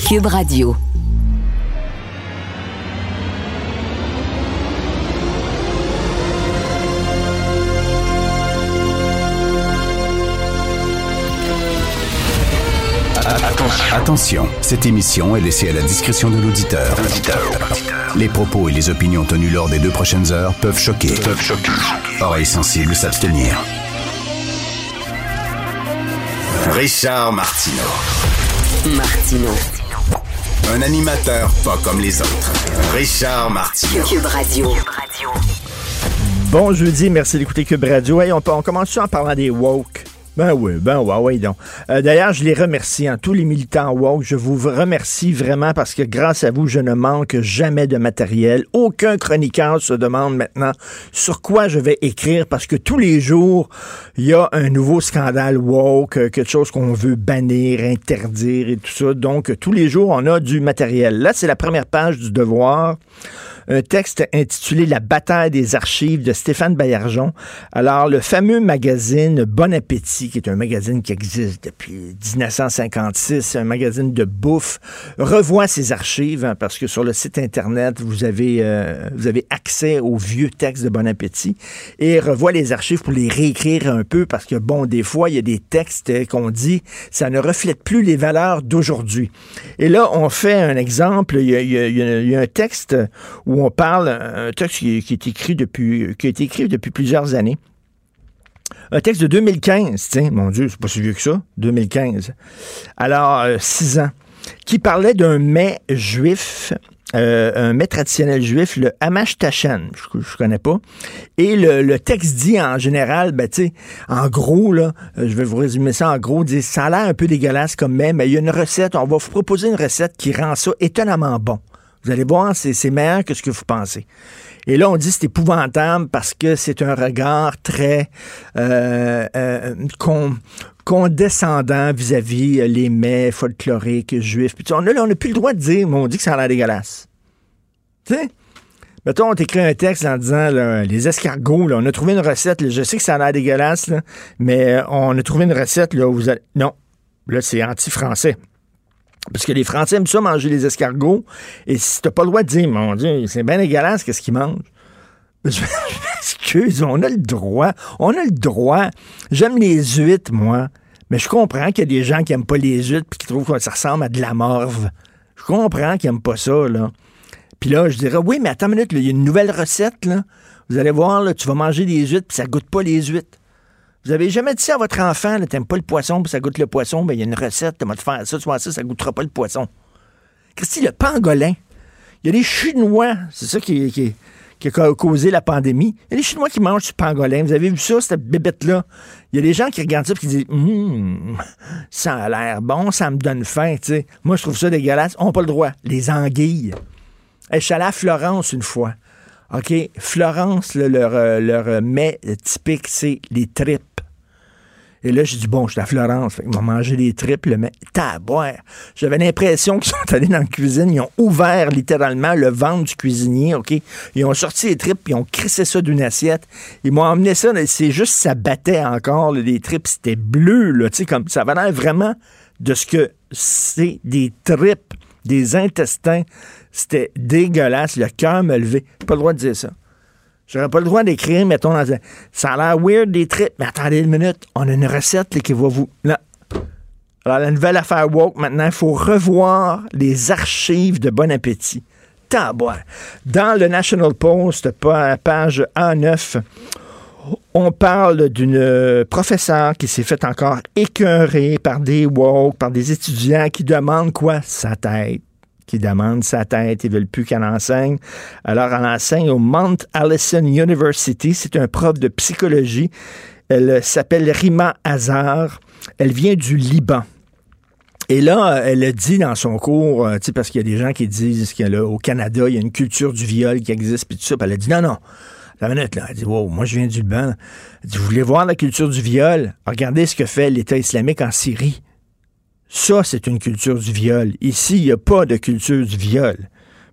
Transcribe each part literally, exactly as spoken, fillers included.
Cube Radio. Attention, cette émission est laissée à la discrétion de l'auditeur. Les propos et les opinions tenues lors des deux prochaines heures peuvent choquer. Peuvent choquer. Oreilles sensibles s'abstenir. Richard Martineau. Martineau. Un animateur pas comme les autres. Richard Martineau. Cube Radio. Bon jeudi, merci d'écouter Cube Radio. Hey, on, on commence en parlant des woke. Ben oui, ben ouais, ouais, donc. Euh, d'ailleurs, je les remercie, hein, tous les militants woke. Je vous remercie vraiment parce que grâce à vous, je ne manque jamais de matériel. Aucun chroniqueur se demande maintenant sur quoi je vais écrire parce que tous les jours, il y a un nouveau scandale woke, quelque chose qu'on veut bannir, interdire et tout ça. Donc, tous les jours, on a du matériel. Là, c'est la première page du Devoir. Un texte intitulé « La bataille des archives » de Stéphane Baillargeon. Alors, le fameux magazine Bon Appétit, qui est un magazine qui existe depuis dix-neuf cent cinquante-six, un magazine de bouffe, revoit ses archives, hein, parce que sur le site Internet, vous avez, euh, vous avez accès aux vieux textes de Bon Appétit, et revoit les archives pour les réécrire un peu, parce que, bon, des fois, il y a des textes qu'on dit, ça ne reflète plus les valeurs d'aujourd'hui. Et là, on fait un exemple, il y a, il y a, il y a un texte où on parle, un texte qui, qui est écrit depuis, qui a été écrit depuis plusieurs années. Un texte de deux mille quinze, tiens, mon Dieu, c'est pas si vieux que ça, deux mille quinze. Alors, euh, six ans, qui parlait d'un mets juif, euh, un mets traditionnel juif, le hamash tachen, je, je connais pas. Et le, le texte dit en général, ben tu sais, en gros, là, je vais vous résumer ça en gros, dit, ça a l'air un peu dégueulasse comme mets, mais il y a une recette, on va vous proposer une recette qui rend ça étonnamment bon. Vous allez voir, c'est, c'est meilleur que ce que vous pensez. Et là, on dit que c'est épouvantable parce que c'est un regard très euh, euh, con, condescendant vis-à-vis les mets folkloriques juifs. Puis, on n'a plus le droit de dire, mais on dit que ça a l'air dégueulasse. Tu sais? Mettons, on t'écrit un texte en disant, là, les escargots, là, on a trouvé une recette, là, je sais que ça a l'air dégueulasse, là, mais on a trouvé une recette, là, où vous allez... Non, là, c'est anti-français. Parce que les Français aiment ça, manger les escargots. Et si t'as pas le droit de dire, mon Dieu, c'est bien dégueulasse, qu'est-ce qu'ils mangent? Je m'excuse, on a le droit. On a le droit. J'aime les huîtres, moi. Mais je comprends qu'il y a des gens qui aiment pas les huîtres puis qui trouvent que ça ressemble à de la morve. Je comprends qu'ils aiment pas ça, là. Puis là, je dirais, oui, mais attends une minute, il y a une nouvelle recette, là. Vous allez voir, là, tu vas manger des huîtres puis ça goûte pas les huîtres. Vous avez jamais dit ça à votre enfant, là, t'aimes pas le poisson, puis ça goûte le poisson, ben il y a une recette, tu vas te faire ça, tu vois ça, ça goûtera pas le poisson. Christy, le pangolin, il y a des Chinois, c'est ça qui, qui, qui a causé la pandémie, il y a des Chinois qui mangent du pangolin, vous avez vu ça, cette bébête-là? Il y a des gens qui regardent ça et qui disent, hum, ça a l'air bon, ça me donne faim, tu sais. Moi, je trouve ça dégueulasse, on n'a pas le droit. Les anguilles. Hey, je suis allé à Florence une fois. OK, Florence, là, leur, leur mets typique, c'est les tripes. Et là, j'ai dit, bon, je suis à Florence, fait qu'ils m'ont mangé des tripes, le mets, taboire. J'avais l'impression qu'ils sont allés dans la cuisine, ils ont ouvert littéralement le ventre du cuisinier, OK? Ils ont sorti les tripes, puis ils ont crissé ça d'une assiette. Ils m'ont emmené ça, là, c'est juste, ça battait encore, là, les tripes, c'était bleu, là, tu sais, comme, ça avait l'air vraiment de ce que c'est des tripes, des intestins. C'était dégueulasse, le cœur me levait. J'ai pas le droit de dire ça. J'aurais pas le droit d'écrire, mettons, dans un... ça a l'air weird des tripes, mais attendez une minute, on a une recette là, qui va vous... Là. Alors, la nouvelle affaire woke, maintenant, il faut revoir les archives de Bon Appétit. Taboire. Dans le National Post, page A neuf, on parle d'une professeure qui s'est fait encore écœurer par des woke, par des étudiants qui demandent quoi? Sa tête. qui demande sa tête, ils veulent plus qu'elle enseigne. Alors, elle enseigne au Mount Allison University. C'est un prof de psychologie. Elle s'appelle Rima Azar. Elle vient du Liban. Et là, elle a dit dans son cours, tu sais, parce qu'il y a des gens qui disent qu'au Canada, il y a une culture du viol qui existe, puis tout ça. Puis elle a dit non, non. La minute, là, elle dit, wow, moi, je viens du Liban. Elle dit, vous voulez voir la culture du viol? Regardez ce que fait l'État islamique en Syrie. Ça, c'est une culture du viol. Ici, il n'y a pas de culture du viol.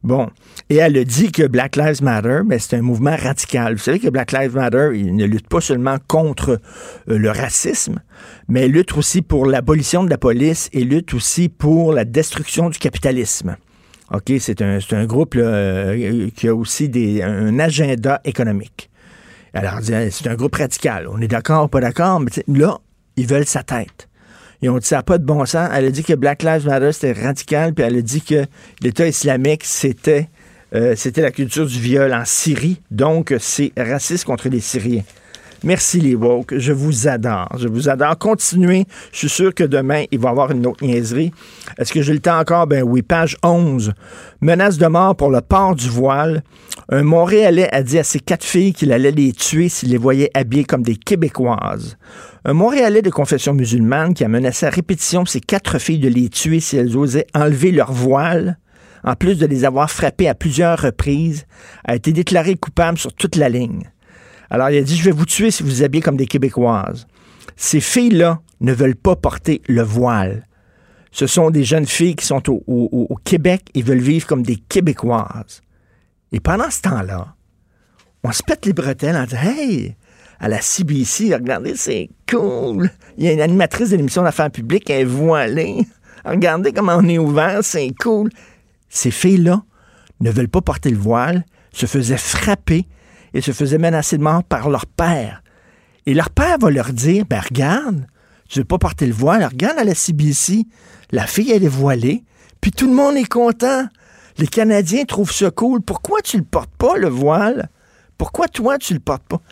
Bon. Et elle a dit que Black Lives Matter, ben, c'est un mouvement radical. Vous savez que Black Lives Matter, il ne lutte pas seulement contre euh, le racisme, mais lutte aussi pour l'abolition de la police et lutte aussi pour la destruction du capitalisme. OK, c'est un, c'est un groupe là, euh, qui a aussi des, un agenda économique. Alors, c'est un groupe radical. On est d'accord, pas d'accord, mais là, ils veulent sa tête. Ils ont dit ça n'a pas de bon sens. Elle a dit que Black Lives Matter, c'était radical, puis elle a dit que l'État islamique, c'était, euh, c'était la culture du viol en Syrie. Donc, c'est raciste contre les Syriens. Merci les woke, je vous adore, je vous adore. Continuez, je suis sûr que demain, il va y avoir une autre niaiserie. Est-ce que j'ai le temps encore? Ben oui, page onze. Menace de mort pour le port du voile. Un Montréalais a dit à ses quatre filles qu'il allait les tuer s'il les voyait habillées comme des Québécoises. Un Montréalais de confession musulmane qui a menacé à répétition ses quatre filles de les tuer si elles osaient enlever leur voile, en plus de les avoir frappées à plusieurs reprises, a été déclaré coupable sur toute la ligne. Alors, il a dit, je vais vous tuer si vous vous habillez comme des Québécoises. Ces filles-là ne veulent pas porter le voile. Ce sont des jeunes filles qui sont au, au, au Québec et veulent vivre comme des Québécoises. Et pendant ce temps-là, on se pète les bretelles en disant, hey, à la C B C, regardez, c'est cool. Il y a une animatrice de l'émission d'affaires publiques, elle est voilée. Regardez comment on est ouvert, c'est cool. Ces filles-là ne veulent pas porter le voile, se faisaient frapper et se faisaient menacer de mort par leur père. Et leur père va leur dire, ben regarde, tu veux pas porter le voile, regarde à la C B C, la fille, elle est voilée, puis tout le monde est content. Les Canadiens trouvent ça cool. Pourquoi tu le portes pas, le voile? Pourquoi toi, tu le portes pas?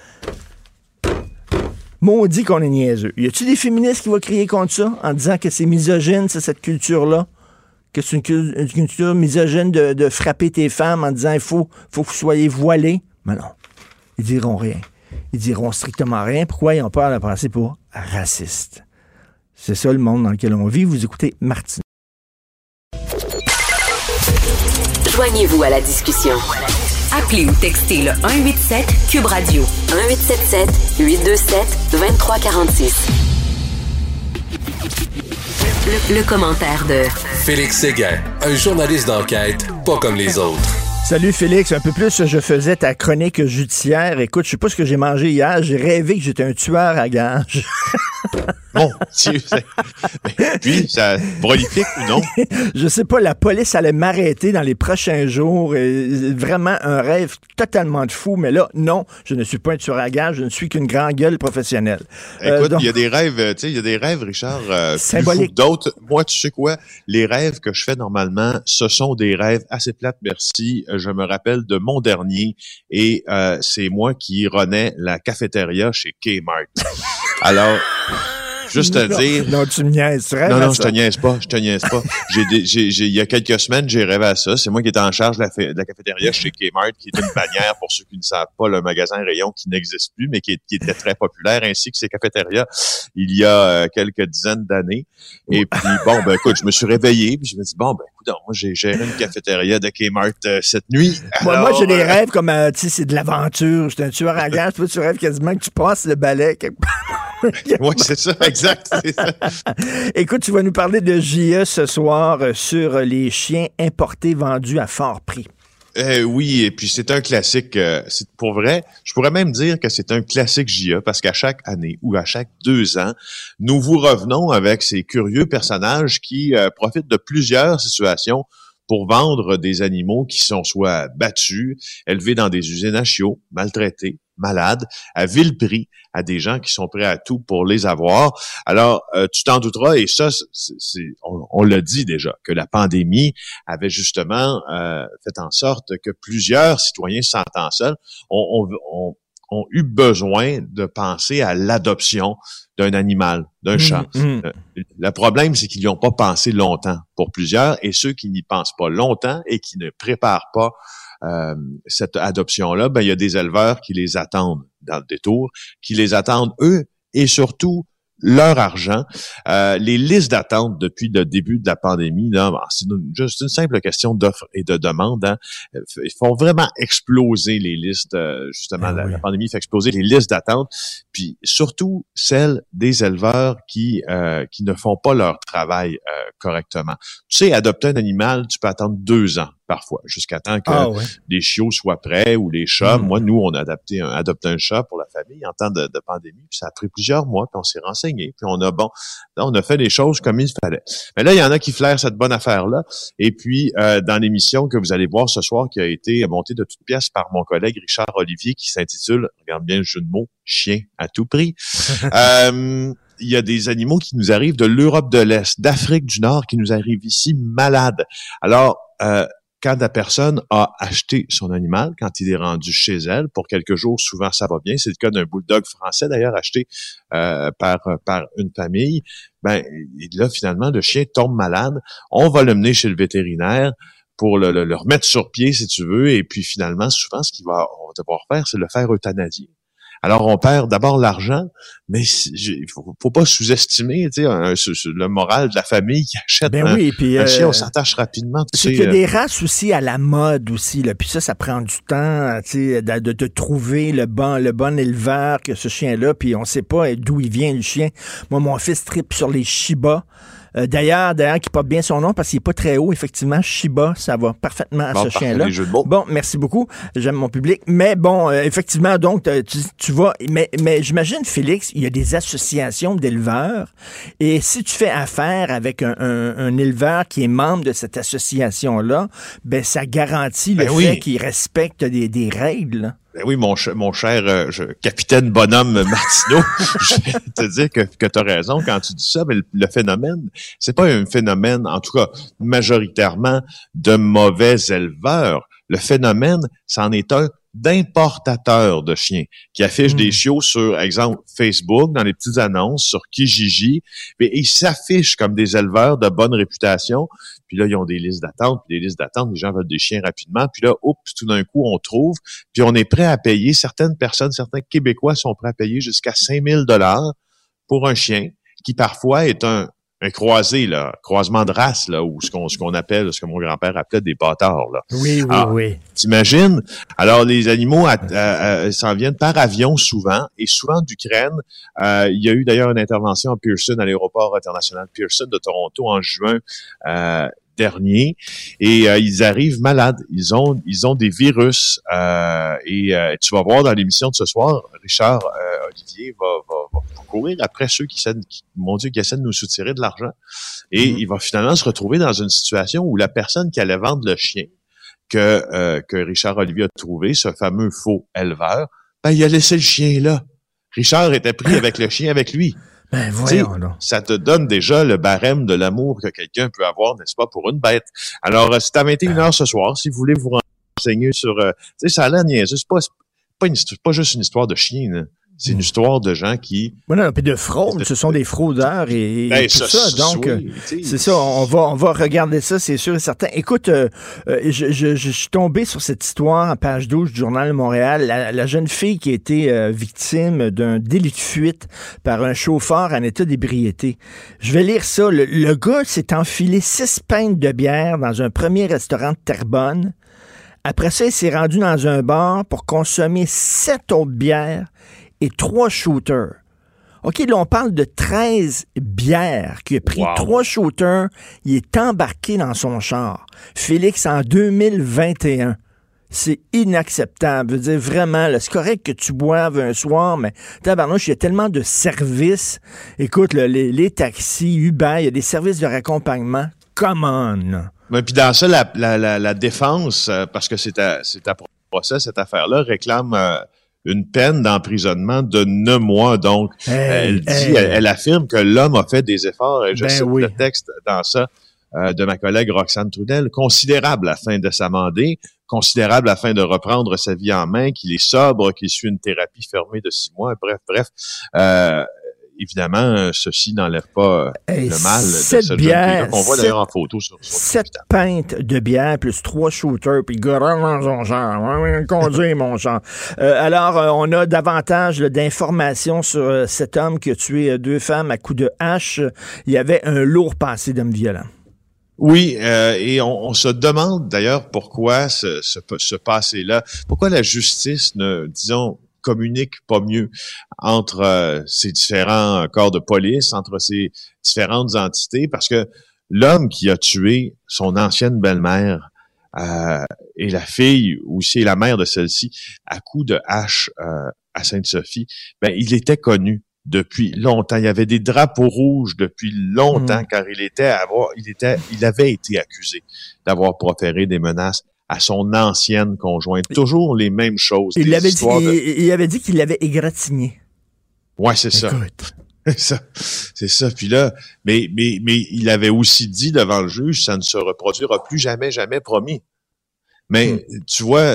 Maudit qu'on est niaiseux. Y a-tu des féministes qui vont crier contre ça en disant que c'est misogyne, c'est cette culture-là? Que c'est une, une culture misogyne de, de frapper tes femmes en disant il faut, faut que vous soyez voilés? Mais non. Ils diront rien. Ils diront strictement rien. Pourquoi ils ont peur de passer pour raciste? C'est ça le monde dans lequel on vit. Vous écoutez Martineau. Joignez-vous à la discussion. Appelez ou textez le un huit sept Cube Radio. un huit sept sept huit deux sept deux trois quatre six. Le, le commentaire de Félix Séguin, un journaliste d'enquête pas comme les autres. Salut Félix, un peu plus je faisais ta chronique judiciaire. Écoute, je sais pas ce que j'ai mangé hier, j'ai rêvé que j'étais un tueur à gages. Bon, puis, ça prolifique ou non? Je sais pas, la police allait m'arrêter dans les prochains jours. Et vraiment un rêve totalement de fou, mais là, non, je ne suis pas un tueur à gages, je ne suis qu'une grande gueule professionnelle. Écoute, il euh, donc... y a des rêves, tu sais, il y a des rêves, Richard, euh, plus fous que d'autres. Moi, tu sais quoi? Les rêves que je fais normalement, ce sont des rêves assez plates, merci. Je me rappelle de mon dernier et euh, c'est moi qui renais la cafétéria chez Kmart. Alors... Juste à non, dire... Non, tu me niaises. Tu rêves non, non, à je ça. te niaise pas. Je te niaise pas. J'ai, des, j'ai, j'ai, il y a quelques semaines, j'ai rêvé à ça. C'est moi qui étais en charge de la, de la cafétéria chez Kmart, qui est une bannière, pour ceux qui ne savent pas, le magasin rayon qui n'existe plus, mais qui, est, qui était très populaire, ainsi que ses cafétérias, il y a euh, quelques dizaines d'années. Et puis, bon, ben écoute, je me suis réveillé, puis je me dis, bon, ben écoute, moi, j'ai géré une cafétéria de Kmart euh, cette nuit. Moi, Alors, moi j'ai des euh... rêves comme, euh, tu sais, c'est de l'aventure. J'étais un tueur à gages. Toi, tu rêves quasiment que tu passes le balai quelque part. Oui, c'est ça, exact. C'est ça. Écoute, tu vas nous parler de J E ce soir euh, sur les chiens importés vendus à fort prix. Euh, oui, et puis c'est un classique. Euh, c'est pour vrai, je pourrais même dire que c'est un classique J E parce qu'à chaque année ou à chaque deux ans, nous vous revenons avec ces curieux personnages qui euh, profitent de plusieurs situations pour vendre des animaux qui sont soit battus, élevés dans des usines à chiots, maltraités, malades, à vil prix, à des gens qui sont prêts à tout pour les avoir. Alors, euh, tu t'en douteras, et ça, c'est, c'est, on, on l'a dit déjà, que la pandémie avait justement euh, fait en sorte que plusieurs citoyens se sentant seuls ont, ont, ont, ont eu besoin de penser à l'adoption d'un animal, d'un chat. Mmh, mmh. Euh, le problème, c'est qu'ils n'y ont pas pensé longtemps pour plusieurs, et ceux qui n'y pensent pas longtemps et qui ne préparent pas euh, cette adoption-là, ben il y a des éleveurs qui les attendent dans le détour, qui les attendent eux, et surtout leur argent. Euh, les listes d'attente depuis le début de la pandémie, là, c'est une, juste une simple question d'offre et de demande. Hein. Ils font vraiment exploser les listes. Euh, justement, ah, la, oui. la pandémie fait exploser les listes d'attente. Puis surtout celles des éleveurs qui euh, qui ne font pas leur travail euh, correctement. Tu sais, adopter un animal, tu peux attendre deux ans. parfois, jusqu'à temps que ah, ouais. les chiots soient prêts ou les chats. Mm. Moi, nous, on a adapté un, adopté un chat pour la famille en temps de, de pandémie. Puis ça a pris plusieurs mois, puis on s'est renseigné, puis on a bon, là, on a fait les choses comme il fallait. Mais là, il y en a qui flairent cette bonne affaire-là. Et puis, euh, dans l'émission que vous allez voir ce soir, qui a été montée de toutes pièces par mon collègue Richard Olivier, qui s'intitule, regarde bien le jeu de mots, chien à tout prix. euh, il y a des animaux qui nous arrivent de l'Europe de l'Est, d'Afrique du Nord, qui nous arrivent ici malades. Alors, euh, quand la personne a acheté son animal, quand il est rendu chez elle, pour quelques jours, souvent ça va bien. C'est le cas d'un bulldog français, d'ailleurs, acheté euh, par par une famille. Ben là, finalement, le chien tombe malade. On va le mener chez le vétérinaire pour le, le, le remettre sur pied, si tu veux. Et puis, finalement, souvent, ce qu'il va, on va devoir faire, c'est le faire euthanasier. Alors, on perd d'abord l'argent, mais il faut, faut pas sous-estimer, tu sais, un, un, le moral de la famille qui achète ben un, oui, puis, un euh, chien, on s'attache rapidement. C'est qu'il y a des races aussi à la mode aussi, là, puis ça, ça prend du temps, tu sais, de, de, de trouver le bon, le bon éleveur que ce chien-là, puis on sait pas d'où il vient, le chien. Moi, mon fils tripe sur les Shiba. Euh, d'ailleurs, d'ailleurs, qui porte bien son nom parce qu'il est pas très haut, effectivement. Shiba, ça va parfaitement à bon, ce chien-là. Bon, merci beaucoup. J'aime mon public. Mais bon, euh, effectivement, donc, tu, tu vas... Mais, mais j'imagine, Félix, il y a des associations d'éleveurs. Et si tu fais affaire avec un, un, un éleveur qui est membre de cette association-là, ben ça garantit le ben fait oui. qu'il respecte des, des règles. Ben oui, mon, ch- mon cher euh, je, capitaine bonhomme Martineau, je vais te dire que, que tu as raison quand tu dis ça, mais le, le phénomène, c'est pas un phénomène, en tout cas majoritairement, de mauvais éleveurs. Le phénomène, c'en est un d'importateurs de chiens qui affichent mmh. des chiots sur, exemple, Facebook, dans les petites annonces, sur Kijiji, et ils s'affichent comme des éleveurs de bonne réputation. Puis là, ils ont des listes d'attente, puis des listes d'attente, les gens veulent des chiens rapidement. Puis là, oups, tout d'un coup, on trouve, puis on est prêt à payer, certaines personnes, certains Québécois sont prêts à payer jusqu'à cinq mille dollars pour un chien qui parfois est un un croisé, là, croisement de race, là, ou ce qu'on, ce qu'on appelle, ce que mon grand-père appelait des bâtards, là. Oui, oui, alors, oui. T'imagines? Alors, les animaux à, à, à, s'en viennent par avion souvent, et souvent d'Ukraine. Euh, il y a eu d'ailleurs une intervention à Pearson, à l'aéroport international Pearson de Toronto en juin euh, dernier, et euh, ils arrivent malades. Ils ont, ils ont des virus, euh, et euh, tu vas voir dans l'émission de ce soir, Richard euh, Olivier va, va, va courir après ceux qui, qui, mon Dieu, qui essaient de nous soutirer de l'argent. Et mmh. il va finalement se retrouver dans une situation où la personne qui allait vendre le chien que, euh, que Richard Olivier a trouvé, ce fameux faux éleveur, ben, il a laissé le chien là. Richard était pris avec le chien avec lui. Ben, voyons, là. Ça te donne déjà le barème de l'amour que quelqu'un peut avoir, n'est-ce pas, pour une bête. Alors, c'est à vingt et une heures ce soir, si vous voulez vous renseigner sur... Euh, tu sais, ça a l'air niaiseux. C'est pas, c'est pas, une, c'est pas juste une histoire de chien, là. C'est une histoire de gens qui... Oui, non, puis de fraude. Ce sont des fraudeurs et, ben, et tout ça. ça. Donc, oui, c'est ça. On va, on va regarder ça, c'est sûr et certain. Écoute, euh, je, je, je suis tombé sur cette histoire en page douze du Journal de Montréal. La, la jeune fille qui a été euh, victime d'un délit de fuite par un chauffeur en état d'ébriété. Je vais lire ça. Le, le gars s'est enfilé six pintes de bière dans un premier restaurant de Terrebonne. Après ça, il s'est rendu dans un bar pour consommer sept autres bières et trois shooters. OK, là, on parle de treize bières qui a pris wow. trois shooters. Il est embarqué dans son char. Félix, en deux mille vingt et un. C'est inacceptable. Je veux dire, vraiment, là, c'est correct que tu boives un soir, mais tabarnouche, il y a tellement de services. Écoute, là, les, les taxis, Uber, il y a des services de raccompagnement. Come on! Mais puis dans ça, la, la, la, la défense, euh, parce que c'est à, c'est à procès, cette affaire-là, réclame... Euh, une peine d'emprisonnement de neuf mois. Donc, hey, elle dit, hey. elle, elle affirme que l'homme a fait des efforts, et je ben cite oui. le texte dans ça euh, de ma collègue Roxane Trudel, considérable afin de s'amender, considérable afin de reprendre sa vie en main, qu'il est sobre, qu'il suit une thérapie fermée de six mois, bref, bref. Euh, évidemment, ceci n'enlève pas hey, le mal de cette bière qu'on voit d'ailleurs en photo sur, sur sept pintes de bière plus trois shooters, puis garage dans son char. Conduire, mon char. Euh, alors, euh, on a davantage là, d'informations sur euh, cet homme qui a tué euh, deux femmes à coups de hache. Il y avait un lourd passé d'homme violent. Oui, euh, et on, on se demande d'ailleurs pourquoi ce, ce, ce passé-là, pourquoi la justice ne, disons, communique pas mieux entre euh, ces différents corps de police, entre ces différentes entités, parce que l'homme qui a tué son ancienne belle-mère euh, et la fille, aussi la mère de celle-ci, à coups de hache euh, à Sainte-Sophie, ben il était connu depuis longtemps. Il y avait des drapeaux rouges depuis longtemps, mmh. car il était à avoir, il était, il avait été accusé d'avoir proféré des menaces à son ancienne conjointe. Toujours les mêmes choses. Il, avait dit, de... il, il avait dit qu'il l'avait égratigné. Ouais, c'est ça. C'est ça. C'est ça. Puis là, mais, mais, mais il avait aussi dit devant le juge, ça ne se reproduira plus jamais, jamais, promis. Mais mmh. tu vois,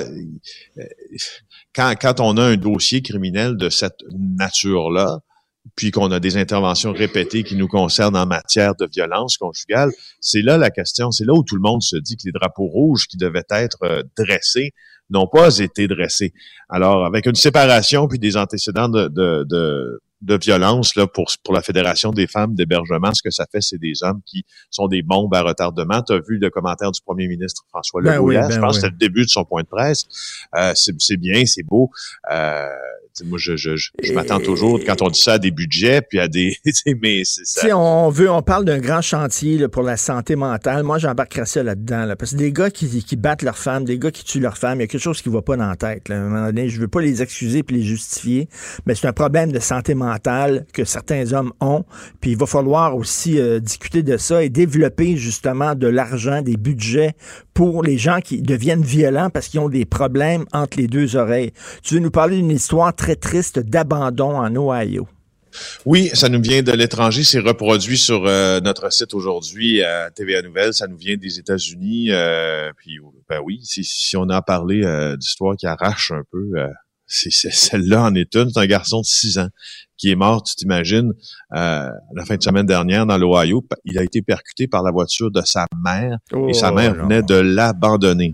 quand, quand on a un dossier criminel de cette nature-là, puis qu'on a des interventions répétées qui nous concernent en matière de violence conjugale, c'est là la question, c'est là où tout le monde se dit que les drapeaux rouges qui devaient être euh, dressés n'ont pas été dressés. Alors, avec une séparation puis des antécédents de, de, de, de violence là pour pour la Fédération des femmes d'hébergement, ce que ça fait, c'est des hommes qui sont des bombes à retardement. Tu as vu le commentaire du premier ministre François Legault, ben oui, ben je pense oui. que c'était le début de son point de presse. Euh, c'est, c'est bien, c'est beau. Euh, moi, je, je, je, je m'attends toujours, quand on dit ça, à des budgets, puis à des... mais c'est ça. Si on veut, on parle d'un grand chantier là, pour la santé mentale. Moi, j'embarquerais ça là-dedans. Là, parce que des gars qui, qui battent leurs femmes, des gars qui tuent leurs femmes, il y a quelque chose qui ne va pas dans la tête. Là. À un moment donné, je veux pas les excuser puis les justifier, mais c'est un problème de santé mentale que certains hommes ont. Puis il va falloir aussi euh, discuter de ça et développer justement de l'argent, des budgets pour les gens qui deviennent violents parce qu'ils ont des problèmes entre les deux oreilles. Tu veux nous parler d'une histoire très triste d'abandon en Ohio? Oui, ça nous vient de l'étranger. C'est reproduit sur euh, notre site aujourd'hui à T V A Nouvelles. Ça nous vient des États-Unis. Euh, puis, ben oui, si, si on a parlé euh, d'histoire qui arrache un peu, euh, c'est, c'est celle-là en est une. C'est un garçon de six ans qui est mort, tu t'imagines, euh, la fin de semaine dernière dans l'Ohio. Il a été percuté par la voiture de sa mère oh, et sa mère non. venait de l'abandonner.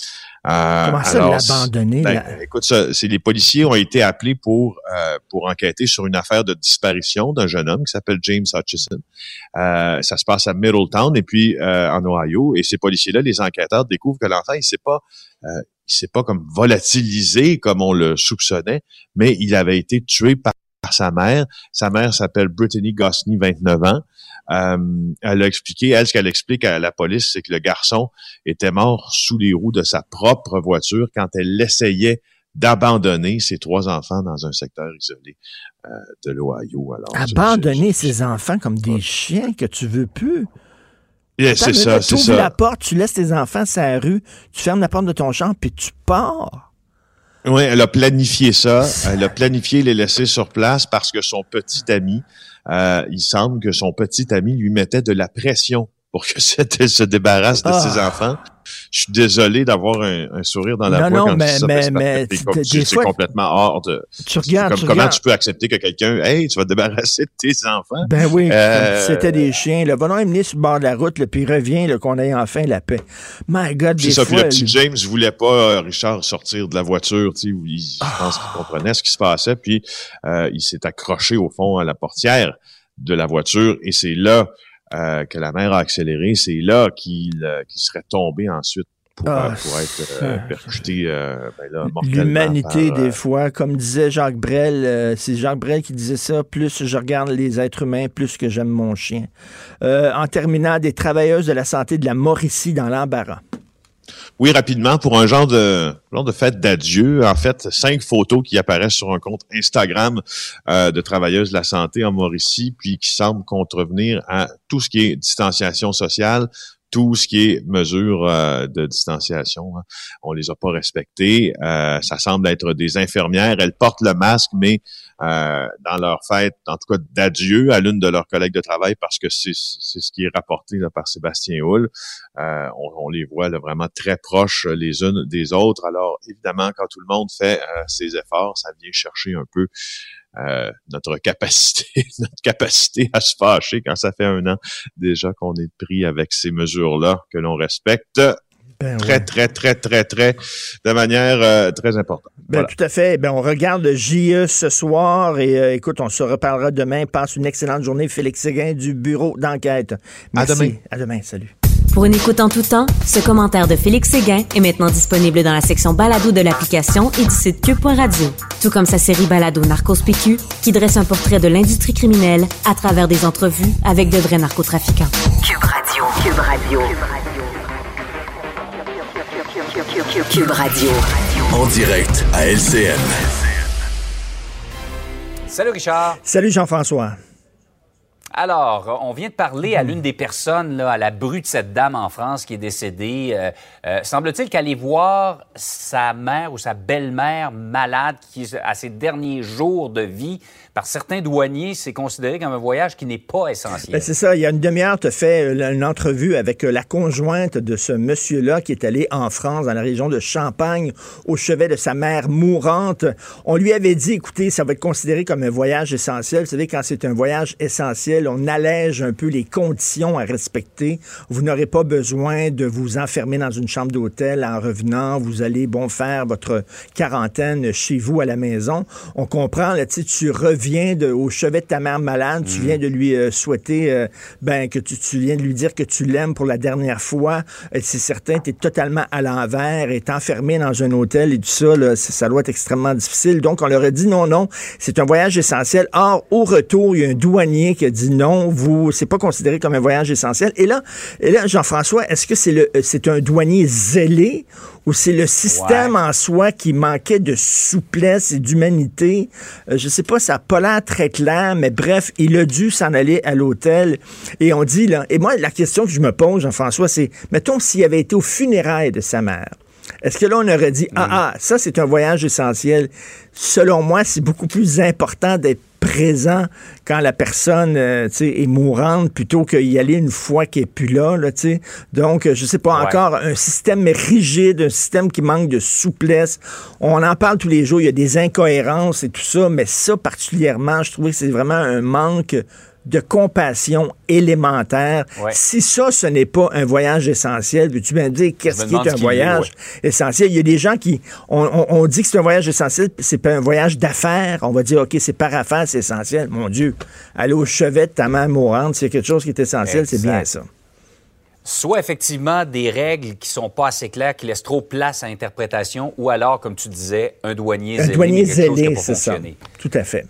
Euh, Comment ça, alors, l'abandonner? Ben, la... Écoute, ça, c'est les policiers ont été appelés pour euh, pour enquêter sur une affaire de disparition d'un jeune homme qui s'appelle James Hutchison. Euh, ça se passe à Middletown et puis euh, en Ohio. Et ces policiers-là, les enquêteurs découvrent que l'enfant, il s'est pas euh, il s'est pas comme volatilisé comme on le soupçonnait, mais il avait été tué par sa mère. Sa mère s'appelle Brittany Gosney, vingt-neuf ans. Euh, elle a expliqué, elle, ce qu'elle explique à la police, c'est que le garçon était mort sous les roues de sa propre voiture quand elle essayait d'abandonner ses trois enfants dans un secteur isolé euh, de l'Ohio. Alors, abandonner c'est, c'est, ses enfants comme des chiens que tu veux plus? Yeah, Attends, c'est ça, c'est ça. Tu ouvres la porte, tu laisses tes enfants sur la rue, tu fermes la porte de ton chambre, puis tu pars. Oui, elle a planifié ça. Elle a planifié les laisser sur place parce que son petit ami, euh, il semble que son petit ami lui mettait de la pression pour que elle se débarrasse de ah. ses enfants. Je suis désolé d'avoir un, un sourire dans la non, voix non, quand mais, tu dis ça, mais, mais mais c'est, c'est, c'est complètement hors de... Tu regardes, comme, tu comment regardes. tu peux accepter que quelqu'un, hey, tu vas te débarrasser de tes enfants? Ben oui, euh, comme si c'était des chiens. Là, va donc emmener sur le bord de la route, là, puis il revient, là, qu'on ait enfin la paix. My God, c'est des ça, fois... puis le petit James voulait pas, euh, Richard, sortir de la voiture, tu sais, où il, je pense qu'il comprenait ce qui se passait, puis euh, il s'est accroché, au fond, à la portière de la voiture, et c'est là euh, que la mère a accéléré, c'est là qu'il, euh, qu'il serait tombé ensuite pour, ah, euh, pour être euh, percuté euh, ben là, mortellement. L'humanité, par, euh... des fois, comme disait Jacques Brel, euh, c'est Jacques Brel qui disait ça, plus je regarde les êtres humains, plus que j'aime mon chien. Euh, en terminant, des travailleuses de la santé de la Mauricie dans l'embarras. Oui, rapidement, pour un genre de genre de fête d'adieu, en fait, cinq photos qui apparaissent sur un compte Instagram euh, de travailleuses de la santé en Mauricie, puis qui semblent contrevenir à tout ce qui est distanciation sociale, tout ce qui est mesures euh, de distanciation. Hein. On les a pas respectées. Euh, ça semble être des infirmières. Elles portent le masque, mais euh, dans leur fête, en tout cas d'adieu à l'une de leurs collègues de travail, parce que c'est, c'est ce qui est rapporté là, par Sébastien Houle. Euh, on, on les voit là, vraiment très proches les unes des autres. Alors, évidemment, quand tout le monde fait euh, ses efforts, ça vient chercher un peu Euh, notre capacité, notre capacité à se fâcher quand ça fait un an déjà qu'on est pris avec ces mesures-là que l'on respecte ben très, ouais. très, très, très, très, de manière euh, très importante. Ben, voilà. Tout à fait. Ben, on regarde le J E ce soir et euh, écoute, on se reparlera demain. Passe une excellente journée. Félix Séguin du bureau d'enquête. Merci. À demain. À demain. Salut. Pour une écoute en tout temps, ce commentaire de Félix Séguin est maintenant disponible dans la section balado de l'application et du site cube point radio. Tout comme sa série balado Narcos P Q, qui dresse un portrait de l'industrie criminelle à travers des entrevues avec de vrais narcotrafiquants. Cube Radio. Cube Radio. Cube Radio. Cube Radio. En direct à L C N. Salut Richard. Salut Jean-François. Alors, on vient de parler à l'une des personnes là, à la bru de cette dame en France qui est décédée. Euh, euh, semble-t-il qu'aller voir sa mère ou sa belle-mère malade qui à ses derniers jours de vie, par certains douaniers, c'est considéré comme un voyage qui n'est pas essentiel. Ben c'est ça. Il y a une demi-heure, tu as fait une entrevue avec la conjointe de ce monsieur-là qui est allé en France, dans la région de Champagne, au chevet de sa mère mourante. On lui avait dit, écoutez, ça va être considéré comme un voyage essentiel. Vous savez, quand c'est un voyage essentiel, on allège un peu les conditions à respecter. Vous n'aurez pas besoin de vous enfermer dans une chambre d'hôtel en revenant. Vous allez, bon, faire votre quarantaine chez vous à la maison. On comprend, là, tu sais, tu reviens de, au chevet de ta mère malade, tu viens de lui euh, souhaiter, euh, ben, que tu, tu viens de lui dire que tu l'aimes pour la dernière fois. Euh, c'est certain, tu es totalement à l'envers, et enfermé dans un hôtel et tout ça, là, ça, ça doit être extrêmement difficile. Donc, on leur a dit non, non, c'est un voyage essentiel. Or, au retour, il y a un douanier qui a dit non, vous, c'est pas considéré comme un voyage essentiel. Et là, et là, Jean-François, est-ce que c'est le, c'est un douanier zélé ou c'est le système ouais. en soi qui manquait de souplesse et d'humanité? Euh, je sais pas, ça n'a pas l'air très clair, mais bref, il a dû s'en aller à l'hôtel. Et on dit, là, et moi, la question que je me pose, Jean-François, c'est, mettons, s'il avait été aux funérailles de sa mère, est-ce que là, on aurait dit, ah, ah, ça, c'est un voyage essentiel? Selon moi, c'est beaucoup plus important d'être présent quand la personne euh, est mourante plutôt qu'y aller une fois qu'elle n'est plus là. là Donc, je sais pas, ouais. encore un système rigide, un système qui manque de souplesse. On en parle tous les jours, il y a des incohérences et tout ça, mais ça particulièrement, je trouvais que c'est vraiment un manque de compassion élémentaire. Ouais. Si ça, ce n'est pas un voyage essentiel, veux-tu bien dire qu'est-ce qui est un voyage est, ouais. essentiel? Il y a des gens qui, on, on, on dit que c'est un voyage essentiel, c'est pas un voyage d'affaires. On va dire, OK, c'est par affaires, c'est essentiel. Mon Dieu, aller au chevet de ta mère mourante, c'est quelque chose qui est essentiel, exact. C'est bien ça. Soit effectivement des règles qui sont pas assez claires, qui laissent trop place à l'interprétation, ou alors, comme tu disais, un douanier zélé. Un douanier zélé, c'est ça. Tout à fait.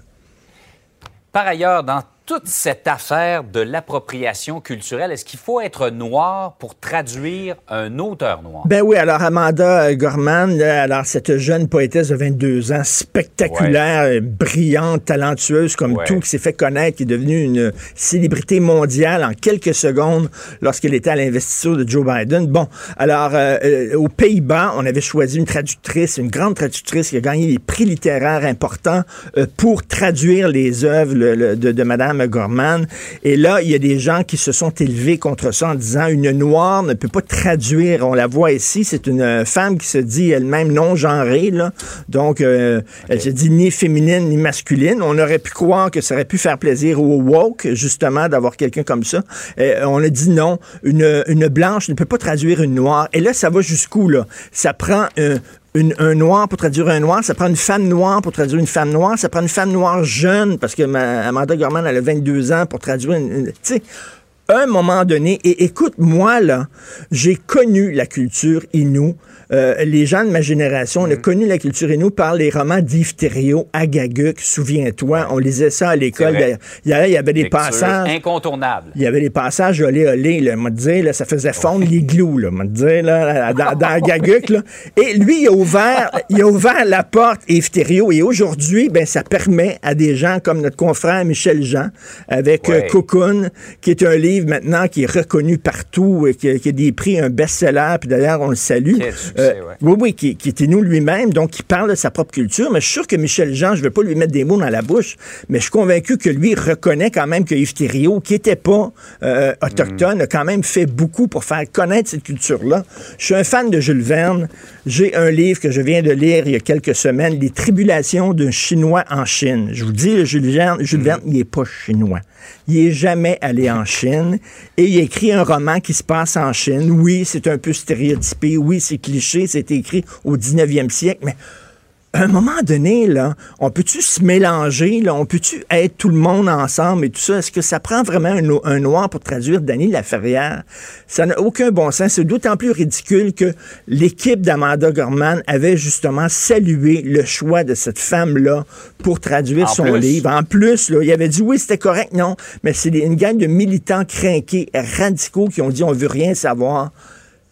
Par ailleurs, dans toute cette affaire de l'appropriation culturelle, est-ce qu'il faut être noir pour traduire un auteur noir? Ben oui, alors Amanda Gorman, là, alors cette jeune poétesse de vingt-deux ans, spectaculaire, ouais. brillante, talentueuse comme ouais. tout, qui s'est fait connaître, qui est devenue une célébrité mondiale en quelques secondes lorsqu'elle était à l'investiture de Joe Biden. Bon, alors euh, euh, aux Pays-Bas, on avait choisi une traductrice, une grande traductrice qui a gagné des prix littéraires importants euh, pour traduire les œuvres le, le, de, de Madame Gorman. Et là, il y a des gens qui se sont élevés contre ça en disant une noire ne peut pas traduire. On la voit ici, c'est une femme qui se dit elle-même non-genrée, là. Donc, euh, okay. elle se dit ni féminine ni masculine. On aurait pu croire que ça aurait pu faire plaisir aux woke, justement, d'avoir quelqu'un comme ça. Et on a dit non, une, une blanche ne peut pas traduire une noire. Et là, ça va jusqu'où, là? Ça prend un Une, un noir pour traduire un noir, ça prend une femme noire pour traduire une femme noire, ça prend une femme noire jeune, parce que ma, Amanda Gorman, elle a vingt-deux ans pour traduire une... une tu sais, à un moment donné, et écoute, moi, là, j'ai connu la culture Innu. Euh, les gens de ma génération, mmh. on a connu la culture Innu par les romans d'Yves Thériault, Agaguk, souviens-toi, on lisait ça à l'école. Il y avait, il y avait des Lecture passages... incontournables. Il y avait des passages olé olé, là, m'a dit, là, ça faisait fondre les glous, là, m'a dit, là, dans, dans Agaguk, là. Et lui, il a ouvert, il a ouvert la porte, Yves Thériault, et aujourd'hui, ben, ça permet à des gens comme notre confrère Michel Jean, avec ouais. euh, Cocoon, qui est un livre maintenant qui est reconnu partout, et qui a, qui a des prix, un best-seller, puis d'ailleurs, on le salue. Euh, ouais. Oui, oui, qui, qui était nous lui-même, donc qui parle de sa propre culture, mais je suis sûr que Michel Jean, je ne vais pas lui mettre des mots dans la bouche, mais je suis convaincu que lui reconnaît quand même que Yves Thériault, qui n'était pas euh, autochtone, mm. a quand même fait beaucoup pour faire connaître cette culture-là. Je suis un fan de Jules Verne. J'ai un livre que je viens de lire il y a quelques semaines, Les tribulations d'un Chinois en Chine. Je vous dis, Jules Verne, Jules Verne, il n'est pas chinois. Il n'est jamais allé en Chine et il a écrit un roman qui se passe en Chine. Oui, c'est un peu stéréotypé. Oui, c'est cliché. C'est écrit au dix-neuvième siècle, mais à un moment donné, là, on peut-tu se mélanger, là, on peut-tu être tout le monde ensemble et tout ça? Est-ce que ça prend vraiment un, un noir pour traduire Dany Laferrière? Ça n'a aucun bon sens. C'est d'autant plus ridicule que l'équipe d'Amanda Gorman avait justement salué le choix de cette femme-là pour traduire en son plus. livre. En plus, là, il avait dit oui, c'était correct, non, mais c'est une gang de militants crinqués, radicaux qui ont dit on veut rien savoir.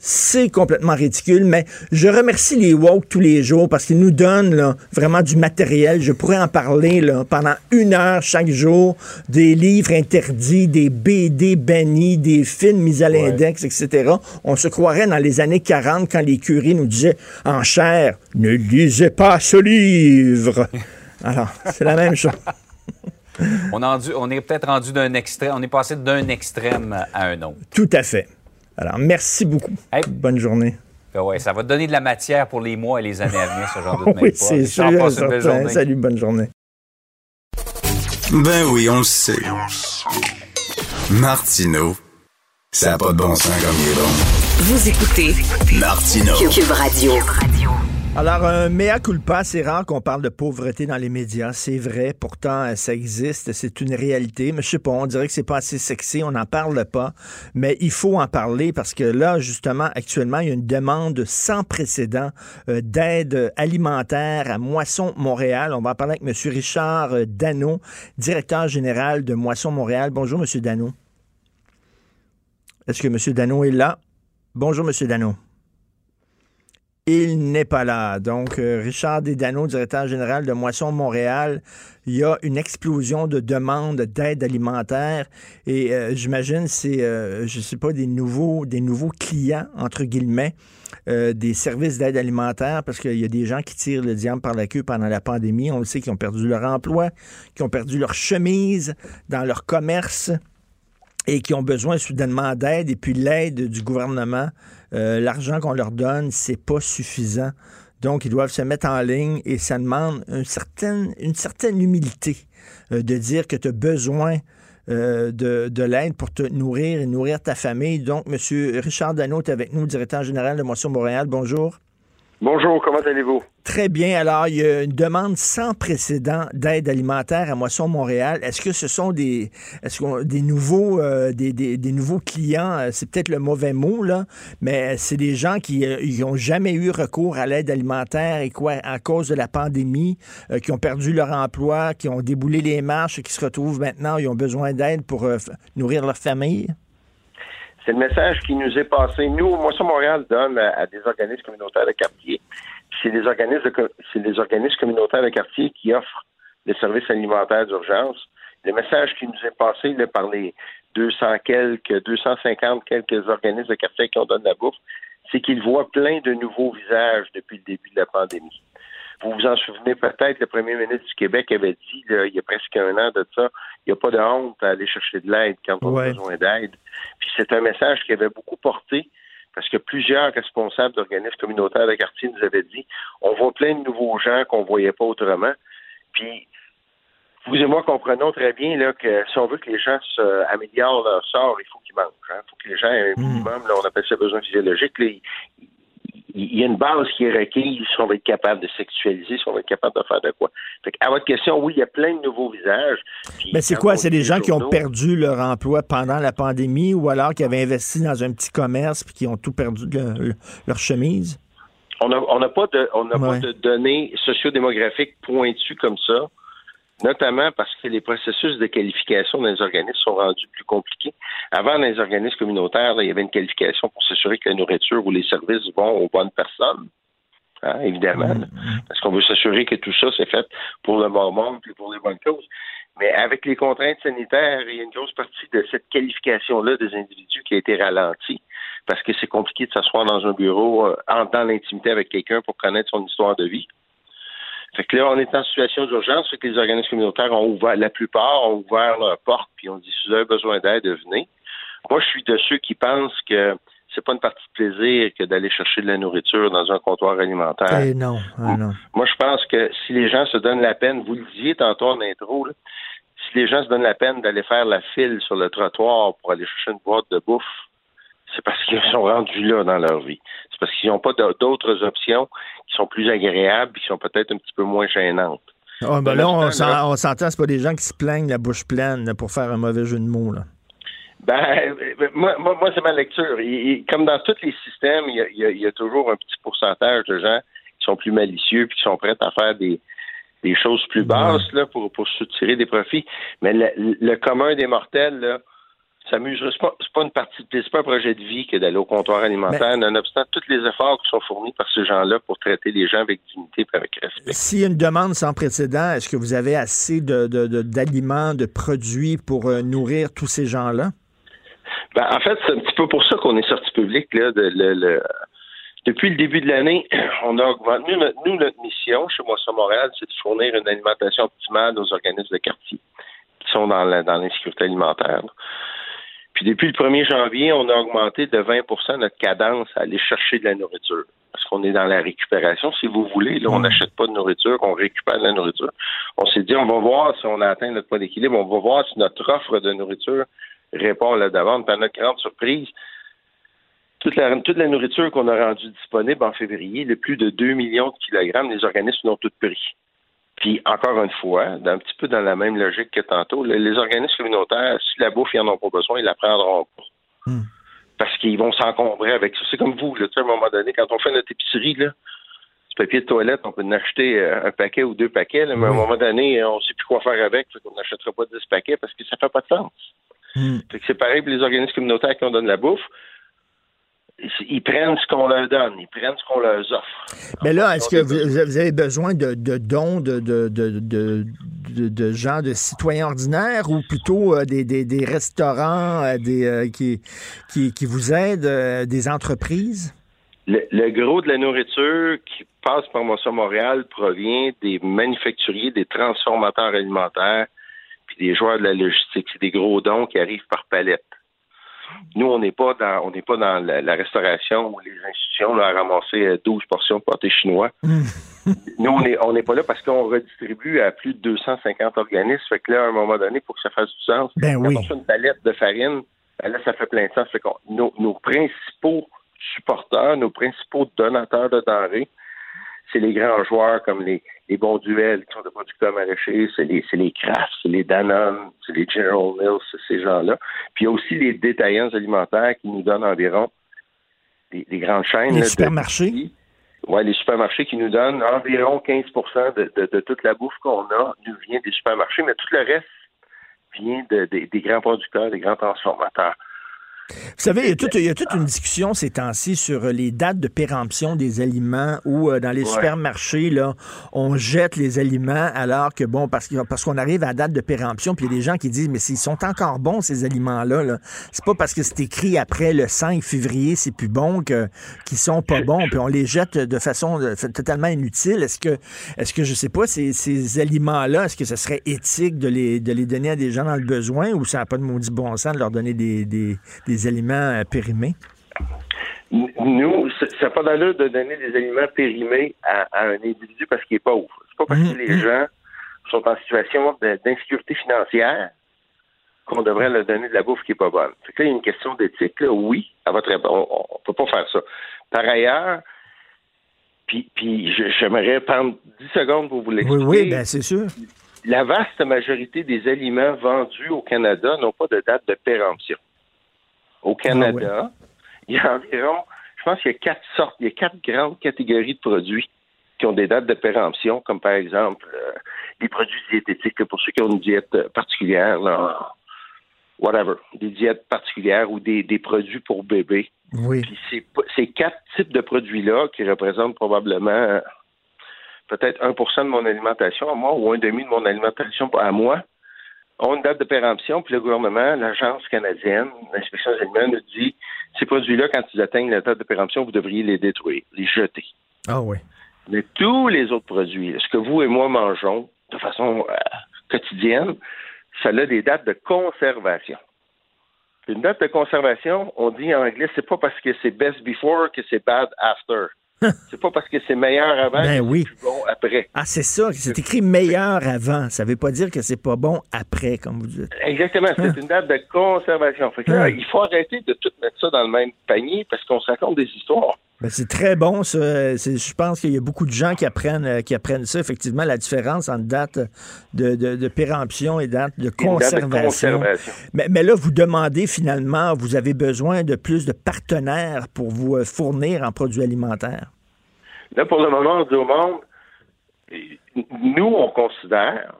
C'est complètement ridicule, mais je remercie les woke tous les jours parce qu'ils nous donnent là, vraiment du matériel. Je pourrais en parler là, pendant une heure chaque jour, des livres interdits, des B D bannis, des films mis à l'index, ouais. et cetera. On se croirait dans les années quarante quand les curés nous disaient en chair, ne lisez pas ce livre. Alors, c'est la même chose. on, a rendu, on est peut-être rendu d'un extrême, on est passé d'un extrême à un autre. Tout à fait. Alors, merci beaucoup. Hey. Bonne journée. Ben ouais, ça va te donner de la matière pour les mois et les années à venir, ce genre de oui, c'est sûr. Passe une belle journée. Salut, bonne journée. Ben oui, on le sait. Martineau, ça n'a pas de bon sens comme il est bon. Vous écoutez Martineau. Cube Radio. Alors, un mea culpa, c'est rare qu'on parle de pauvreté dans les médias, c'est vrai, pourtant ça existe, c'est une réalité, mais je sais pas, on dirait que c'est pas assez sexy, on n'en parle pas, mais il faut en parler parce que là, justement, actuellement, il y a une demande sans précédent euh, d'aide alimentaire à Moisson Montréal. On va en parler avec M. Richard Dano, directeur général de Moisson Montréal. Bonjour, M. Dano. Est-ce que M. Dano est là? Bonjour, M. Dano. Il n'est pas là. Donc, euh, Richard Desdano, directeur général de Moisson Montréal, il y a une explosion de demandes d'aide alimentaire et euh, j'imagine c'est, euh, je sais pas, des nouveaux, des nouveaux clients, entre guillemets, euh, des services d'aide alimentaire parce qu'il y a des gens qui tirent le diable par la queue pendant la pandémie. On le sait, qui ont perdu leur emploi, qui ont perdu leur chemise dans leur commerce et qui ont besoin soudainement d'aide, et puis l'aide du gouvernement, euh, l'argent qu'on leur donne, c'est pas suffisant. Donc, ils doivent se mettre en ligne et ça demande une certaine, une certaine humilité euh, de dire que tu as besoin euh, de, de l'aide pour te nourrir et nourrir ta famille. Donc, M. Richard Dano est avec nous, directeur général de Moisson Montréal. Bonjour. Bonjour, comment allez-vous? Très bien. Alors, il y a une demande sans précédent d'aide alimentaire à Moisson Montréal. Est-ce que ce sont des, est-ce qu'on, des nouveaux, euh, des, des, des nouveaux clients? C'est peut-être le mauvais mot, là, mais c'est des gens qui n'ont jamais eu recours à l'aide alimentaire et quoi, à cause de la pandémie, euh, qui ont perdu leur emploi, qui ont déboulé les marches et qui se retrouvent maintenant, ils ont besoin d'aide pour euh, nourrir leur famille? C'est le message qui nous est passé. Nous, Moisson Montréal donne à, à des organismes communautaires de quartier. C'est des organismes, de, c'est des organismes communautaires de quartier qui offrent des services alimentaires d'urgence. Le message qui nous est passé là, par les deux cents quelques, deux cent cinquante quelques organismes de quartier qui ont donné la bouffe, c'est qu'ils voient plein de nouveaux visages depuis le début de la pandémie. Vous vous en souvenez peut-être, le premier ministre du Québec avait dit, là, il y a presque un an de ça, il n'y a pas de honte à aller chercher de l'aide quand on ouais. a besoin d'aide. Puis c'est un message qui avait beaucoup porté, parce que plusieurs responsables d'organismes communautaires de quartier nous avaient dit, on voit plein de nouveaux gens qu'on ne voyait pas autrement. Puis, vous et moi comprenons très bien là, que si on veut que les gens se améliorent leur sort, il faut qu'ils mangent. Il hein. faut que les gens aient un minimum, là, on appelle ça besoin physiologique. Là, il y a une base qui est requise si on va être capable de sexualiser, si on va être capable de faire de quoi. Fait à votre question, oui, il y a plein de nouveaux visages. Mais c'est quoi? C'est des gens qui ont perdu leur emploi pendant la pandémie ou alors qui avaient investi dans un petit commerce puis qui ont tout perdu le, le, leur chemise? On n'a on a pas de on n'a ouais. pas de données sociodémographiques pointues comme ça. Notamment parce que les processus de qualification dans les organismes sont rendus plus compliqués. Avant, dans les organismes communautaires, là, il y avait une qualification pour s'assurer que la nourriture ou les services vont aux bonnes personnes, hein, évidemment. Mmh. Parce qu'on veut s'assurer que tout ça c'est fait pour le bon monde et pour les bonnes causes. Mais avec les contraintes sanitaires, il y a une grosse partie de cette qualification-là des individus qui a été ralentie parce que c'est compliqué de s'asseoir dans un bureau euh, en dans l'intimité avec quelqu'un pour connaître son histoire de vie. Fait que là, on est en situation d'urgence, fait que les organismes communautaires ont ouvert, la plupart ont ouvert leurs portes, puis ont dit, si vous avez besoin d'aide, venez. Moi, je suis de ceux qui pensent que c'est pas une partie de plaisir que d'aller chercher de la nourriture dans un comptoir alimentaire. Eh non, eh non. Moi, je pense que si les gens se donnent la peine, vous le disiez tantôt en intro, là, si les gens se donnent la peine d'aller faire la file sur le trottoir pour aller chercher une boîte de bouffe, c'est parce qu'ils sont rendus là dans leur vie. C'est parce qu'ils n'ont pas d'autres options qui sont plus agréables et qui sont peut-être un petit peu moins gênantes. Oh, ben là, on, s'en, on s'entend, c'est pas des gens qui se plaignent la bouche pleine là, pour faire un mauvais jeu de mots. Là. Ben, moi, moi, moi, c'est ma lecture. Il, il, comme dans tous les systèmes, il y, a, il, y a, il y a toujours un petit pourcentage de gens qui sont plus malicieux et qui sont prêts à faire des, des choses plus basses ouais. là, pour, pour soutirer des profits. Mais le, le commun des mortels, là, Ça m'amuserait. C'est pas, c'est pas une partie de, c'est pas un projet de vie que d'aller au comptoir alimentaire, mais, nonobstant tous les efforts qui sont fournis par ces gens-là pour traiter les gens avec dignité et avec respect. S'il y a une demande sans précédent, est-ce que vous avez assez de, de, de, d'aliments, de produits pour euh, nourrir tous ces gens-là? Ben, en fait, c'est un petit peu pour ça qu'on est sorti public, là, de, le, le, depuis le début de l'année, on a augmenté. Nous, notre, nous, notre mission chez Moisson Montréal, c'est de fournir une alimentation optimale aux organismes de quartier qui sont dans, la, dans l'insécurité alimentaire. Là. Puis depuis le premier janvier, on a augmenté de vingt pour cent notre cadence à aller chercher de la nourriture. Parce qu'on est dans la récupération, si vous voulez. Là, on n'achète pas de nourriture, on récupère de la nourriture. On s'est dit, on va voir si on a atteint notre point d'équilibre, on va voir si notre offre de nourriture répond à la demande. Puis à notre grande surprise, toute la, toute la nourriture qu'on a rendue disponible en février, de plus de deux millions de kilogrammes, les organismes l'ont toutes pris. Puis, encore une fois, un petit peu dans la même logique que tantôt, les, les organismes communautaires, si la bouffe, ils n'en ont pas besoin, ils la prendront pas. Mm. Parce qu'ils vont s'encombrer avec ça. C'est comme vous, là, tu sais, à un moment donné, quand on fait notre épicerie, là, du papier de toilette, on peut en acheter un paquet ou deux paquets, là, mais mm. à un moment donné, on ne sait plus quoi faire avec, fait qu'on n'achètera pas dix paquets parce que ça fait pas de sens. Mm. Fait que c'est pareil pour les organismes communautaires qui on donne la bouffe. Ils prennent ce qu'on leur donne, ils prennent ce qu'on leur offre. Mais là, est-ce que vous, vous avez besoin de, de dons de, de, de, de, de, de gens, de citoyens ordinaires ou plutôt euh, des, des, des restaurants euh, des, euh, qui, qui, qui vous aident, euh, des entreprises? Le, le gros de la nourriture qui passe par Moisson Montréal provient des manufacturiers, des transformateurs alimentaires puis des joueurs de la logistique. C'est des gros dons qui arrivent par palette. Nous, on n'est pas dans on n'est pas dans la, la restauration ou les institutions là, à ramasser douze portions de pâté chinois. Nous, on n'est on n'est pas là parce qu'on redistribue à plus de deux cent cinquante organismes. Fait que là, à un moment donné, pour que ça fasse du sens, ben quand oui. on fait une palette de farine, ben là, ça fait plein de sens. Fait qu'on, nos, nos principaux supporters, nos principaux donateurs de denrées, c'est les grands joueurs comme les, les bons duels qui sont de producteurs maraîchers, c'est les, c'est les Kraft, c'est les Danone, c'est les General Mills, c'est ces gens-là. Puis il y a aussi les détaillants alimentaires qui nous donnent environ des, des grandes chaînes. Les là, supermarchés? Oui, les supermarchés qui nous donnent environ quinze pour cent de, de, de toute la bouffe qu'on a nous vient des supermarchés, mais tout le reste vient de, de, des grands producteurs, des grands transformateurs. Vous savez, il y, a toute, il y a toute une discussion ces temps-ci sur les dates de péremption des aliments où euh, dans les ouais. supermarchés, là, on jette les aliments alors que, bon, parce, que, parce qu'on arrive à la date de péremption, puis il y a des gens qui disent, mais ils sont encore bons, ces aliments-là. Là. C'est pas parce que c'est écrit après le cinq février, c'est plus bon que, qu'ils sont pas bons, puis on les jette de façon de, totalement inutile. Est-ce que, est-ce que je sais pas, ces, ces aliments-là, est-ce que ce serait éthique de les, de les donner à des gens dans le besoin ou ça n'a pas de maudit bon sens de leur donner des, des, des des aliments périmés? Nous, ça n'a pas d'allure de donner des aliments périmés à, à un individu parce qu'il est pauvre. C'est pas parce mmh, que les mmh. gens sont en situation de, d'insécurité financière qu'on devrait leur donner de la bouffe qui n'est pas bonne. Fait que là, il y a une question d'éthique. Là. Oui, à votre réponse, on ne peut pas faire ça. Par ailleurs, puis, puis j'aimerais prendre dix secondes pour vous l'expliquer. Oui, oui, bien, c'est sûr. La vaste majorité des aliments vendus au Canada n'ont pas de date de péremption. Au Canada, ah ouais. il y a environ, je pense qu'il y a quatre sortes, il y a quatre grandes catégories de produits qui ont des dates de péremption, comme par exemple euh, les produits diététiques, pour ceux qui ont une diète particulière, là, whatever, des diètes particulières ou des, des produits pour bébés. Oui. Puis c'est, ces quatre types de produits-là qui représentent probablement peut-être un pour cent de mon alimentation à moi ou un demi de mon alimentation à moi, ont une date de péremption, puis le gouvernement, l'Agence canadienne, l'Inspection des aliments nous dit, ces produits-là, quand ils atteignent la date de péremption, vous devriez les détruire, les jeter. Ah oui. Mais tous les autres produits, ce que vous et moi mangeons de façon euh, quotidienne, ça a des dates de conservation. Une date de conservation, on dit en anglais, c'est pas parce que c'est best before que c'est bad after. C'est pas parce que c'est meilleur avant ben que oui. c'est plus bon après. Ah, c'est ça. C'est écrit meilleur avant. Ça veut pas dire que c'est pas bon après, comme vous dites. Exactement. C'est hein? une date de conservation. Fait que là, hein? il faut arrêter de tout mettre ça dans le même panier parce qu'on se raconte des histoires. Ben, c'est très bon, ça. C'est, je pense qu'il y a beaucoup de gens qui apprennent, euh, qui apprennent ça, effectivement, la différence entre date de, de, de péremption et date de conservation. Date de conservation. Mais, mais là, vous demandez finalement, vous avez besoin de plus de partenaires pour vous euh, fournir en produits alimentaires. Là, pour le moment, on dit au monde, nous, on considère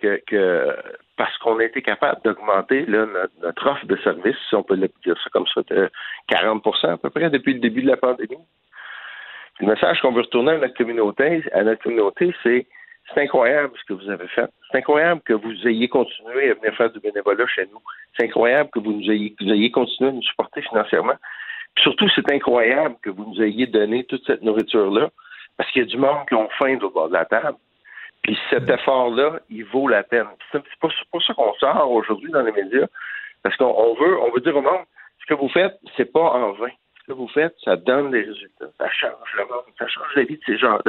que, que parce qu'on a été capable d'augmenter là, notre, notre offre de services, si on peut le dire ça comme ça, de quarante pour cent à peu près depuis le début de la pandémie. Le message qu'on veut retourner à notre communauté, à notre communauté, c'est c'est incroyable ce que vous avez fait. C'est incroyable que vous ayez continué à venir faire du bénévolat chez nous. C'est incroyable que vous nous ayez, que vous ayez continué à nous supporter financièrement. Puis surtout, c'est incroyable que vous nous ayez donné toute cette nourriture-là, parce qu'il y a du monde qui ont faim au bord de la table. Puis cet effort-là, il vaut la peine. C'est pas pour ça qu'on sort aujourd'hui dans les médias, parce qu'on on veut, on veut dire au monde, ce que vous faites, c'est pas en vain. Ce que vous faites, ça donne des résultats. Ça change le monde, ça change la vie de ces gens-là.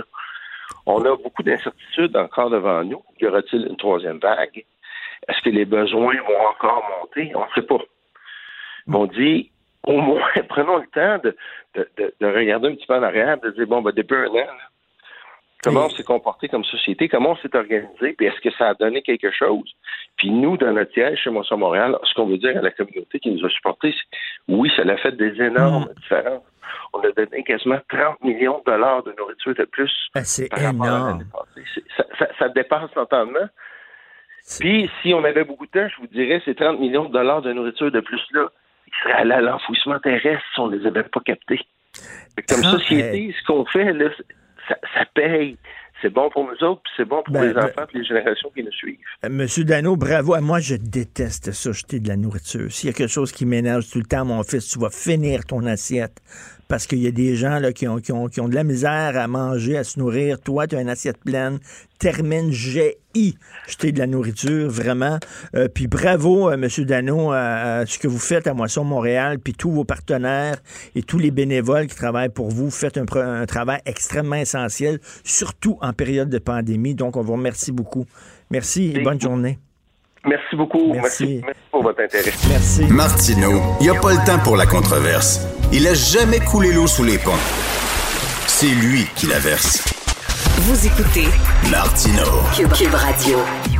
On a beaucoup d'incertitudes encore devant nous. Y aura-t-il une troisième vague? Est-ce que les besoins vont encore monter? On ne sait pas. Mais on dit, au moins, prenons le temps de, de, de, de regarder un petit peu en arrière, de dire, bon, ben, depuis un an, là, comment on s'est comporté comme société, comment on s'est organisé, puis est-ce que ça a donné quelque chose? Puis nous, dans notre siège chez Moisson Montréal, ce qu'on veut dire à la communauté qui nous a supportés, c'est oui, ça a fait des énormes mmh. différences. On a donné quasiment trente millions de dollars de nourriture de plus. Ben, c'est par rapport à l'année passée. C'est, ça, ça, ça dépasse l'entendement. C'est... Puis, si on avait beaucoup de temps, je vous dirais, ces trente millions de dollars de nourriture de plus-là, ils seraient allés à l'enfouissement terrestre si on ne les avait pas captés. Comme ah, société, hey. ce qu'on fait, là, ça, ça paye. C'est bon pour nous autres, puis c'est bon pour ben, les enfants et les générations qui nous suivent. Monsieur Dano, bravo. Moi, je déteste ça, jeter de la nourriture. S'il y a quelque chose qui m'énerve tout le temps, mon fils, tu vas finir ton assiette. Parce qu'il y a des gens là, qui, ont, qui, ont, qui ont de la misère à manger, à se nourrir. Toi, tu as une assiette pleine. Termine, j'ai jeter de la nourriture, vraiment. Euh, puis bravo, euh, Monsieur Dano, à, à ce que vous faites à Moisson Montréal, puis tous vos partenaires et tous les bénévoles qui travaillent pour vous. Vous faites un, un travail extrêmement essentiel, surtout en période de pandémie. Donc, on vous remercie beaucoup. Merci et bonne journée. Merci beaucoup. Merci. Merci, Merci pour votre intérêt. Merci. Martineau, il n'y a pas le temps pour la controverse. Il a jamais coulé l'eau sous les ponts. C'est lui qui la verse. Vous écoutez Martineau. Cube, Cube Radio.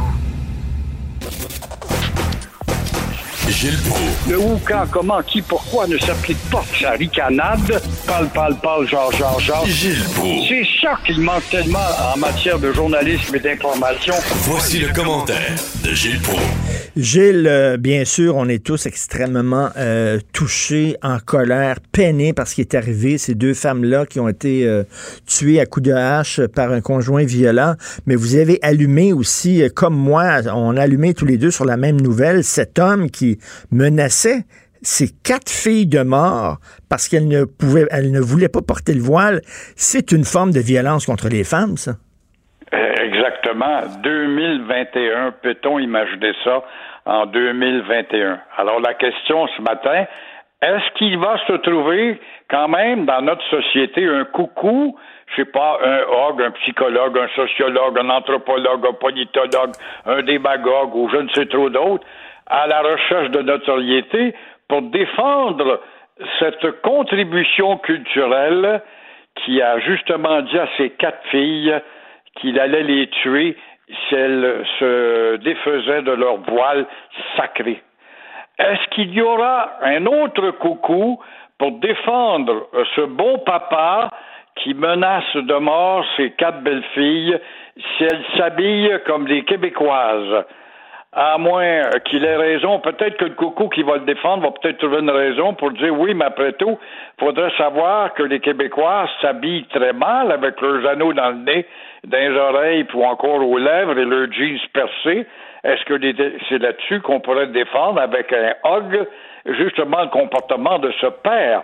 Gilles Proulx. Le où, quand, comment, qui, pourquoi ne s'applique pas sa ricanade. Parle, parle, parle, genre, genre, genre. Gilles Proulx. C'est ça qu'il manque tellement en matière de journalisme et d'information. Voici le commentaire de Gilles Proulx. Gilles, euh, bien sûr, on est tous extrêmement euh, touchés, en colère, peinés par ce qui est arrivé. Ces deux femmes-là qui ont été euh, tuées à coups de hache par un conjoint violent. Mais vous avez allumé aussi, euh, comme moi, on a allumé tous les deux sur la même nouvelle, cet homme qui menaçait ces quatre filles de mort parce qu'elles ne pouvaient, elles ne voulaient pas porter le voile. C'est une forme de violence contre les femmes, ça. Exactement. deux mille vingt et un, peut-on imaginer ça en deux mille vingt et un? Alors la question ce matin, est-ce qu'il va se trouver quand même dans notre société un coucou, je sais pas, un hog, un psychologue, un sociologue, un anthropologue, un politologue, un démagogue ou je ne sais trop d'autres, à la recherche de notoriété pour défendre cette contribution culturelle qui a justement dit à ces quatre filles qu'il allait les tuer si elles se défaisaient de leur voile sacré. Est-ce qu'il y aura un autre coucou pour défendre ce bon papa qui menace de mort ces quatre belles filles si elles s'habillent comme des Québécoises? À moins qu'il ait raison, peut-être que le coucou qui va le défendre va peut-être trouver une raison pour dire oui, mais après tout, il faudrait savoir que les Québécois s'habillent très mal avec leurs anneaux dans le nez, dans les oreilles, puis encore aux lèvres et leurs jeans percés. Est-ce que c'est là-dessus qu'on pourrait défendre avec un hug, justement, le comportement de ce père?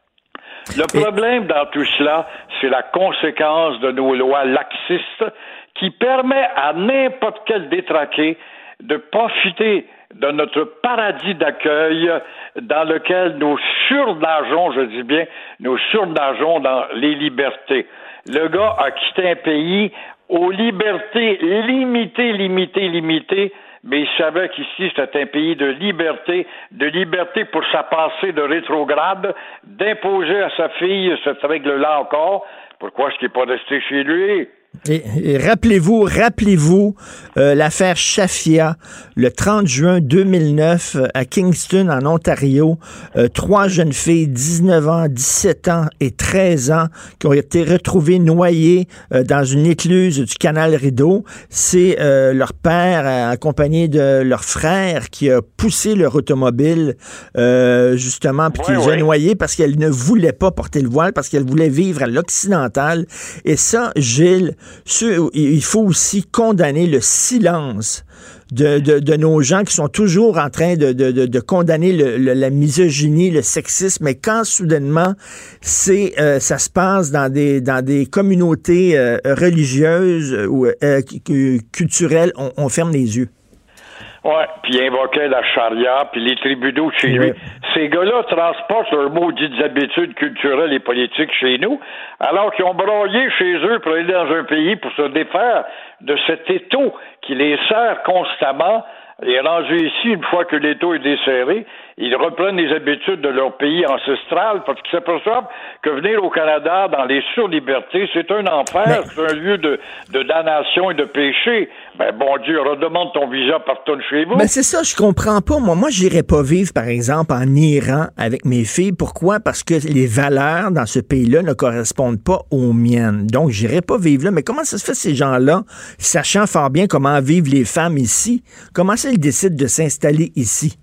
Le problème dans tout cela, c'est la conséquence de nos lois laxistes qui permet à n'importe quel détraqué de profiter de notre paradis d'accueil dans lequel nous surnageons, je dis bien, nous surnageons dans les libertés. Le gars a quitté un pays aux libertés limitées, limitées, limitées, mais il savait qu'ici, c'était un pays de liberté, de liberté pour sa pensée de rétrograde, d'imposer à sa fille cette règle-là encore. Pourquoi est-ce qu'il n'est pas resté chez lui? Et, et rappelez-vous, rappelez-vous euh, l'affaire Shafia, le trente juin deux mille neuf, à Kingston, en Ontario. Euh, trois jeunes filles, dix-neuf ans, dix-sept ans et treize ans, qui ont été retrouvées noyées euh, dans une écluse du canal Rideau. C'est euh, leur père, euh, accompagné de leur frère, qui a poussé leur automobile, euh, justement, puis qui oui, les a oui. noyées parce qu'elle ne voulait pas porter le voile, parce qu'elle voulait vivre à l'occidental. Et ça, Gilles, ce, il faut aussi condamner le silence de, de, de nos gens qui sont toujours en train de, de, de, de condamner le, le, la misogynie, le sexisme, mais quand soudainement c'est euh, ça se passe dans des dans des communautés euh, religieuses ou euh, culturelles, on, on ferme les yeux. Ouais, puis il invoquait la charia, puis les tribunaux chez lui. Ouais. Ces gars-là transportent leurs maudites habitudes culturelles et politiques chez nous, alors qu'ils ont broyé chez eux pour aller dans un pays pour se défaire de cet étau qui les sert constamment. Et rendu ici, une fois que l'étau est desserré, ils reprennent les habitudes de leur pays ancestral parce qu'ils s'aperçoivent que venir au Canada dans les surlibertés, c'est un enfer, mais... c'est un lieu de, de damnation et de péché. Ben, bon Dieu, redemande ton visa, retourne chez vous. Mais c'est ça, je comprends pas. Moi, moi, j'irais pas vivre, par exemple, en Iran avec mes filles. Pourquoi? Parce que les valeurs dans ce pays-là ne correspondent pas aux miennes. Donc, j'irais pas vivre là. Mais comment ça se fait, ces gens-là, sachant fort bien comment vivent les femmes ici, comment ça, ils décident de s'installer ici?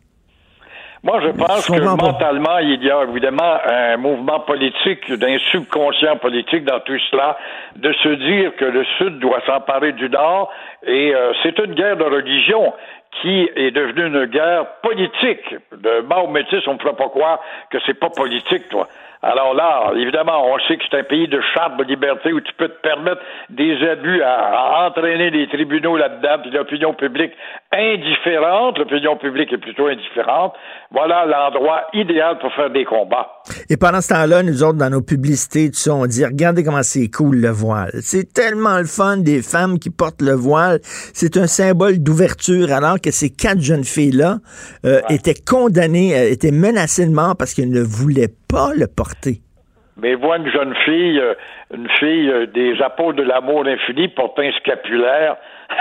Moi, je pense que mentalement, il y a évidemment un mouvement politique, d'un subconscient politique dans tout cela, de se dire que le Sud doit s'emparer du Nord, et euh, c'est une guerre de religion qui est devenue une guerre politique. De mort métis, on ne fera pas croire que c'est pas politique, toi. Alors là, évidemment, on sait que c'est un pays de charte de liberté où tu peux te permettre des abus à, à entraîner les tribunaux là-dedans, puis l'opinion publique indifférente, l'opinion publique est plutôt indifférente. Voilà l'endroit idéal pour faire des combats. Et pendant ce temps-là, nous autres, dans nos publicités, tu sais, on dit, regardez comment c'est cool le voile. C'est tellement le fun des femmes qui portent le voile. C'est un symbole d'ouverture, alors que ces quatre jeunes filles-là euh, ouais. étaient condamnées, euh, étaient menacées de mort parce qu'elles ne voulaient pas le porter. Mais vois une jeune fille, euh, une fille euh, des apôtres de l'amour infini porter un scapulaire.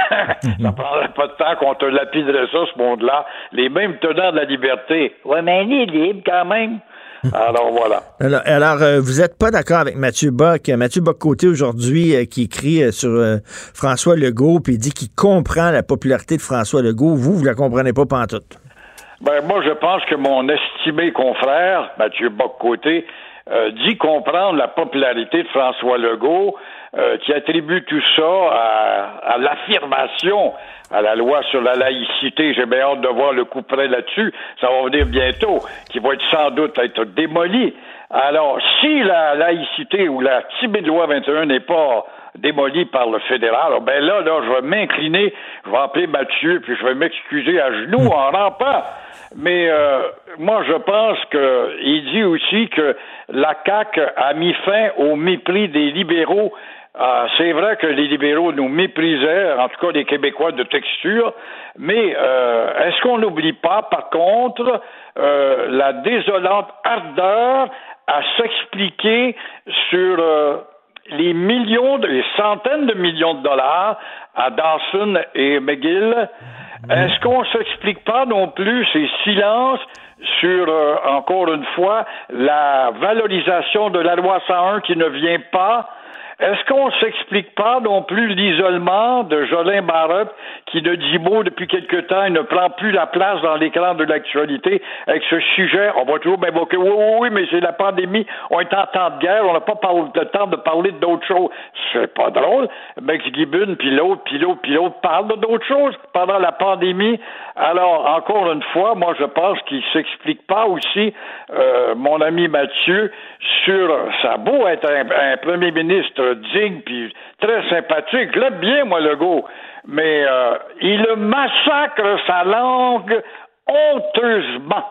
Ça prendrait pas de temps qu'on te lapiderait ça, ce monde-là. Les mêmes tenants de la liberté. Ouais, mais elle est libre quand même. Alors voilà. Alors, alors euh, vous n'êtes pas d'accord avec Mathieu Bock. Mathieu Bock-Côté aujourd'hui euh, qui écrit euh, sur euh, François Legault, puis il dit qu'il comprend la popularité de François Legault. Vous, vous la comprenez pas pantoute. Ben moi, je pense que mon estimé confrère, Mathieu Bock-Côté, euh, dit comprendre la popularité de François Legault, euh, qui attribue tout ça à, à l'affirmation à la loi sur la laïcité. J'ai bien hâte de voir le coup près là-dessus. Ça va venir bientôt, qui va être sans doute être démoli. Alors, si la laïcité ou la timide loi vingt et un n'est pas démolie par le fédéral, ben là, là, je vais m'incliner, je vais appeler Mathieu, puis je vais m'excuser à genoux en rampant. Mais euh, moi, je pense que il dit aussi que la C A Q a mis fin au mépris des libéraux. Euh, c'est vrai que les libéraux nous méprisaient, en tout cas les Québécois de texture, mais euh, est-ce qu'on n'oublie pas, par contre, euh, la désolante ardeur à s'expliquer sur euh, les millions, les centaines de millions de dollars à Dawson et McGill? Est-ce qu'on s'explique pas non plus ces silences sur, euh, encore une fois, la valorisation de la loi cent un qui ne vient pas? Est-ce qu'on s'explique pas non plus l'isolement de Jolin Barrette qui ne dit mot depuis quelque temps et ne prend plus la place dans l'écran de l'actualité avec ce sujet? On va toujours m'évoquer, oui, oui, oui, mais c'est la pandémie, on est en temps de guerre, on n'a pas le temps de parler d'autres choses. C'est pas drôle. Max Gibbon, puis l'autre, puis l'autre, puis l'autre parle d'autres choses pendant la pandémie. Alors, encore une fois, moi, je pense qu'il s'explique pas aussi, euh, mon ami Mathieu, sur, ça a beau être un, un premier ministre digne puis très sympathique, je l'aime bien, moi, Legault, mais euh, il massacre sa langue honteusement.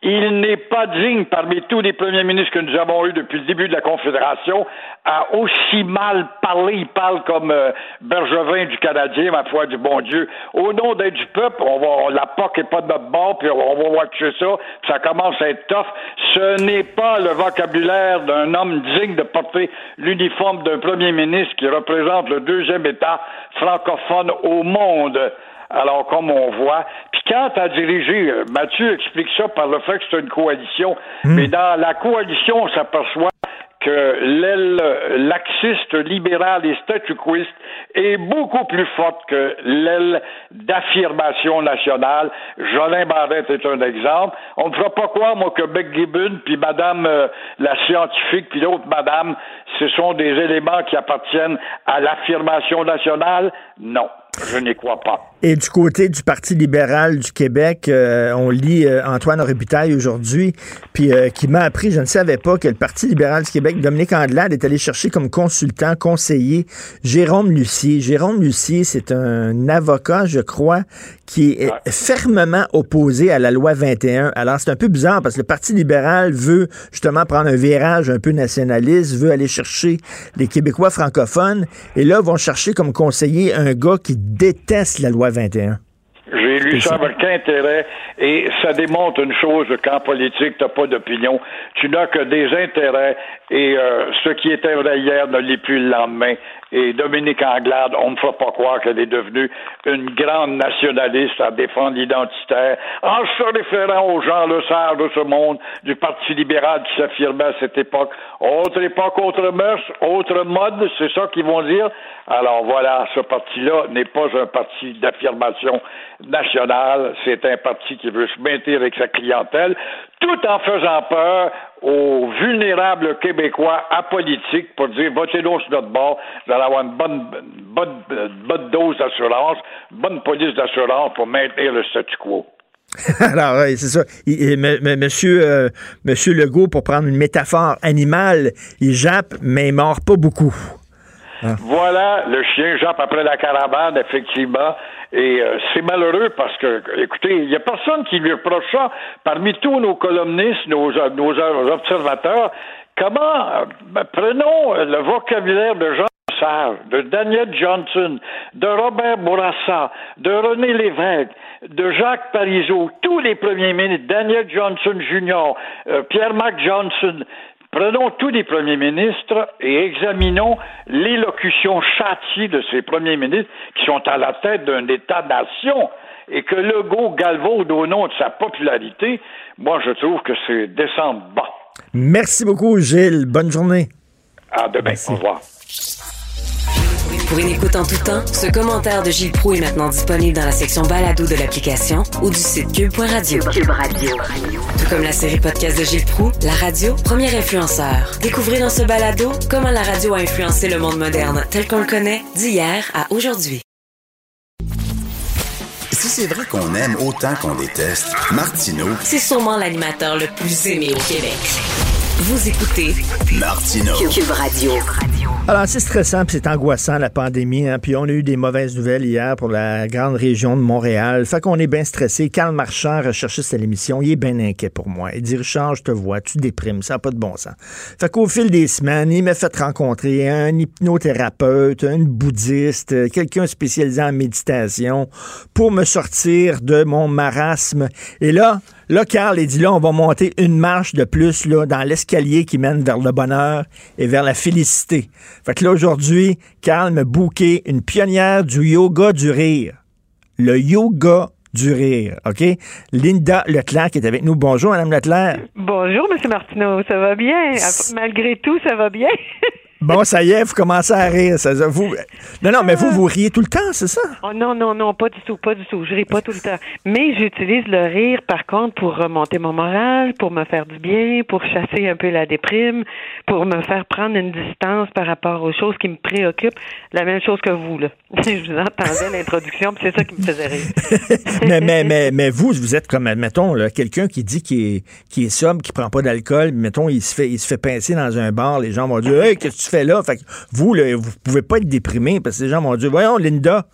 Il n'est pas digne, parmi tous les premiers ministres que nous avons eus depuis le début de la Confédération, à aussi mal parler. Il parle comme euh, Bergevin du Canadien, ma foi du bon Dieu. Au nom d'être du peuple, on va, la P O C n'est pas de notre bord, puis on va watcher ça, puis ça commence à être tough. Ce n'est pas le vocabulaire d'un homme digne de porter l'uniforme d'un premier ministre qui représente le deuxième État francophone au monde. Alors, comme on voit, puis quand à diriger, Mathieu explique ça par le fait que c'est une coalition, mmh. mais dans la coalition, on s'aperçoit que l'aile laxiste, libérale et statu-quoiste est beaucoup plus forte que l'aile d'affirmation nationale. Jolin Barrette est un exemple. On ne fera pas croire, moi, que Beck Gibbon, puis Madame euh, la scientifique, puis l'autre Madame, ce sont des éléments qui appartiennent à l'affirmation nationale. Non. Je n'y crois pas. Et du côté du Parti libéral du Québec, euh, on lit euh, Antoine Robitaille aujourd'hui, puis euh, qui m'a appris, je ne savais pas, que le Parti libéral du Québec, Dominique Andelade, est allé chercher comme consultant, conseiller, Jérôme Lucier. Jérôme Lucier, c'est un avocat, je crois, qui est ouais. fermement opposé à la loi vingt et un. Alors, c'est un peu bizarre, parce que le Parti libéral veut justement prendre un virage un peu nationaliste, veut aller chercher les Québécois francophones, et là, vont chercher comme conseiller un gars qui déteste la loi vingt et un. J'ai lu ça avec intérêt et ça démontre une chose qu'en politique, tu n'as pas d'opinion. Tu n'as que des intérêts et euh, ce qui était vrai hier ne l'est plus le lendemain. Et Dominique Andelade, on ne me fera pas croire qu'elle est devenue une grande nationaliste à défendre l'identitaire en se référant aux Jean Lesage de ce monde du Parti libéral qui s'affirmait à cette époque. Autre époque, autre mœurs, autre mode, c'est ça qu'ils vont dire. Alors voilà, ce parti-là n'est pas un parti d'affirmation nationale, c'est un parti qui veut se maintenir avec sa clientèle, tout en faisant peur aux vulnérables Québécois apolitiques pour dire votez donc sur notre bord, vous allez avoir une bonne, bonne, bonne dose d'assurance, une bonne police d'assurance pour maintenir le statu quo. Alors, oui, c'est ça. Il, m- m- monsieur, euh, monsieur Legault, pour prendre une métaphore animale, il jappe, mais il mord pas beaucoup. Ah. Voilà, le chien jappe après la caravane, effectivement. Et euh, c'est malheureux parce que, écoutez, il n'y a personne qui lui reproche ça. Parmi tous nos columnistes, nos, nos observateurs, comment, euh, prenons le vocabulaire de Jean Lesage, de Daniel Johnson, de Robert Bourassa, de René Lévesque, de Jacques Parizeau, tous les premiers ministres, Daniel Johnson junior, euh, Pierre-Marc Johnson. Prenons tous les premiers ministres et examinons l'élocution châtiée de ces premiers ministres qui sont à la tête d'un État-nation et que Legault galvaude au nom de sa popularité. Moi, je trouve que c'est descendre bas. Merci beaucoup, Gilles. Bonne journée. À demain. Merci. Au revoir. Pour une écoute en tout temps, ce commentaire de Gilles Proulx est maintenant disponible dans la section balado de l'application ou du site cube point radio. Cube Radio. Tout comme la série podcast de Gilles Proulx, la radio, premier influenceur. Découvrez dans ce balado comment la radio a influencé le monde moderne tel qu'on le connaît d'hier à aujourd'hui. Si c'est vrai qu'on aime autant qu'on déteste, Martineau, c'est sûrement l'animateur le plus aimé au Québec. Vous écoutez Martineau. Cube Radio. Alors, c'est stressant, puis c'est angoissant, la pandémie. Hein? Puis on a eu des mauvaises nouvelles hier pour la grande région de Montréal. Fait qu'on est bien stressé. Karl Marchand, recherchiste à l'émission, il est bien inquiet pour moi. Il dit, Richard, je te vois, tu déprimes, ça n'a pas de bon sens. Fait qu'au fil des semaines, il m'a fait rencontrer un hypnothérapeute, une bouddhiste, quelqu'un spécialisé en méditation pour me sortir de mon marasme. Et là, Là, Karl, il dit, là, on va monter une marche de plus là, dans l'escalier qui mène vers le bonheur et vers la félicité. Fait que là, aujourd'hui, Karl m'a booké une pionnière du yoga du rire. Le yoga du rire, OK? Linda Leclerc qui est avec nous. Bonjour, Mme Leclerc. Bonjour, M. Martineau. Ça va bien? Malgré tout, ça va bien? Bon, ça y est, vous commencez à rire. Ça, vous... Non, non, mais vous, vous riez tout le temps, c'est ça? Oh non, non, non, pas du tout, pas du tout. Je ris pas tout le temps. Mais j'utilise le rire, par contre, pour remonter mon moral, pour me faire du bien, pour chasser un peu la déprime, pour me faire prendre une distance par rapport aux choses qui me préoccupent. La même chose que vous, là. Je vous entendais l'introduction, puis c'est ça qui me faisait rire. mais, mais, mais, mais vous, vous êtes comme, admettons, là, quelqu'un qui dit qu'il est, qu'il est sobre, qui prend pas d'alcool, mettons, il se fait, il se fait pincer dans un bar, les gens vont dire, hey, qu'est-ce que tu fais là? Fait que vous, là, vous pouvez pas être déprimé parce que les gens vont dire, voyons, Linda.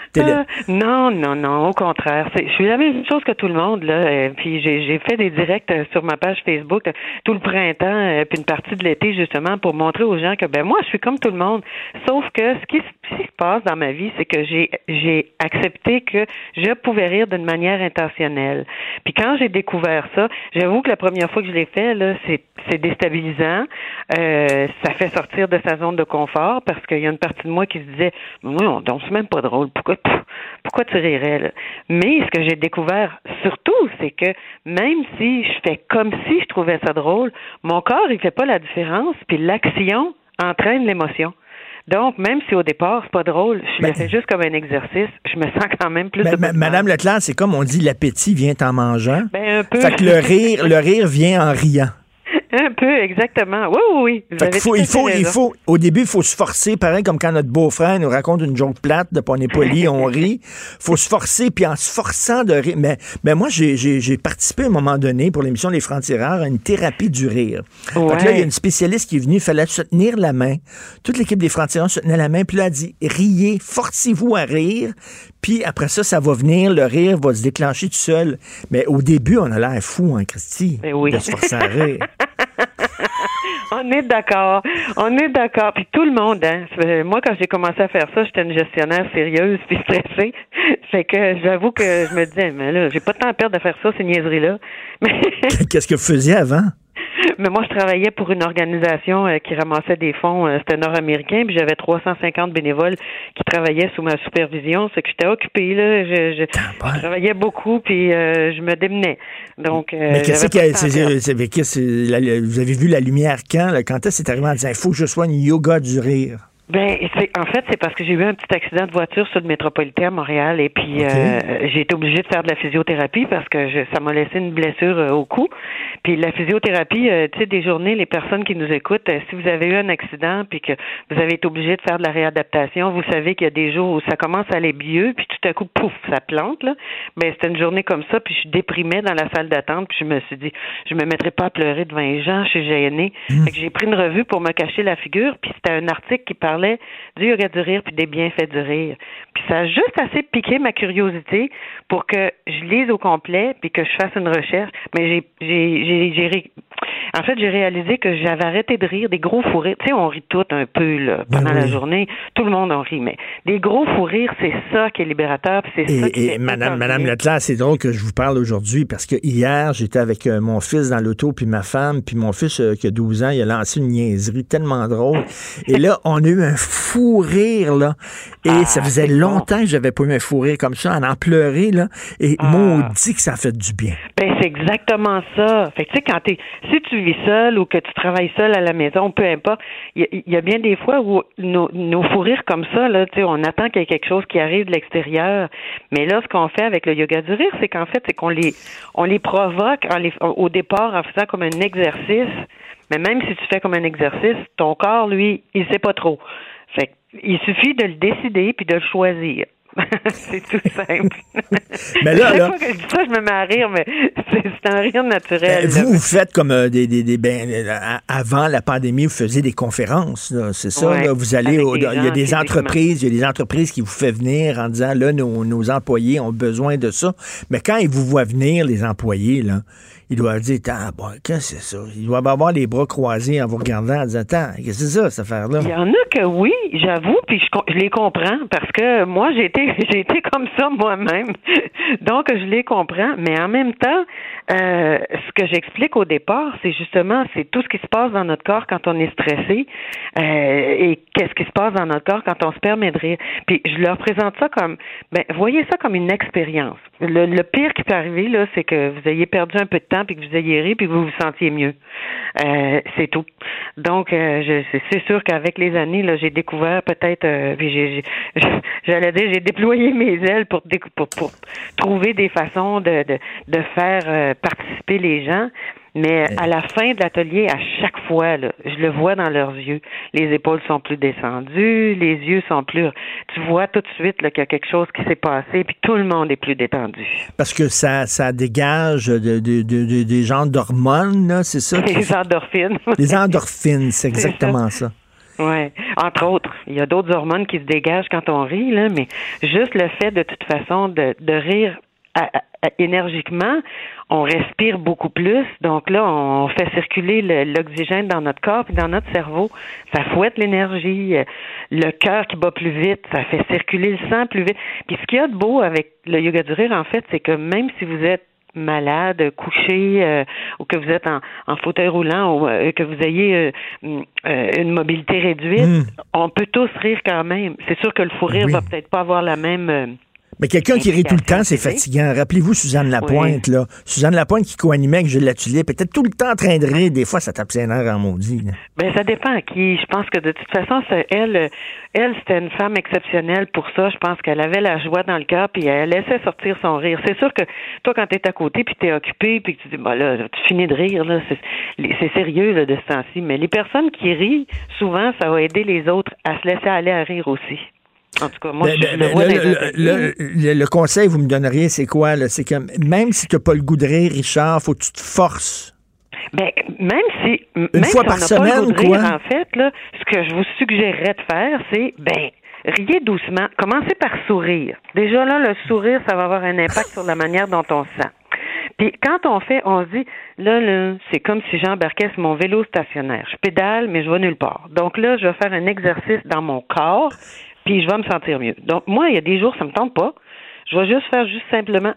Télé... Euh, non, non, non, au contraire. C'est, je suis la même chose que tout le monde, là. Euh, puis j'ai, j'ai fait des directs euh, sur ma page Facebook euh, tout le printemps, euh, puis une partie de l'été, justement, pour montrer aux gens que, ben moi, je suis comme tout le monde. Sauf que ce qui, ce qui se passe dans ma vie, c'est que j'ai, j'ai accepté que je pouvais rire d'une manière intentionnelle. Puis quand j'ai découvert ça, j'avoue que la première fois que je l'ai fait, là, c'est, c'est déstabilisant. Euh, ça fait sortir de sa zone de confort parce qu'il y a une partie de moi qui se disait, oui, on danse même pas drôle. Pourquoi, pourquoi tu rirais, là? Mais ce que j'ai découvert surtout, c'est que même si je fais comme si je trouvais ça drôle, mon corps, il fait pas la différence, puis l'action entraîne l'émotion. Donc, même si au départ, c'est pas drôle, je ben, le fais juste comme un exercice, je me sens quand même plus... Ben, de ben, Madame Leclerc, c'est comme on dit, l'appétit vient en mangeant. Ben, un peu. Fait que le rire, le rire vient en riant. Un peu, exactement. Oui, oui, oui. Vous avez faut, il faut, il faut, au début, il faut se forcer, pareil comme quand notre beau-frère nous raconte une joke plate, de pas on est poli, on rit. Faut se forcer, puis en se forçant de rire. Mais, mais moi, j'ai, j'ai, j'ai participé à un moment donné pour l'émission Les Francs-Tireurs à une thérapie du rire. Ouais. Fait que là, il y a une spécialiste qui est venue, il fallait se tenir la main. Toute l'équipe des Francs-Tireurs se tenait la main, puis là, elle dit, riez, forcez-vous à rire, puis après ça, ça va venir, le rire va se déclencher tout seul. Mais au début, on a l'air fou, hein, Christy, oui. de se forcer à rire. On est d'accord. On est d'accord. Puis tout le monde, hein. Moi, quand j'ai commencé à faire ça, j'étais une gestionnaire sérieuse puis stressée. Fait que j'avoue que je me disais, mais là, j'ai pas de temps à perdre de faire ça, ces niaiseries-là. Mais... Qu'est-ce que vous faisiez avant? Mais moi, je travaillais pour une organisation euh, qui ramassait des fonds. Euh, c'était nord-américain, puis j'avais trois cent cinquante bénévoles qui travaillaient sous ma supervision. C'est que j'étais occupée, là. Je, je, je travaillais beaucoup, puis euh, je me démenais. Donc, euh, mais qu'est-ce que c'est, c'est, c'est, c'est, la, vous avez vu la lumière quand? Là, quand est-ce que c'est arrivé en disant, il faut que je sois une yoga du rire? Ben, c'est, en fait, c'est parce que j'ai eu un petit accident de voiture sur le métropolitain à Montréal et puis okay. euh, j'ai été obligée de faire de la physiothérapie parce que je, ça m'a laissé une blessure euh, au cou. Puis la physiothérapie, euh, tu sais, des journées, les personnes qui nous écoutent, euh, si vous avez eu un accident puis que vous avez été obligé de faire de la réadaptation, vous savez qu'il y a des jours où ça commence à aller mieux puis tout à coup, pouf, ça plante, là. Ben, c'était une journée comme ça puis je déprimais dans la salle d'attente puis je me suis dit, je me mettrai pas à pleurer devant les gens, je suis gênée. Mmh. Fait que j'ai pris une revue pour me cacher la figure puis c'était un article qui parlait du yoga du rire puis des bienfaits du rire. Puis ça a juste assez piqué ma curiosité pour que je lise au complet puis que je fasse une recherche. Mais j'ai, j'ai, j'ai, j'ai ré... en fait, j'ai réalisé que j'avais arrêté de rire des gros fous rires. Tu sais, on rit tout un peu là, pendant oui. la journée. Tout le monde en rit, mais des gros fous rires, c'est ça qui est libérateur. Puis c'est et, ça qui et Madame, Madame Leclerc, c'est drôle que je vous parle aujourd'hui parce que hier, j'étais avec euh, mon fils dans l'auto puis ma femme, puis mon fils euh, qui a douze ans, il a lancé une niaiserie tellement drôle. Et là, on a eu un fou rire, là. Et ah, ça faisait longtemps bon. que j'avais pas eu un fou rire comme ça, en en pleurer, là. Et ah. maudit que ça fait du bien. Ben, c'est exactement ça. Fait que, tu sais, quand t'es, si tu vis seul ou que tu travailles seul à la maison, peu importe, il y, y a bien des fois où nos, nos fous rires comme ça, là, tu sais, on attend qu'il y ait quelque chose qui arrive de l'extérieur. Mais là, ce qu'on fait avec le yoga du rire, c'est qu'en fait, c'est qu'on les, on les provoque en les, au départ en faisant comme un exercice. Mais même si tu fais comme un exercice, ton corps, lui, il sait pas trop. Fait il suffit de le décider puis de le choisir. C'est tout simple. Mais là, Chaque là, fois que je dis ça, je me mets à rire, mais c'est, c'est un rire naturel. Ben, vous, vous faites comme euh, des, des, des ben, euh, avant la pandémie, vous faisiez des conférences, là, c'est ça? Ouais, là, vous allez, au, il y a des entreprises, il y a des entreprises qui vous font venir en disant, là, nos, nos employés ont besoin de ça. Mais quand ils vous voient venir, les employés, là, ils doivent dire, ah, bon, qu'est-ce que c'est ça? Ils doivent avoir les bras croisés en vous regardant, en disant, attends, qu'est-ce que c'est ça, cette affaire-là? Il y en a que oui, j'avoue, puis je, je les comprends, parce que moi, j'ai été, j'ai été comme ça moi-même. Donc, je les comprends, mais en même temps, euh, ce que j'explique au départ, c'est justement, c'est tout ce qui se passe dans notre corps quand on est stressé, euh, et qu'est-ce qui se passe dans notre corps quand on se permet de rire. Puis, je leur présente ça comme, ben, voyez ça comme une expérience. Le, le pire qui peut arriver, là, c'est que vous ayez perdu un peu de temps puis que vous ayez ri puis que vous vous sentiez mieux. Euh, c'est tout. Donc, euh, je, c'est, c'est sûr qu'avec les années, là, j'ai découvert peut-être, euh, puis j'ai, j'ai, j'allais dire, j'ai déployé mes ailes pour, pour, pour trouver des façons de, de, de faire euh, participer les gens. Mais à la fin de l'atelier, à chaque fois, là, je le vois dans leurs yeux. Les épaules sont plus descendues, les yeux sont plus... Tu vois tout de suite là, qu'il y a quelque chose qui s'est passé, puis tout le monde est plus détendu. Parce que ça, ça dégage de, de, de, de, des genres d'hormones, là, c'est ça? Les endorphines. Les endorphines, c'est exactement c'est ça. ça. Oui, entre autres. Il y a d'autres hormones qui se dégagent quand on rit, là, mais juste le fait, de toute façon, de, de rire à, à, à, énergiquement, on respire beaucoup plus. Donc là, on fait circuler le, l'oxygène dans notre corps et dans notre cerveau. Ça fouette l'énergie. Le cœur qui bat plus vite, ça fait circuler le sang plus vite. Puis ce qu'il y a de beau avec le yoga du rire, en fait, c'est que même si vous êtes malade, couché, euh, ou que vous êtes en, en fauteuil roulant, ou euh, que vous ayez euh, euh, une mobilité réduite, mmh. on peut tous rire quand même. C'est sûr que le fou rire oui. va peut-être pas avoir la même... Euh, Mais quelqu'un qui rit tout le temps, c'est fatigant. Rappelez-vous Suzanne Lapointe, oui. là. Suzanne Lapointe qui co-animait avec Gilles Latulippe, peut-être tout le temps en train de rire. Des fois, ça tape ses nerfs en maudit. Là. Ben, ça dépend à qui. Je pense que de toute façon, c'est, elle, elle, c'était une femme exceptionnelle pour ça. Je pense qu'elle avait la joie dans le cœur, puis elle laissait sortir son rire. C'est sûr que toi, quand t'es à côté, puis t'es occupé, puis que tu dis, bah là, tu finis de rire, là, c'est, c'est sérieux, là, de ce temps-ci. Mais les personnes qui rient, souvent, ça va aider les autres à se laisser aller à rire aussi. En tout cas, moi, ben, je ben, le vois le, le, le, le conseil que vous me donneriez, c'est quoi? Là? C'est que même si tu n'as pas le goût de rire, Richard, faut que tu te forces. Ben, même si, Une même fois si par on n'a semaine, pas le goût de quoi? rire, en fait, là, ce que je vous suggérerais de faire, c'est, ben, riez doucement. Commencez par sourire. Déjà, là, le sourire, ça va avoir un impact sur la manière dont on se sent. Puis quand on fait, on se dit, là, là, c'est comme si j'embarquais sur mon vélo stationnaire. Je pédale, mais je vais nulle part. Donc là, je vais faire un exercice dans mon corps, puis je vais me sentir mieux. Donc, moi, il y a des jours, ça me tente pas. Je vais juste faire juste simplement...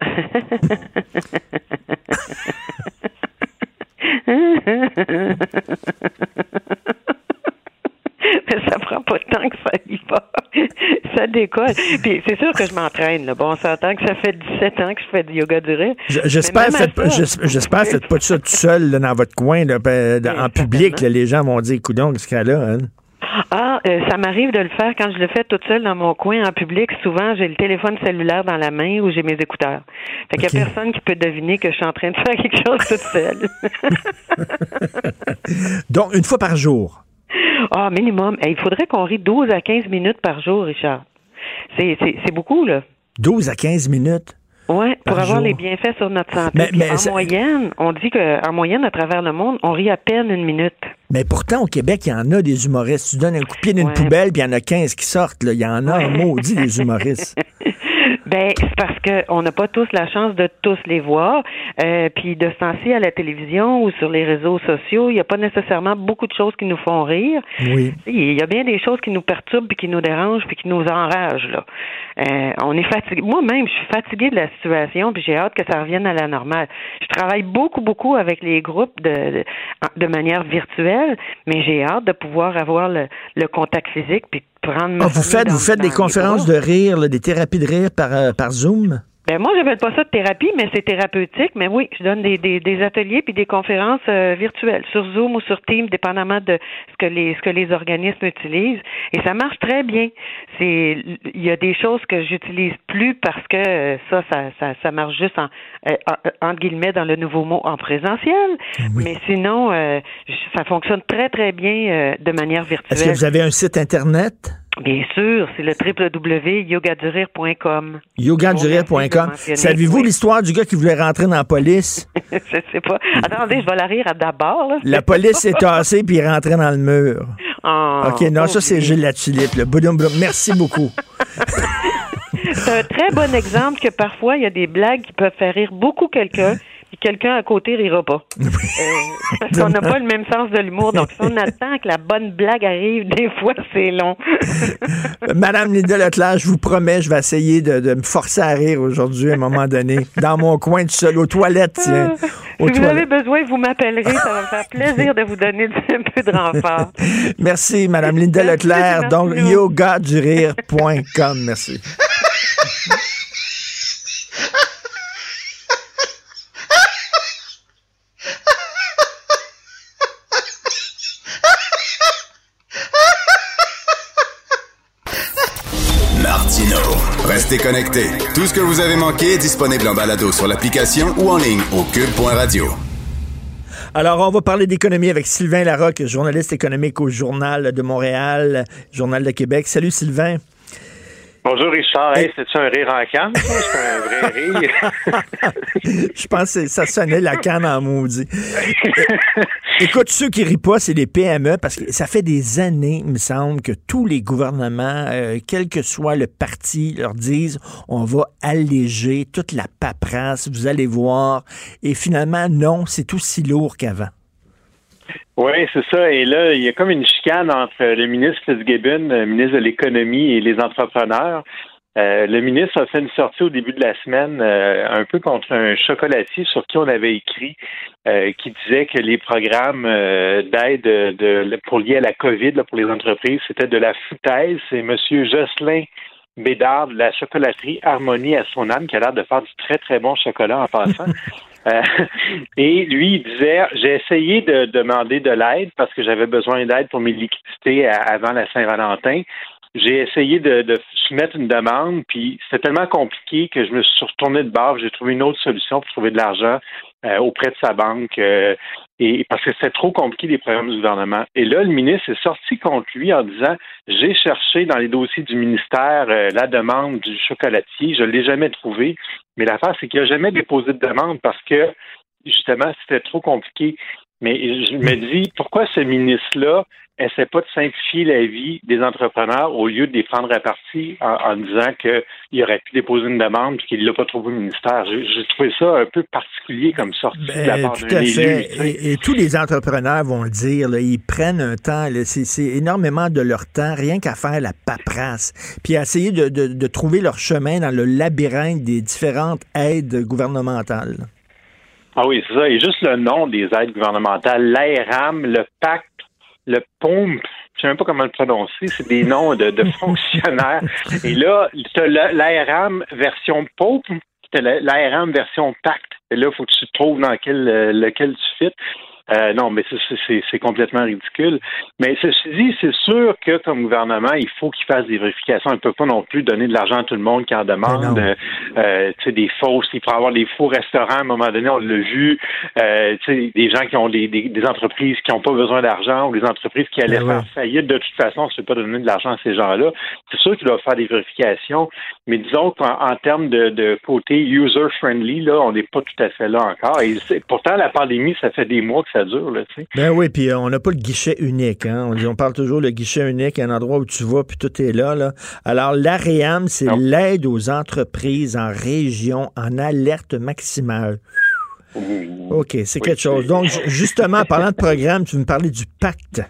Mais ça prend pas de temps que ça y va. Ça décolle. Puis c'est sûr que je m'entraîne. Là. Bon, on s'entend que ça fait dix-sept ans que je fais du yoga du rire. J'espère que faites, ça... j'espère faites pas ça tout seul là, dans votre coin, là, en public. Là, les gens vont dire, coudonc, ce cas-là, hein? Ah, euh, ça m'arrive de le faire quand je le fais toute seule dans mon coin en public. Souvent, j'ai le téléphone cellulaire dans la main ou j'ai mes écouteurs. Fait qu'il okay. y a personne qui peut deviner que je suis en train de faire quelque chose toute seule. Donc, une fois par jour? Ah, minimum. Il faudrait qu'on rie douze à quinze minutes par jour, Richard. C'est, c'est, c'est beaucoup, là. douze à quinze minutes? Oui, pour avoir jour. Les bienfaits sur notre santé. Mais, mais en ça... moyenne, on dit qu'en moyenne, à travers le monde, on rit à peine une minute. Mais pourtant, au Québec, il y en a des humoristes. Tu donnes un coup de pied d'une ouais. poubelle, puis il y en a quinze qui sortent. Là. Il y en a ouais. un maudit des humoristes. Ben, c'est parce qu'on n'a pas tous la chance de tous les voir. Euh, puis de ce temps-ci à la télévision ou sur les réseaux sociaux, il n'y a pas nécessairement beaucoup de choses qui nous font rire. Oui. Il y a bien des choses qui nous perturbent, puis qui nous dérangent, puis qui nous enragent, là. Euh, on est fatigué. Moi-même, je suis fatiguée de la situation, puis j'ai hâte que ça revienne à la normale. Je travaille beaucoup, beaucoup avec les groupes de, de, de manière virtuelle, mais j'ai hâte de pouvoir avoir le, le contact physique, puis prendre ma ah, vous faites, dans, vous faites des conférences de rire, là, des thérapies de rire par, euh, par Zoom? Ben moi, j'appelle pas ça de thérapie, mais c'est thérapeutique. Mais oui, je donne des, des, des ateliers puis des conférences euh, virtuelles sur Zoom ou sur Teams, dépendamment de ce que les ce que les organismes utilisent. Et ça marche très bien. C'est il y a des choses que j'utilise plus parce que euh, ça, ça, ça, ça marche juste en, euh, en entre guillemets dans le nouveau mot en présentiel. Oui. Mais sinon, euh, ça fonctionne très très bien euh, de manière virtuelle. Est-ce que vous avez un site internet? Bien sûr, c'est le w w w point yoga du rire point com. yoga du rire point com. Savez-vous oui. l'histoire du gars qui voulait rentrer dans la police? Je sais pas. Attendez, je vais la rire d'abord. Là. La police s'est tassée puis il est rentré dans le mur. Oh, OK, non, ça, c'est Gilles Latulippe. Là. Boudum, boudum. Merci beaucoup. C'est un très bon exemple que parfois, il y a des blagues qui peuvent faire rire beaucoup quelqu'un. Puis quelqu'un à côté rira pas. Euh, parce qu'on n'a pas le même sens de l'humour. Donc, si on attend que la bonne blague arrive, des fois, c'est long. Madame Linda Leclerc, je vous promets, je vais essayer de, de me forcer à rire aujourd'hui à un moment donné. Dans mon coin, tout seul, aux toilettes, tiens. Aux si toilettes. Vous avez besoin, vous m'appellerez. Ça va me faire plaisir de vous donner un peu de renfort. Merci, Madame Linda Leclerc. Donc, yoga du rire point com. Merci. Restez connectés. Tout ce que vous avez manqué est disponible en balado sur l'application ou en ligne au cube point radio. Alors, on va parler d'économie avec Sylvain Larocque, journaliste économique au Journal de Montréal, Journal de Québec. Salut Sylvain. Bonjour Richard, hey, c'est-tu un rire en canne? C'est un vrai rire. Je pense que ça sonnait la canne en maudit. Écoute, ceux qui rient pas, c'est les P M E, parce que ça fait des années, il me semble, que tous les gouvernements, euh, quel que soit le parti, leur disent on va alléger toute la paperasse, vous allez voir. Et finalement, non, c'est aussi lourd qu'avant. Oui, c'est ça. Et là, il y a comme une chicane entre le ministre Fitzgibbon, le ministre de l'Économie, et les entrepreneurs. Euh, le ministre a fait une sortie au début de la semaine euh, un peu contre un chocolatier sur qui on avait écrit euh, qui disait que les programmes euh, d'aide de, de, pour liés à la COVID là, pour les entreprises, c'était de la foutaise. C'est M. Jocelyn Bédard de la chocolaterie Harmonie à son âme qui a l'air de faire du très, très bon chocolat en passant. Euh, et lui, il disait, j'ai essayé de demander de l'aide parce que j'avais besoin d'aide pour mes liquidités à, avant la Saint-Valentin. J'ai essayé de, de soumettre une demande, puis c'était tellement compliqué que je me suis retourné de bord. J'ai trouvé une autre solution pour trouver de l'argent euh, auprès de sa banque, euh, et parce que c'était trop compliqué les programmes du gouvernement. Et là, le ministre est sorti contre lui en disant, j'ai cherché dans les dossiers du ministère euh, la demande du chocolatier, je ne l'ai jamais trouvée. Mais l'affaire, c'est qu'il n'a jamais déposé de demande parce que, justement, c'était trop compliqué. Mais je me dis, pourquoi ce ministre-là essaie pas de simplifier la vie des entrepreneurs au lieu de les prendre à partie en, en disant qu'il aurait pu déposer une demande et qu'il ne l'a pas trouvé au ministère? J'ai, j'ai trouvé ça un peu particulier comme sortie ben, de la part d'un élu. Tout à fait. Et, et tous les entrepreneurs vont le dire, là, ils prennent un temps, là, c'est, c'est énormément de leur temps, rien qu'à faire la paperasse, puis à essayer de, de, de trouver leur chemin dans le labyrinthe des différentes aides gouvernementales. Ah oui, c'est ça. Et juste le nom des aides gouvernementales, l'A R A M, le pacte, le P O M P, je sais même pas comment le prononcer, c'est des noms de, de fonctionnaires. Et là, tu as l'A R A M version P O M P, tu as l'A R A M version pacte. Et là, il faut que tu trouves dans quel, lequel tu fites. Euh, non, mais c'est, c'est, c'est complètement ridicule. Mais ceci dit, c'est sûr que comme gouvernement, il faut qu'il fasse des vérifications. On ne peut pas non plus donner de l'argent à tout le monde qui en demande. Euh, euh, tu sais, des fausses, il faut avoir des faux restaurants. À un moment donné, on l'a vu. Euh, tu sais, des gens qui ont des, des, des entreprises qui n'ont pas besoin d'argent ou des entreprises qui allaient ben faire ouais. faillite. De toute façon, je ne peux pas donner de l'argent à ces gens-là. C'est sûr qu'ils doivent faire des vérifications. Mais disons qu'en en termes de, de côté user-friendly, là, on n'est pas tout à fait là encore. Et c'est, pourtant, la pandémie, ça fait des mois que ça dure, là, tu sais. Ben oui, puis euh, on n'a pas le guichet unique, hein. On, dit, on parle toujours le guichet unique, un endroit où tu vas, puis tout est là, là. Alors, l'A R E A M, c'est non. l'aide aux entreprises en région en alerte maximale. OK, c'est oui, quelque chose. Donc, justement, parlant de programme, tu veux me parler du pacte.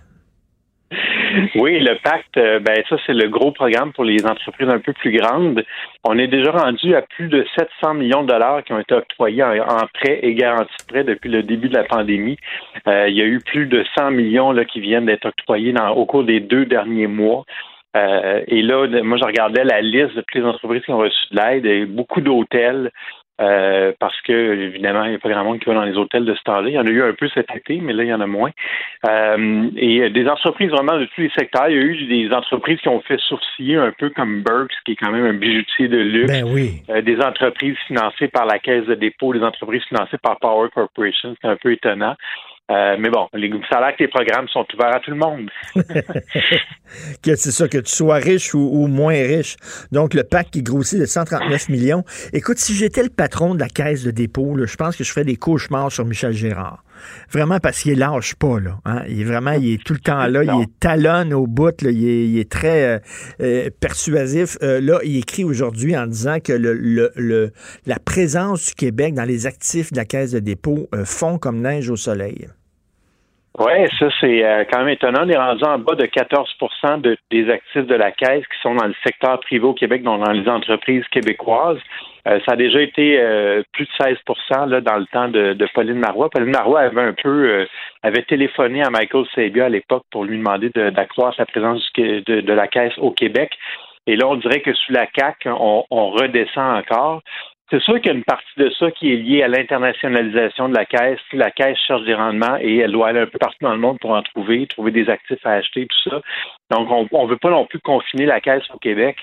Oui, le pacte, ben ça, c'est le gros programme pour les entreprises un peu plus grandes. On est déjà rendu à plus de sept cents millions de dollars qui ont été octroyés en, en prêts et garanties de prêts depuis le début de la pandémie. Euh, il y a eu plus de cent millions là, qui viennent d'être octroyés dans, au cours des deux derniers mois. Euh, et là, moi, je regardais la liste de toutes les entreprises qui ont reçu de l'aide et beaucoup d'hôtels. Euh, parce que, évidemment, il n'y a pas grand monde qui va dans les hôtels de ce temps-là. Il y en a eu un peu cet été, mais là, il y en a moins. Euh, et des entreprises vraiment de tous les secteurs. Il y a eu des entreprises qui ont fait sourciller un peu comme Burks, qui est quand même un bijoutier de luxe. Ben oui. Euh, des entreprises financées par la Caisse de dépôt, des entreprises financées par Power Corporation. C'est un peu étonnant. Euh, mais bon, les, ça a l'air que les programmes sont ouverts à tout le monde. que c'est ça, que tu sois riche ou, ou moins riche. Donc, le pacte qui grossit de cent trente-neuf millions. Écoute, si j'étais le patron de la Caisse de dépôt, là, je pense que je ferais des cauchemars sur Michel Gérard. Vraiment, parce qu'il lâche pas, là. Hein? Il est vraiment, il est tout le temps là. Non. Il est talonne au bout, là. Il, est, il est très euh, euh, persuasif. Euh, là, il écrit aujourd'hui en disant que le, le, le, la présence du Québec dans les actifs de la Caisse de dépôt euh, fond comme neige au soleil. Oui, ça, c'est euh, quand même étonnant. On est rendu en bas de quatorze pour cent de, des actifs de la Caisse qui sont dans le secteur privé au Québec, donc dans les entreprises québécoises. Euh, ça a déjà été euh, plus de seize pour cent là, dans le temps de, de Pauline Marois. Pauline Marois avait un peu euh, avait téléphoné à Michael Sabia à l'époque pour lui demander de, d'accroître la présence du, de, de la Caisse au Québec. Et là, on dirait que sous la C A Q, on, on redescend encore. C'est sûr qu'il y a une partie de ça qui est liée à l'internationalisation de la Caisse. La Caisse cherche des rendements et elle doit aller un peu partout dans le monde pour en trouver, trouver des actifs à acheter, tout ça. Donc, on ne veut pas non plus confiner la Caisse au Québec.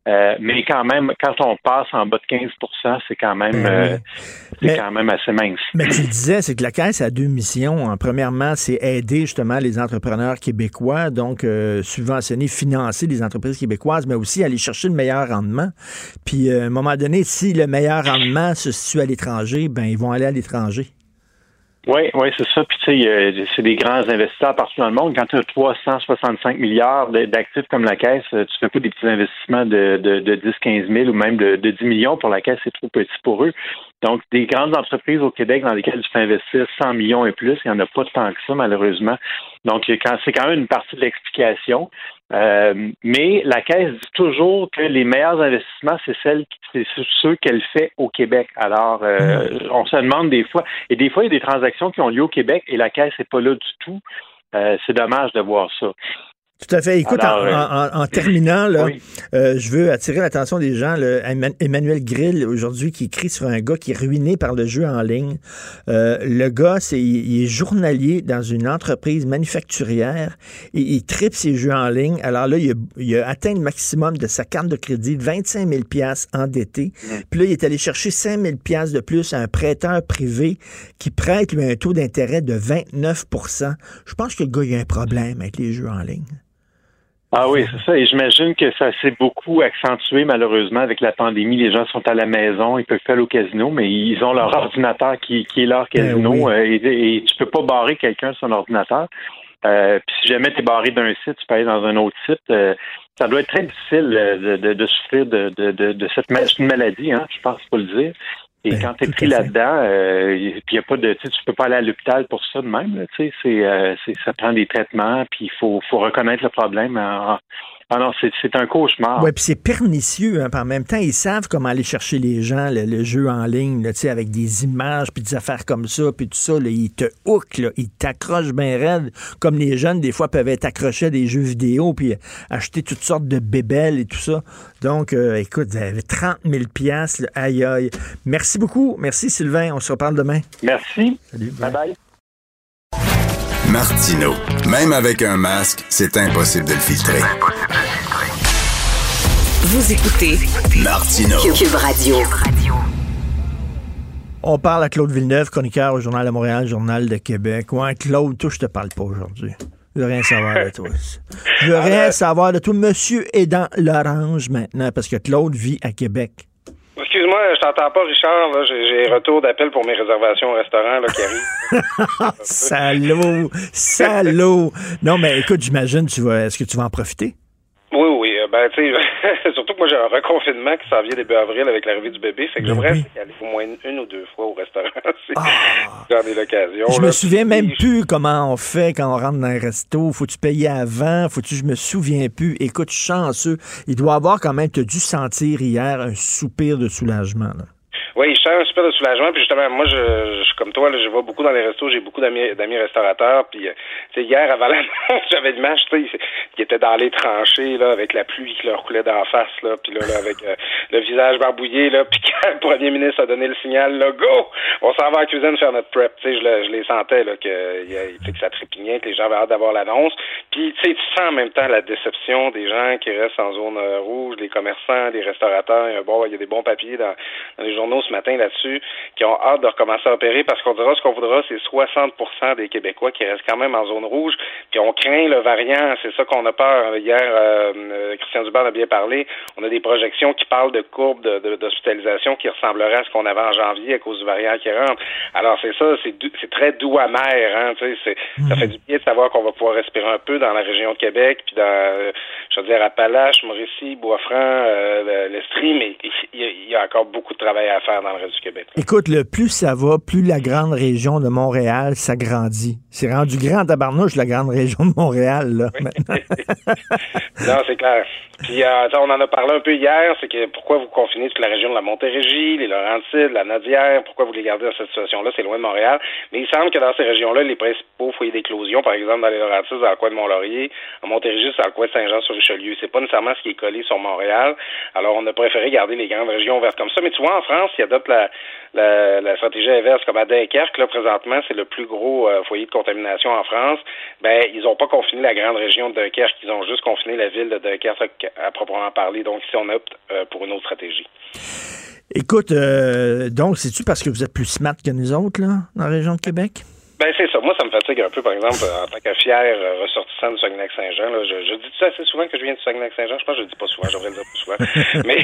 Euh, mais quand même, quand on passe en bas de quinze pour cent, c'est quand même, euh, c'est mais, quand même assez mince. Mais tu le disais, c'est que la Caisse a deux missions. Premièrement, c'est aider justement les entrepreneurs québécois, donc euh, subventionner, financer les entreprises québécoises, mais aussi aller chercher le meilleur rendement. Puis, euh, à un moment donné, si le meilleur rendement se situe à l'étranger, ben ils vont aller à l'étranger. Oui, oui, c'est ça. Puis, tu sais, c'est des grands investisseurs partout dans le monde. Quand tu as trois cent soixante-cinq milliards d'actifs comme la Caisse, tu fais pas des petits investissements de, de, de dix, quinze mille ou même de, de dix millions. Pour la Caisse, c'est trop petit pour eux. Donc, des grandes entreprises au Québec dans lesquelles tu peux investir cent millions et plus, il n'y en a pas tant que ça, malheureusement. Donc, c'est quand même une partie de l'explication. Euh, mais la Caisse dit toujours que les meilleurs investissements, c'est celles, c'est ceux qu'elle fait au Québec. Alors, euh, on se demande des fois, et des fois, il y a des transactions qui ont lieu au Québec et la Caisse n'est pas là du tout. Euh, c'est dommage de voir ça. Tout à fait. Écoute, Alors, en, en, en terminant, là, oui. euh, je veux attirer l'attention des gens. Là, Emmanuel Grill, aujourd'hui, qui écrit sur un gars qui est ruiné par le jeu en ligne. Euh, le gars, c'est, il est journalier dans une entreprise manufacturière et il tripe ses jeux en ligne. Alors là, il a, il a atteint le maximum de sa carte de crédit, vingt-cinq mille dollars endetté. Mmh. Puis là, il est allé chercher cinq mille dollars de plus à un prêteur privé qui prête lui un taux d'intérêt de vingt-neuf pour cent. Je pense que le gars, il a un problème avec les jeux en ligne. Ah oui, c'est ça. Et j'imagine que ça s'est beaucoup accentué, malheureusement, avec la pandémie. Les gens sont à la maison, ils peuvent pas aller au casino, mais ils ont leur ordinateur qui, qui est leur casino. Ben oui. euh, et, et tu peux pas barrer quelqu'un sur son ordinateur. Euh, puis si jamais tu es barré d'un site, tu peux aller dans un autre site. Euh, ça doit être très difficile de, de, de souffrir de, de, de, de cette ma- maladie, hein, je pense, faut le dire. Et ben, quand tu es pris là-dedans, euh, puis y a pas de, tu sais, tu peux pas aller à l'hôpital pour ça de même. Tu sais, c'est, euh, c'est, ça prend des traitements, puis il faut, faut reconnaître le problème. En, Ah non, c'est, c'est un cauchemar. Oui, puis c'est pernicieux. Hein, en même temps, ils savent comment aller chercher les gens, le, le jeu en ligne, là, avec des images, puis des affaires comme ça, puis tout ça. Là, ils te hookent, là, ils t'accrochent bien raide, comme les jeunes, des fois, peuvent être accrochés à des jeux vidéo, puis acheter toutes sortes de bébelles et tout ça. Donc, euh, écoute, vous avez trente mille dollars, là, aïe, aïe. Merci beaucoup. Merci, Sylvain. On se reparle demain. Merci. Salut. Bye-bye. Martineau. Même avec un masque, c'est impossible de le filtrer. Vous écoutez Martineau. Cube Radio. On parle à Claude Villeneuve, chroniqueur au Journal de Montréal, Journal de Québec. Ouais, Claude, toi, je te parle pas aujourd'hui. Je veux rien savoir de toi. Je veux rien savoir de toi. Monsieur est dans l'orange maintenant parce que Claude vit à Québec. Excuse-moi, je t'entends pas, Richard. Là. J'ai, j'ai retour d'appel pour mes réservations au restaurant là, qui arrivent. Salaud! Salaud! Non, mais écoute, j'imagine, tu vas. Est-ce que tu vas en profiter? Oui, oui. Ben, tu sais, surtout que moi, j'ai un reconfinement qui s'en vient début avril avec l'arrivée du bébé. Fait que ben j'aimerais oui. aller au moins une, une ou deux fois au restaurant. Ah. J'en ai l'occasion. Je là. me souviens même plus comment on fait quand on rentre dans un resto. Faut-tu payer avant? Faut-tu, je me souviens plus. Écoute, chanceux. Il doit avoir quand même, tu as dû sentir hier un soupir de soulagement, là. Oui, je sens un super de soulagement. Puis justement, moi, je, je comme toi, là, je vais beaucoup dans les restos. J'ai beaucoup d'amis, d'amis restaurateurs. Puis, euh, tu sais, hier, avant l'annonce, j'avais l'image, tu sais, qui était dans les tranchées, là, avec la pluie qui leur coulait d'en face, là. Puis là, là avec euh, le visage barbouillé, là. Puis quand le premier ministre a donné le signal, là, go! On s'en va à la cuisine faire notre prep. Tu sais, je, je les sentais, là, que, que ça trépignait, que les gens avaient hâte d'avoir l'annonce. Puis, tu sais, tu sens en même temps la déception des gens qui restent en zone euh, rouge, les commerçants, les restaurateurs. Il y a, bon, il y a des bons papiers dans, dans les journaux ce matin là-dessus, qui ont hâte de recommencer à opérer parce qu'on dira ce qu'on voudra, c'est soixante pour cent des Québécois qui restent quand même en zone rouge, puis on craint le variant, c'est ça qu'on a peur. Hier, euh, Christian Dubé en a bien parlé, on a des projections qui parlent de courbes de, de, d'hospitalisation qui ressembleraient à ce qu'on avait en janvier à cause du variant qui rentre. Alors c'est ça, c'est, du, c'est très doux amer, hein, tu sais, c'est, mmh. ça fait du bien de savoir qu'on va pouvoir respirer un peu dans la région de Québec, puis dans, euh, je veux dire, Appalaches, Mauricie, Bois-Franc, euh, l'Estrie, mais il y, y a encore beaucoup de travail à faire dans le reste du Québec. Là. Écoute, le plus ça va, plus la grande région de Montréal s'agrandit. C'est rendu grand tabarnouche, la grande région de Montréal, là, oui. maintenant. Non, c'est clair. Puis, euh, on en a parlé un peu hier, c'est que pourquoi vous confinez toute la région de la Montérégie, les Laurentides, la Nodière, pourquoi vous les gardez dans cette situation-là, c'est loin de Montréal. Mais il semble que dans ces régions-là, les principaux foyers d'éclosion, par exemple, dans les Laurentides, dans le coin de Mont-Laurier, en Montérégie, c'est dans le coin de Saint-Jean-sur-Richelieu. C'est pas nécessairement ce qui est collé sur Montréal. Alors, on a préféré garder les grandes régions ouvertes comme ça. Mais tu vois, en France, qui adoptent la, la, la stratégie inverse, comme à Dunkerque, là, présentement, c'est le plus gros euh, foyer de contamination en France. Ben, ils n'ont pas confiné la grande région de Dunkerque, ils ont juste confiné la ville de Dunkerque à proprement parler. Donc, ici, on opte euh, pour une autre stratégie. Écoute, euh, donc, c'est-tu parce que vous êtes plus smart que nous autres, là, dans la région de Québec? Ben c'est ça. Moi, ça me fatigue un peu, par exemple, en tant que fier euh, ressortissant du Saguenay-Lac-Saint-Jean. Là, je, je dis ça assez souvent que je viens du Saguenay-Lac-Saint-Jean. Je pense que je le dis pas souvent, je devrais le dire plus souvent. Mais,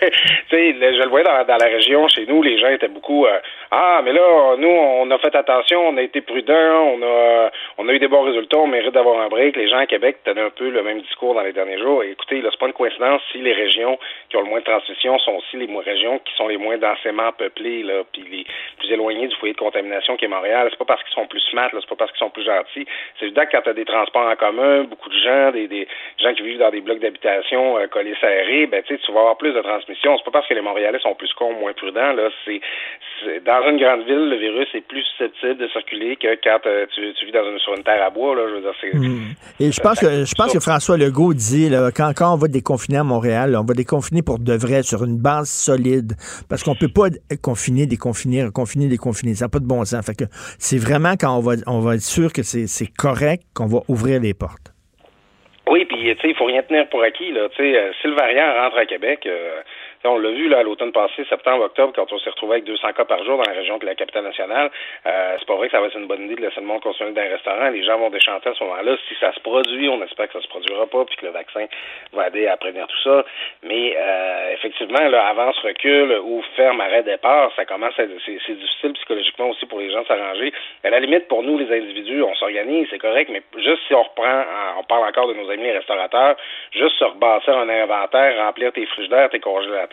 tu sais, je le voyais dans, dans la région, chez nous, les gens étaient beaucoup euh, ah, mais là, nous, on a fait attention, on a été prudents, on a on a eu des bons résultats, on mérite d'avoir un break. Les gens à Québec tenaient un peu le même discours dans les derniers jours. Et écoutez, là, c'est pas une coïncidence si les régions qui ont le moins de transmission sont aussi les régions qui sont les moins densément peuplées, là, puis les plus éloignées du foyer de contamination qui est Montréal. C'est pas parce qu'ils sont plus smart, là, c'est pas parce qu'ils sont plus gentils. C'est évident que quand tu as des transports en commun, beaucoup de gens, des, des gens qui vivent dans des blocs d'habitation euh, collés serrés, ben tu sais, tu vas avoir plus de transmission. C'est pas parce que les Montréalais sont plus cons, moins prudents. Là, c'est, c'est dans une grande ville, le virus est plus susceptible de circuler que quand euh, tu, tu vis dans une sur une terre à bois. Là, je veux dire, c'est. Mmh. Et je pense que je pense que François Legault dit là, quand, quand on va déconfiner à Montréal, là, on va déconfiner pour de vrai, sur une base solide, parce qu'on peut pas confiner, déconfiner, reconfiner, déconfiner. Ça n'a pas de bon sens. Fait que c'est vraiment quand on va on va être sûr que c'est, c'est correct qu'on va ouvrir les portes. Oui, puis tu sais, il faut rien tenir pour acquis. Là, tu sais, euh, si le variant rentre à Québec, euh, on l'a vu là à l'automne passé, septembre, octobre, quand on s'est retrouvé avec deux cents cas par jour dans la région de la capitale nationale. Euh, c'est pas vrai que ça va être une bonne idée de laisser le monde consommer dans un restaurant. Les gens vont déchanter à ce moment-là. Si ça se produit, on espère que ça se produira pas, puis que le vaccin va aider à prévenir tout ça. Mais euh, effectivement, là, avance, recul, ou ferme, arrêt, départ, ça commence à c'est, c'est difficile psychologiquement aussi pour les gens de s'arranger. À la limite, pour nous, les individus, on s'organise, c'est correct, mais juste si on reprend, on parle encore de nos amis les restaurateurs, juste se rebâtir un inventaire, remplir tes frigidaires, tes congélateurs.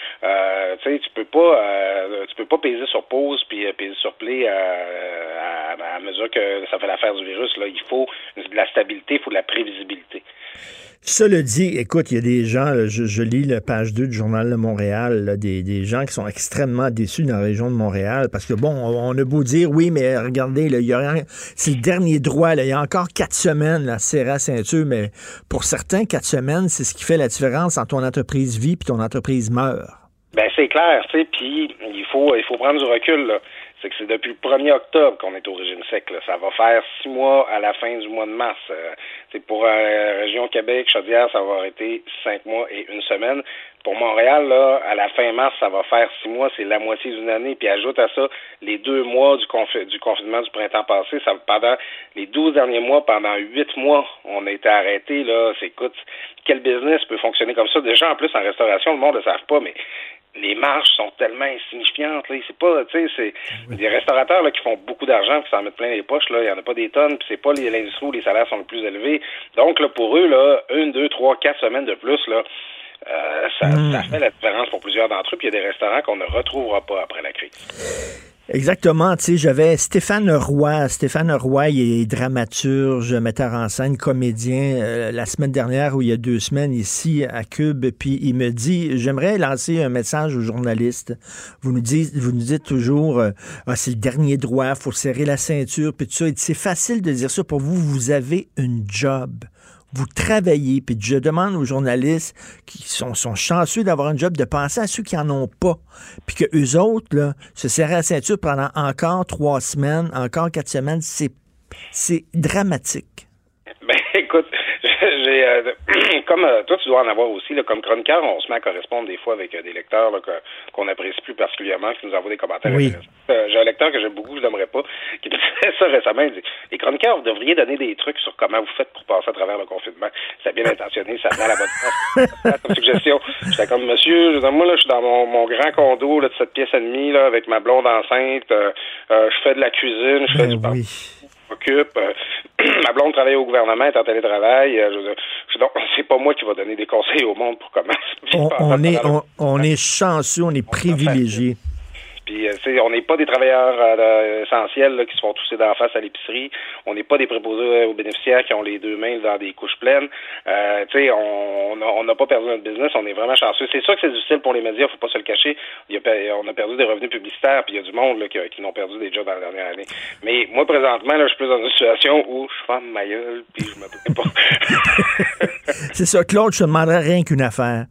Euh, tu sais, tu peux pas, euh, tu peux pas peser sur pause puis euh, peser sur play euh, à, à mesure que ça fait l'affaire du virus. Là, il faut de la stabilité, il faut de la prévisibilité. Cela dit, écoute, il y a des gens, là, je, je lis la page deux du Journal de Montréal, là, des, des gens qui sont extrêmement déçus dans la région de Montréal, parce que bon, on, on a beau dire, oui, mais regardez, là, il y a rien, c'est le dernier droit, là, il y a encore quatre semaines, là, serré à ceinture, mais pour certains, quatre semaines, c'est ce qui fait la différence entre ton entreprise vit et ton entreprise meurt. Ben, c'est clair, tu sais, puis il faut, il faut prendre du recul, là. C'est que c'est depuis le premier octobre qu'on est au régime sec. Là. Ça va faire six mois à la fin du mois de mars. Euh, c'est pour la euh, région Québec, Chaudière, ça va arrêter cinq mois et une semaine. Pour Montréal, là, à la fin mars, ça va faire six mois, c'est la moitié d'une année. Puis ajoute à ça les deux mois du, confi- du confinement du printemps passé. Ça, pendant les douze derniers mois, pendant huit mois, on a été arrêtés. Là, c'est, écoute, quel business peut fonctionner comme ça? Déjà, en plus, en restauration, le monde ne le savent pas, mais les marges sont tellement insignifiantes. Là. C'est pas, tu sais, c'est oui. des restaurateurs là, qui font beaucoup d'argent, qui s'en mettent plein les poches. Là, il y en a pas des tonnes, puis c'est pas les, l'industrie où les salaires sont le plus élevés. Donc là, pour eux, là, une, deux, trois, quatre semaines de plus, là, euh, ça, mmh. ça fait la différence pour plusieurs d'entre eux. Puis il y a des restaurants qu'on ne retrouvera pas après la crise. Exactement, tu sais, j'avais Stéphane Roy. Stéphane Roy, il est dramaturge, metteur en scène, comédien. Euh, la semaine dernière, ou il y a deux semaines, ici à Cube, puis il me dit, j'aimerais lancer un message aux journalistes. Vous nous dites, vous nous dites toujours, euh, ah, c'est le dernier droit, faut serrer la ceinture, puis tout ça. Il dit, c'est facile de dire ça pour vous, vous avez une job. Vous travaillez, puis je demande aux journalistes qui sont, sont chanceux d'avoir un job de penser à ceux qui en ont pas, puis que eux autres, là, se serrer la ceinture pendant encore trois semaines, encore quatre semaines, c'est, c'est dramatique. Ben, écoute, j'ai, euh, comme euh, toi, tu dois en avoir aussi, là, comme chroniqueur, on se met à correspondre des fois avec euh, des lecteurs là, que, qu'on apprécie plus particulièrement, qui nous envoient des commentaires. Oui. Euh, j'ai un lecteur que j'aime beaucoup, je l'aimerais pas, qui me disait ça récemment. Il dit, les chroniqueurs, vous devriez donner des trucs sur comment vous faites pour passer à travers le confinement. C'est bien intentionné, ça vient à la bonne place. Comme suggestion. J'étais comme, monsieur, je, moi, là, je suis dans mon, mon grand condo là, de sept pièces et demie, là, avec ma blonde enceinte. Euh, euh, je fais de la cuisine, je fais ben du pain. Oui. Occupe. Euh, ma blonde travaille au gouvernement, est en télétravail. Euh, je, je, donc, c'est pas moi qui va donner des conseils au monde pour comment. On, on est, on, on est chanceux, on est privilégiés. Puis, euh, on n'est pas des travailleurs euh, essentiels là, qui se font tousser d'en face à l'épicerie. On n'est pas des préposés aux bénéficiaires qui ont les deux mains dans des couches pleines. Euh, tu sais, on on n'a pas perdu notre business. On est vraiment chanceux. C'est sûr que c'est difficile pour les médias, faut pas se le cacher. Il y a, on a perdu des revenus publicitaires, puis il y a du monde là, qui, qui n'ont perdu des jobs dans la dernière année. Mais moi, présentement, là, je suis plus dans une situation où je ferme ma gueule, puis je me plains pas. C'est ça, Claude, je te demanderais rien qu'une affaire.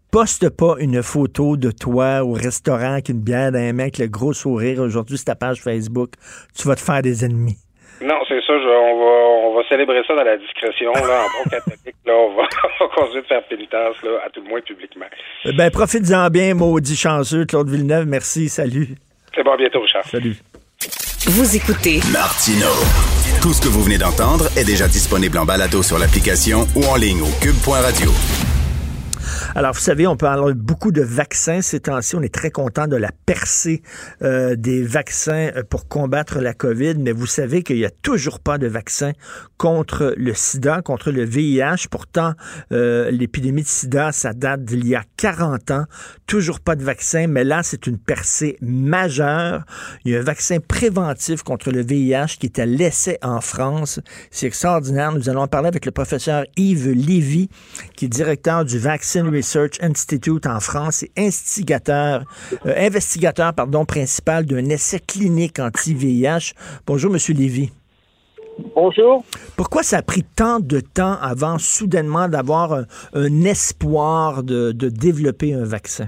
Poste pas une photo de toi au restaurant avec une bière dans les mains, avec le gros sourire. Aujourd'hui, c'est ta page Facebook. Tu vas te faire des ennemis. Non, c'est ça. Je, on va on va célébrer ça dans la discrétion. Là, en bon catholique, là, on va, on va continuer de faire pénitence, là, à tout le moins publiquement. Ben, profites-en bien, maudit chanceux, Claude Villeneuve. Merci, salut. C'est bon, à bientôt, Richard. Salut. Vous écoutez Martino. Tout ce que vous venez d'entendre est déjà disponible en balado sur l'application ou en ligne au cube point radio. Alors, vous savez, on parle beaucoup de vaccins ces temps-ci. On est très content de la percée euh, des vaccins pour combattre la COVID, mais vous savez qu'il n'y a toujours pas de vaccin contre le sida, contre le V I H. Pourtant, euh, l'épidémie de sida, ça date d'il y a quarante ans. Toujours pas de vaccin, mais là, c'est une percée majeure. Il y a un vaccin préventif contre le V I H qui est à l'essai en France. C'est extraordinaire. Nous allons en parler avec le professeur Yves Lévy, qui est directeur du Vaccine Research Institute en France et instigateur, euh, investigateur pardon, principal d'un essai clinique anti-V I H. Bonjour, M. Lévy. Bonjour. Pourquoi ça a pris tant de temps avant soudainement d'avoir un, un espoir de, de développer un vaccin?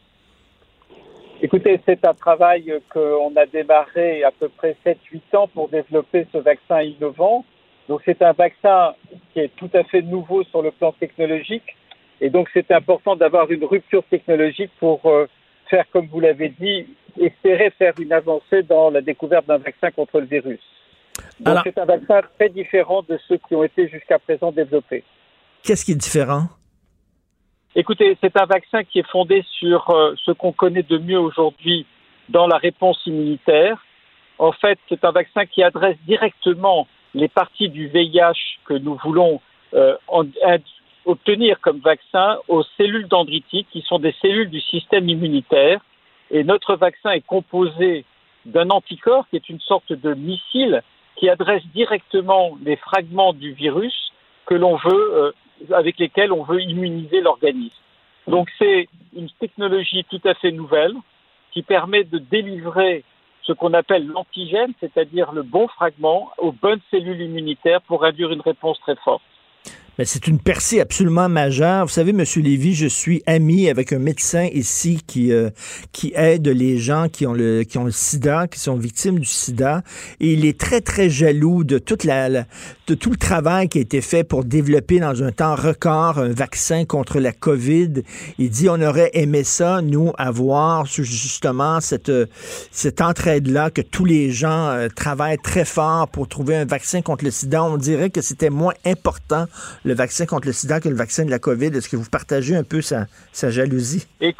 Écoutez, c'est un travail qu'on a démarré à peu près sept huit ans pour développer ce vaccin innovant. Donc c'est un vaccin qui est tout à fait nouveau sur le plan technologique. Et donc, c'est important d'avoir une rupture technologique pour euh, faire, comme vous l'avez dit, espérer faire une avancée dans la découverte d'un vaccin contre le virus. Donc, Alors, c'est un vaccin très différent de ceux qui ont été jusqu'à présent développés. Qu'est-ce qui est différent? Écoutez, c'est un vaccin qui est fondé sur euh, ce qu'on connaît de mieux aujourd'hui dans la réponse immunitaire. En fait, c'est un vaccin qui adresse directement les parties du V I H que nous voulons euh, en, en, obtenir comme vaccin aux cellules dendritiques, qui sont des cellules du système immunitaire. Et notre vaccin est composé d'un anticorps qui est une sorte de missile qui adresse directement les fragments du virus que l'on veut, euh, avec lesquels on veut immuniser l'organisme. Donc c'est une technologie tout à fait nouvelle qui permet de délivrer ce qu'on appelle l'antigène, c'est-à-dire le bon fragment aux bonnes cellules immunitaires pour induire une réponse très forte. Mais c'est une percée absolument majeure. Vous savez, M. Lévy, je suis ami avec un médecin ici qui euh, qui aide les gens qui ont le qui ont le sida, qui sont victimes du sida, et il est très très jaloux de toute la, la de tout le travail qui a été fait pour développer dans un temps record un vaccin contre la COVID. Il dit on aurait aimé ça, nous, avoir justement cette cette entraide-là, que tous les gens euh, travaillent très fort pour trouver un vaccin contre le sida. On dirait que c'était moins important le vaccin contre le sida que le vaccin de la COVID. Est-ce que vous partagez un peu sa, sa jalousie? Et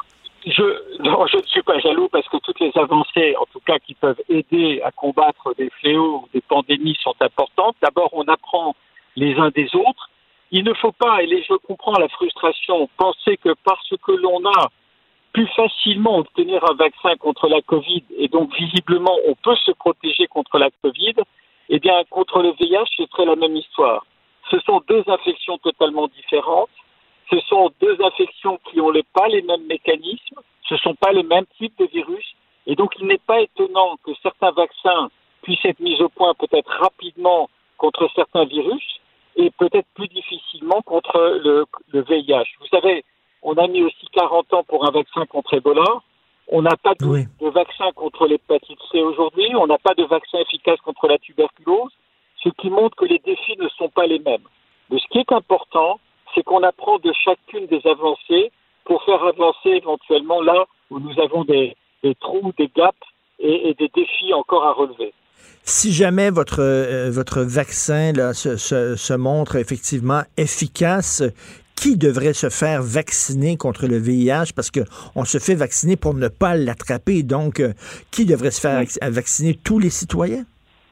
je, non, je ne suis pas jaloux parce que toutes les avancées, en tout cas, qui peuvent aider à combattre des fléaux ou des pandémies sont importantes. D'abord, on apprend les uns des autres. Il ne faut pas, et je comprends la frustration, penser que parce que l'on a pu facilement obtenir un vaccin contre la COVID et donc visiblement on peut se protéger contre la COVID, eh bien contre le V I H, ce serait la même histoire. Ce sont deux infections totalement différentes. Ce sont deux infections qui n'ont pas les mêmes mécanismes. Ce ne sont pas les mêmes types de virus. Et donc, il n'est pas étonnant que certains vaccins puissent être mis au point peut-être rapidement contre certains virus et peut-être plus difficilement contre le, le V I H. Vous savez, on a mis aussi quarante ans pour un vaccin contre Ebola. On n'a pas de, oui. de vaccin contre l'hépatite C aujourd'hui. On n'a pas de vaccin efficace contre la tuberculose. Ce qui montre que les défis ne sont pas les mêmes. Mais ce qui est important, c'est qu'on apprend de chacune des avancées pour faire avancer éventuellement là où nous avons des, des trous, des gaps et, et des défis encore à relever. Si jamais votre, euh, votre vaccin là, se, se, se montre effectivement efficace, qui devrait se faire vacciner contre le V I H? Parce qu'on se fait vacciner pour ne pas l'attraper. Donc, euh, qui devrait se faire oui. vacciner? Tous les citoyens?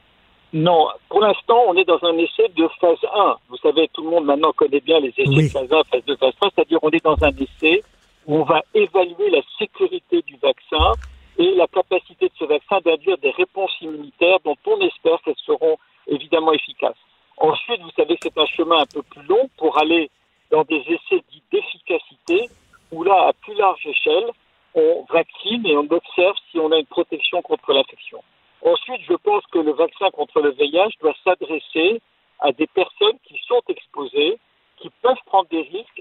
Non, pour l'instant, on est dans un essai de phase un. Vous savez, tout le monde maintenant connaît bien les essais oui. de phase un, phase deux, phase trois, c'est-à-dire on est dans un essai où on va évaluer la sécurité du vaccin et la capacité de ce vaccin d'induire des réponses immunitaires dont on espère qu'elles seront évidemment efficaces. Ensuite, vous savez, c'est un chemin un peu plus long pour aller dans des essais dits d'efficacité où là, à plus large échelle, on vaccine et on observe si on a une protection contre l'infection. Ensuite, je pense que le vaccin contre le V I H doit s'adresser à des personnes qui sont exposées, qui peuvent prendre des risques et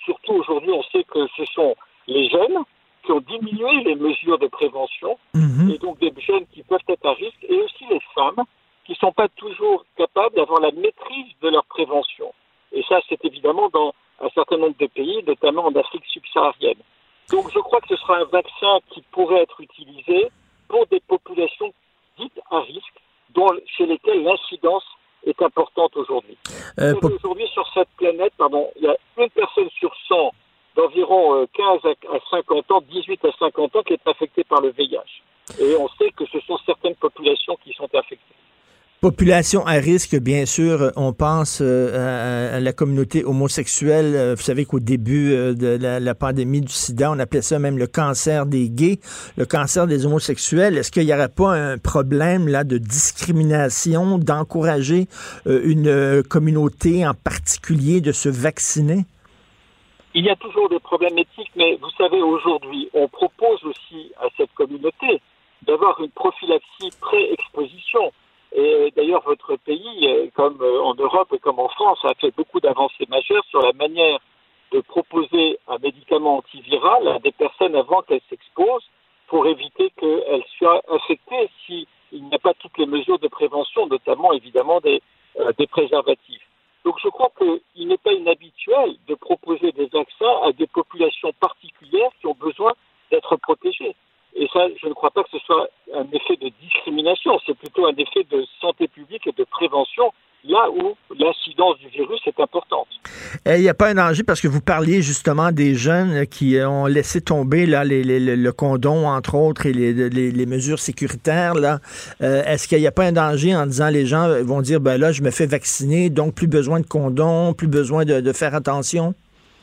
surtout aujourd'hui, on sait que ce sont les jeunes qui ont diminué les mesures de prévention, mmh. et donc des jeunes qui peuvent être à risque, et aussi les femmes qui ne sont pas toujours capables d'avoir la maîtrise de leur prévention. Et ça, c'est évidemment dans un certain nombre de pays, notamment en Afrique subsaharienne. Donc je crois que ce sera un vaccin qui pourrait être utilisé pour des populations dites à risque, dont, chez lesquelles l'incidence est importante aujourd'hui. Euh, pour... Aujourd'hui, sur cette planète, pardon, il y a une personne sur cent d'environ quinze à cinquante ans, dix-huit à cinquante ans, qui est affectée par le V I H. Et on sait que ce sont certaines populations qui sont affectées. Population à risque, bien sûr, on pense euh, à, à la communauté homosexuelle. Vous savez qu'au début euh, de la, la pandémie du sida, on appelait ça même le cancer des gays, le cancer des homosexuels. Est-ce qu'il n'y aurait pas un problème là de discrimination, d'encourager euh, une euh, communauté en particulier de se vacciner? Il y a toujours des problèmes éthiques, mais vous savez, aujourd'hui, on propose aussi à cette communauté d'avoir une prophylaxie pré-exposition. Et d'ailleurs, votre pays, comme en Europe et comme en France, a fait beaucoup d'avancées majeures sur la manière de proposer un médicament antiviral à des personnes avant qu'elles s'exposent pour éviter qu'elles soient infectées s'il n'y a pas toutes les mesures de prévention, notamment évidemment des, euh, des préservatifs. Donc je crois qu'il n'est pas inhabituel de proposer des vaccins à des populations particulières qui ont besoin d'être protégées. Et ça, je ne crois pas que ce soit un effet de discrimination, c'est plutôt un effet de santé publique et de prévention, là où l'incidence du virus est importante. Il n'y a pas un danger, parce que vous parliez justement des jeunes qui ont laissé tomber là, les, les, le condom, entre autres, et les, les, les mesures sécuritaires. Là. Euh, est-ce qu'il n'y a pas un danger en disant les gens vont dire, ben là, je me fais vacciner, donc plus besoin de condom, plus besoin de, de faire attention?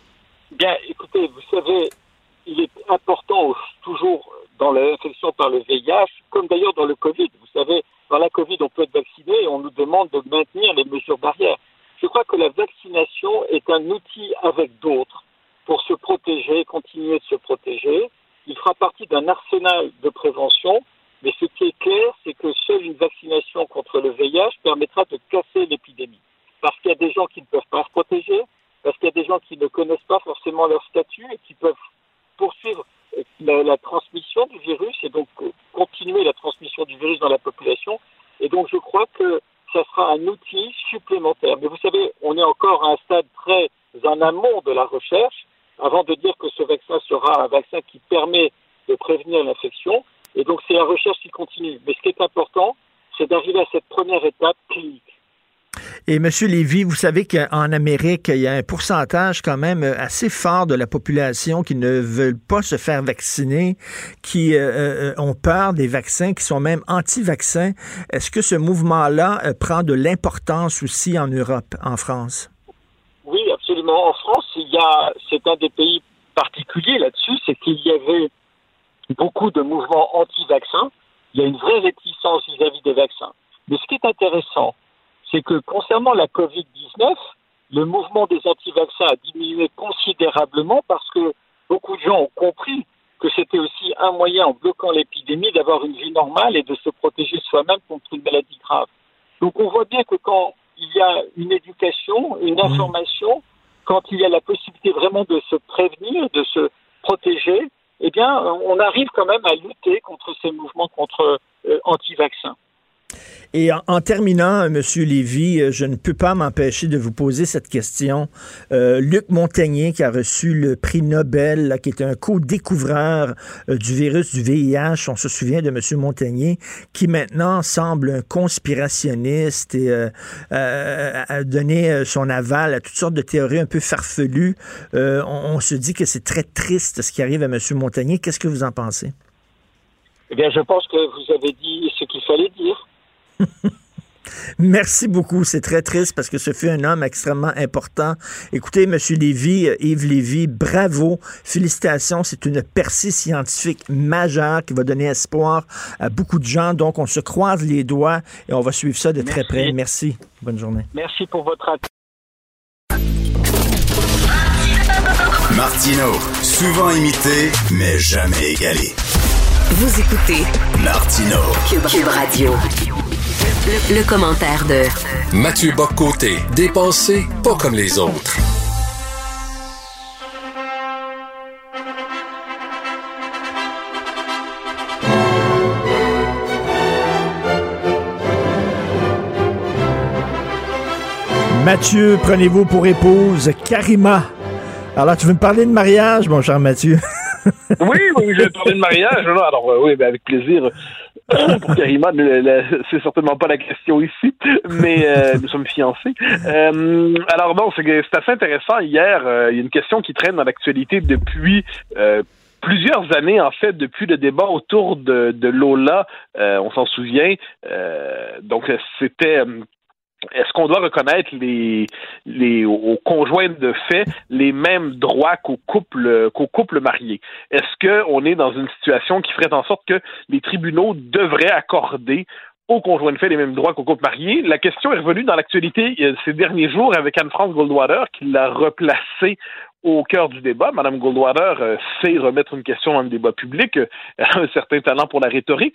Bien, écoutez, vous savez, il est important toujours dans l'infection par le V I H, comme d'ailleurs dans le Covid. Vous savez, dans la Covid, on peut être vacciné et on nous demande de maintenir les mesures barrières. Je crois que la vaccination est un outil avec d'autres pour se protéger, continuer de se protéger. Il fera partie d'un arsenal de prévention, mais ce qui est clair, c'est que seule une vaccination contre le V I H permettra de casser l'épidémie. Parce qu'il y a des gens qui ne peuvent pas se protéger, parce qu'il y a des gens qui ne connaissent pas forcément leur statut et qui peuvent poursuivre La, la transmission du virus et donc euh, continuer la transmission du virus dans la population. Et donc je crois que ça sera un outil supplémentaire. Mais vous savez, on est encore à un stade très en amont de la recherche avant de dire que ce vaccin sera un vaccin qui permet de prévenir l'infection. Et donc c'est la recherche qui continue. Mais ce qui est important, c'est d'arriver à cette première étape clinique. Et M. Lévy, vous savez qu'en Amérique, il y a un pourcentage quand même assez fort de la population qui ne veulent pas se faire vacciner, qui euh, ont peur des vaccins, qui sont même anti-vaccins. Est-ce que ce mouvement-là euh, prend de l'importance aussi en Europe, en France? Oui, absolument. En France, il y a, c'est un des pays particuliers là-dessus, c'est qu'il y avait beaucoup de mouvements anti-vaccins. Il y a une vraie réticence vis-à-vis des vaccins. Mais ce qui est intéressant, c'est que concernant la covid dix-neuf, le mouvement des anti-vaccins a diminué considérablement parce que beaucoup de gens ont compris que c'était aussi un moyen, en bloquant l'épidémie, d'avoir une vie normale et de se protéger soi-même contre une maladie grave. Donc on voit bien que quand il y a une éducation, une information, quand il y a la possibilité vraiment de se prévenir, de se protéger, eh bien on arrive quand même à lutter contre ces mouvements contre euh, anti-vaccins. Et en, en terminant, M. Lévy, je ne peux pas m'empêcher de vous poser cette question. Euh, Luc Montagnier, qui a reçu le prix Nobel, là, qui est un co-découvreur euh, du virus du V I H, on se souvient de M. Montagnier, qui maintenant semble un conspirationniste et euh, euh, a donné son aval à toutes sortes de théories un peu farfelues. Euh, on, on se dit que c'est très triste ce qui arrive à M. Montagnier. Qu'est-ce que vous en pensez? Eh bien, je pense que vous avez dit ce qu'il fallait dire. Merci beaucoup. C'est très triste parce que ce fut un homme extrêmement important. Écoutez, M. Lévy, Yves Lévy, bravo. Félicitations. C'est une percée scientifique majeure qui va donner espoir à beaucoup de gens. Donc, on se croise les doigts et on va suivre ça de très près. Merci. Bonne journée. Merci pour votre attention. Martineau, souvent imité, mais jamais égalé. Vous écoutez Martineau, Cube, Cube Radio. Le, le commentaire de Mathieu Bock-Côté, dépensé pas comme les autres. Mathieu, prenez-vous pour épouse Karima. Alors, tu veux me parler de mariage, mon cher Mathieu? Oui, oui, je vais parler de mariage. Non, alors, euh, oui, ben, avec plaisir. Pour Karima, le, le, c'est certainement pas la question ici, mais euh, nous sommes fiancés. Euh, alors non, c'est, c'est assez intéressant. Hier, euh, il y a une question qui traîne dans l'actualité depuis euh, plusieurs années, en fait, depuis le débat autour de, de Lola. Euh, on s'en souvient. Euh, donc, c'était... Euh, Est-ce qu'on doit reconnaître les, les, aux conjoints de fait les mêmes droits qu'aux couples, qu'aux couples mariés? Est-ce qu'on est dans une situation qui ferait en sorte que les tribunaux devraient accorder aux conjoints de fait les mêmes droits qu'aux couples mariés? La question est revenue dans l'actualité ces derniers jours avec Anne-France Goldwater qui l'a replacée au cœur du débat. Madame Goldwater euh, sait remettre une question dans le débat public, euh, elle a un certain talent pour la rhétorique.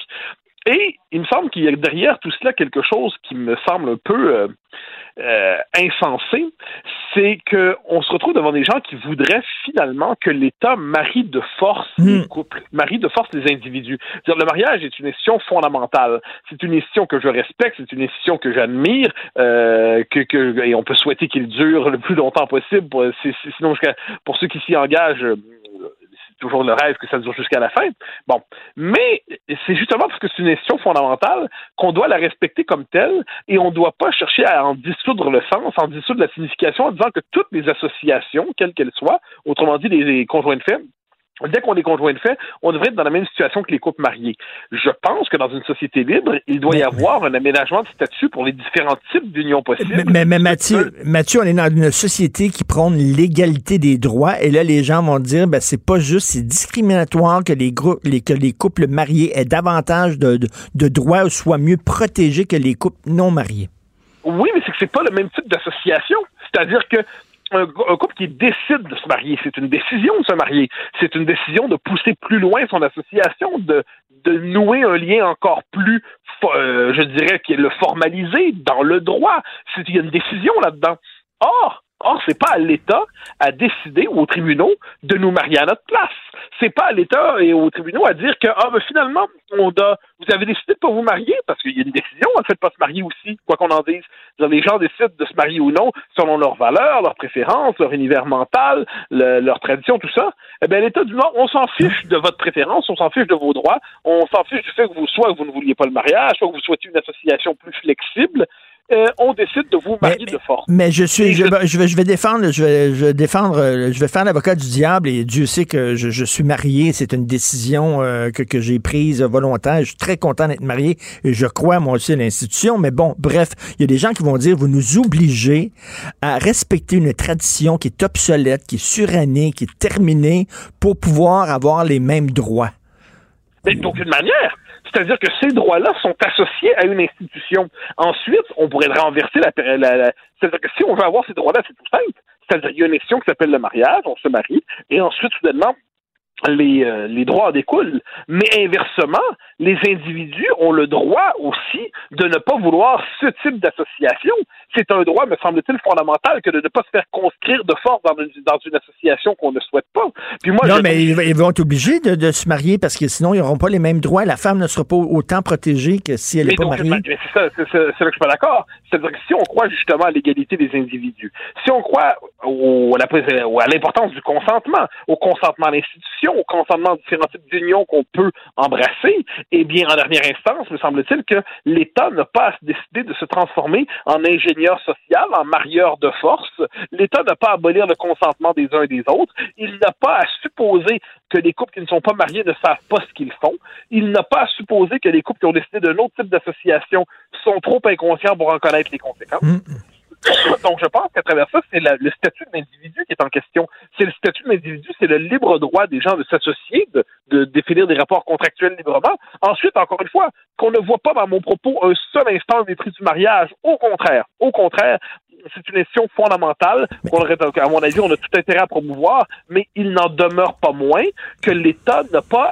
Et il me semble qu'il y a derrière tout cela quelque chose qui me semble un peu euh, euh, insensé, c'est qu'on se retrouve devant des gens qui voudraient finalement que l'État marie de force mmh. les couples, marie de force les individus. C'est-à-dire, le mariage est une institution fondamentale. C'est une institution que je respecte, c'est une institution que j'admire, euh, que, que, et on peut souhaiter qu'il dure le plus longtemps possible. Pour, c'est, c'est, sinon, pour ceux qui s'y engagent, toujours le rêve que ça dure jusqu'à la fin. Bon. Mais c'est justement parce que c'est une institution fondamentale qu'on doit la respecter comme telle et on ne doit pas chercher à en dissoudre le sens, en dissoudre la signification en disant que toutes les associations, quelles qu'elles soient, autrement dit les, les conjoints de fait, dès qu'on est conjoint de fait, on devrait être dans la même situation que les couples mariés. Je pense que dans une société libre, il doit y avoir un aménagement de statut pour les différents types d'unions possibles. Mais, mais, mais Mathieu, Mathieu, on est dans une société qui prône l'égalité des droits et là, les gens vont dire, ben, c'est pas juste, c'est discriminatoire que les, groupes, les, que les couples mariés aient davantage de, de, de droits ou soient mieux protégés que les couples non mariés. Oui, mais c'est que c'est pas le même type d'association. C'est-à-dire que Un, un couple qui décide de se marier, c'est une décision de se marier. C'est une décision de pousser plus loin son association, de, de nouer un lien encore plus, euh, je dirais, qui est le formaliser dans le droit. C'est, il y a une décision là-dedans. Or, Or, c'est pas à l'État à décider aux tribunaux de nous marier à notre place. C'est pas à l'État et aux tribunaux à dire que, ah, ben, finalement, on a, vous avez décidé de pas vous marier parce qu'il y a une décision, en fait, de pas se marier aussi, quoi qu'on en dise. Les gens décident de se marier ou non selon leurs valeurs, leurs préférences, leur univers mental, le, leur tradition, tout ça. Eh bien, l'État du Nord, on s'en fiche de votre préférence, on s'en fiche de vos droits, on s'en fiche du fait que vous, soit que vous ne vouliez pas le mariage, soit que vous souhaitiez une association plus flexible. Euh, on décide de vous marier mais, de force. Mais je suis, je, je, vais, je vais défendre, je vais, je vais défendre, je vais faire l'avocat du diable et Dieu sait que je, je suis marié. C'est une décision euh, que, que j'ai prise volontaire. Je suis très content d'être marié et je crois moi aussi à l'institution. Mais bon, bref, il y a des gens qui vont dire vous nous obligez à respecter une tradition qui est obsolète, qui est surannée, qui est terminée pour pouvoir avoir les mêmes droits. Mais d'aucune manière. C'est-à-dire que ces droits-là sont associés à une institution. Ensuite, on pourrait renverser la, la, la... C'est-à-dire que si on veut avoir ces droits-là, c'est tout simple. C'est-à-dire qu'il y a une institution qui s'appelle le mariage, on se marie, et ensuite, soudainement, les, euh, les droits en découlent. Mais inversement, les individus ont le droit aussi de ne pas vouloir ce type d'association. C'est un droit, me semble-t-il, fondamental que de ne pas se faire conscrire de force dans une, dans une association qu'on ne souhaite pas. Puis moi, non, je... mais ils, ils vont être obligés de, de se marier parce que sinon, ils n'auront pas les mêmes droits. La femme ne sera pas autant protégée que si elle n'est pas mariée. Mais c'est ça, c'est, c'est, c'est là que je suis pas d'accord. C'est-à-dire que si on croit justement à l'égalité des individus, si on croit au, à, la, à l'importance du consentement, au consentement à l'institution, au consentement aux différents types d'unions qu'on peut embrasser, eh bien, en dernière instance, me semble-t-il que l'État n'a pas à décider de se transformer en ingénieur social, en marieur de force. L'État n'a pas à abolir le consentement des uns et des autres. Il n'a pas à supposer que les couples qui ne sont pas mariés ne savent pas ce qu'ils font. Il n'a pas à supposer que les couples qui ont décidé d'un autre type d'association sont trop inconscients pour en connaître les conséquences. Mmh. Donc, je pense qu'à travers ça, c'est la, le statut de l'individu qui est en question. C'est le statut de l'individu, c'est le libre droit des gens de s'associer, de, de définir des rapports contractuels librement. Ensuite, encore une fois, qu'on ne voit pas dans mon propos un seul instant de mépris du mariage. Au contraire, au contraire, c'est une question fondamentale qu'on aurait, à mon avis, on a tout intérêt à promouvoir, mais il n'en demeure pas moins que l'État n'a pas à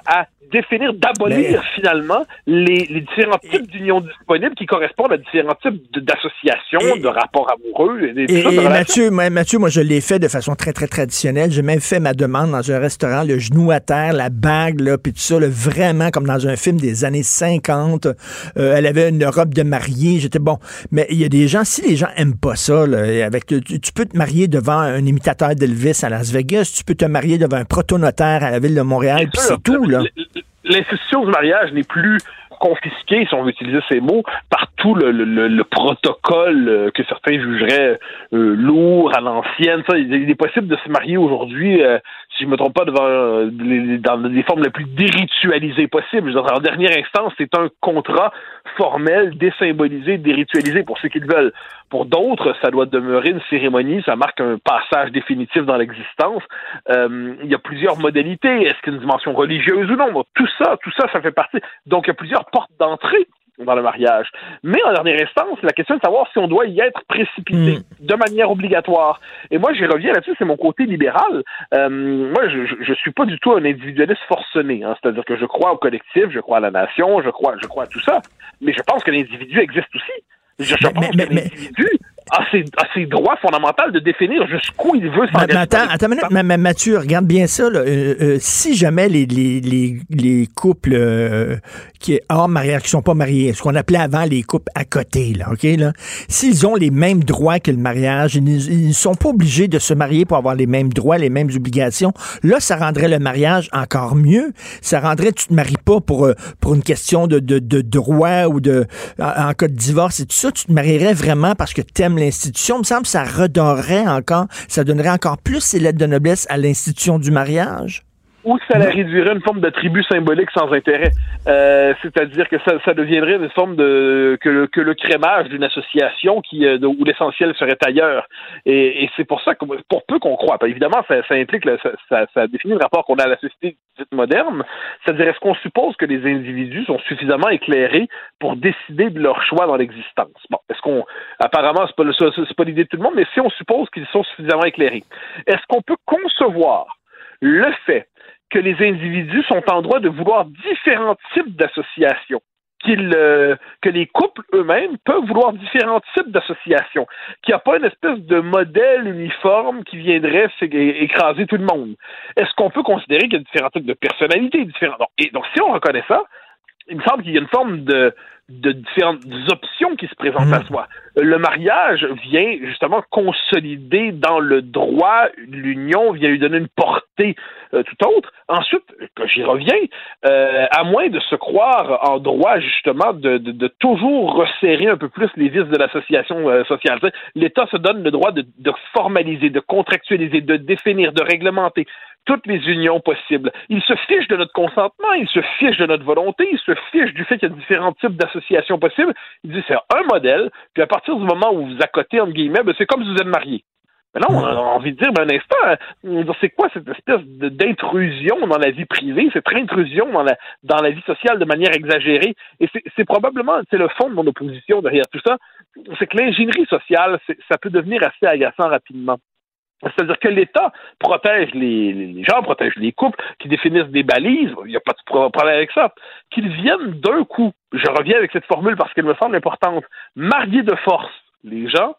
définir, d'abolir mais... finalement les, les différents types d'unions disponibles qui correspondent à différents types de, d'associations, et... de rapports amoureux. Et, et, et Mathieu, moi, Mathieu, moi, je l'ai fait de façon très, très traditionnelle. J'ai même fait ma demande dans un restaurant, le genou à terre, la bague, là, puis tout ça, là, vraiment comme dans un film des années cinquante. Euh, elle avait une robe de mariée. J'étais bon. Mais il y a des gens, si les gens aiment pas ça, là, avec, tu, tu peux te marier devant un imitateur d'Elvis à Las Vegas, tu peux te marier devant un protonotaire à la ville de Montréal, puis c'est tout, là. L'institution du mariage n'est plus confisquée, si on veut utiliser ces mots, par tout le, le, le protocole euh, que certains jugeraient euh, lourd, à l'ancienne. Ça, il est possible de se marier aujourd'hui, euh, si je me trompe pas, devant euh, les, dans les formes les plus déritualisées possibles. Je veux dire, en dernière instance, c'est un contrat formel, désymbolisé, déritualisé pour ceux qui le veulent. Pour d'autres, ça doit demeurer une cérémonie, ça marque un passage définitif dans l'existence. Euh, il y a plusieurs modalités. Est-ce qu'il y a une dimension religieuse ou non? Bon, tout ça, tout ça, ça fait partie. Donc, il y a plusieurs portes d'entrée dans le mariage. Mais en dernière instance, la question est de savoir si on doit y être précipité mmh. de manière obligatoire. Et moi, j'y reviens là-dessus, c'est mon côté libéral. Euh, moi, je, je suis pas du tout un individualiste forcené. Hein, c'est-à-dire que je crois au collectif, je crois à la nation, je crois, je crois à tout ça. Mais je pense que l'individu existe aussi. Je, je mais, pense mais, que mais, l'individu a ses, a ses droits fondamentaux de définir jusqu'où il veut s'engager. Mais attends, attends une minute, mais, mais Mathieu, regarde bien ça. Là. Euh, euh, si jamais les, les, les, les couples euh, qui hors mariage, qui sont pas mariés, ce qu'on appelait avant les couples à côté, là, ok, là, s'ils ont les mêmes droits que le mariage, ils ne sont pas obligés de se marier pour avoir les mêmes droits, les mêmes obligations. Là, ça rendrait le mariage encore mieux. Ça rendrait, tu te maries pas pour euh, pour une question de, de, de droit ou de en, en cas de divorce et tout ça. Tu te marierais vraiment parce que t'aimes l'institution. Il me semble que ça redorerait encore, ça donnerait encore plus ses lettres de noblesse à l'institution du mariage. Ou ça la réduirait une forme de tribu symbolique sans intérêt. Euh, c'est-à-dire que ça, ça deviendrait une forme de que le, que le crémage d'une association qui euh, où l'essentiel serait ailleurs. Et, et c'est pour ça que pour peu qu'on croit, évidemment, ça, ça implique le, ça, ça, ça définit le rapport qu'on a à la société dite moderne. C'est-à-dire, est-ce qu'on suppose que les individus sont suffisamment éclairés pour décider de leur choix dans l'existence? Bon, est-ce qu'on apparemment c'est pas le, c'est pas l'idée de tout le monde, mais si on suppose qu'ils sont suffisamment éclairés, est-ce qu'on peut concevoir le fait que les individus sont en droit de vouloir différents types d'associations, qu'ils, euh, que les couples eux-mêmes peuvent vouloir différents types d'associations, qu'il n'y a pas une espèce de modèle uniforme qui viendrait écraser tout le monde. Est-ce qu'on peut considérer qu'il y a différents types de personnalités différentes? Donc, et donc, si on reconnaît ça, il me semble qu'il y a une forme de, de différentes options qui se présentent mmh. à soi. Le mariage vient justement consolider dans le droit l'union, vient lui donner une portée euh, tout autre. Ensuite, quand j'y reviens, euh, à moins de se croire en droit justement de, de, de toujours resserrer un peu plus les vis de l'association euh, sociale. T'sais, l'État se donne le droit de, de formaliser, de contractualiser, de définir, de réglementer toutes les unions possibles. Il se fiche de notre consentement, il se fiche de notre volonté, il se fiche du fait qu'il y a différents types d'associations possibles. Il dit c'est un modèle, puis à partir du moment où vous accotez, entre guillemets, ben, c'est comme si vous êtes mariés. Mais là, on a envie de dire, ben, un instant, c'est quoi cette espèce de, d'intrusion dans la vie privée, cette intrusion dans la, dans la vie sociale de manière exagérée? Et c'est, c'est probablement, c'est le fond de mon opposition derrière tout ça, c'est que l'ingénierie sociale, c'est, ça peut devenir assez agaçant rapidement. C'est-à-dire que l'État protège les, les gens, protège les couples, qui définissent des balises, il n'y a pas de problème avec ça, qu'ils viennent d'un coup, je reviens avec cette formule parce qu'elle me semble importante, marier de force les gens.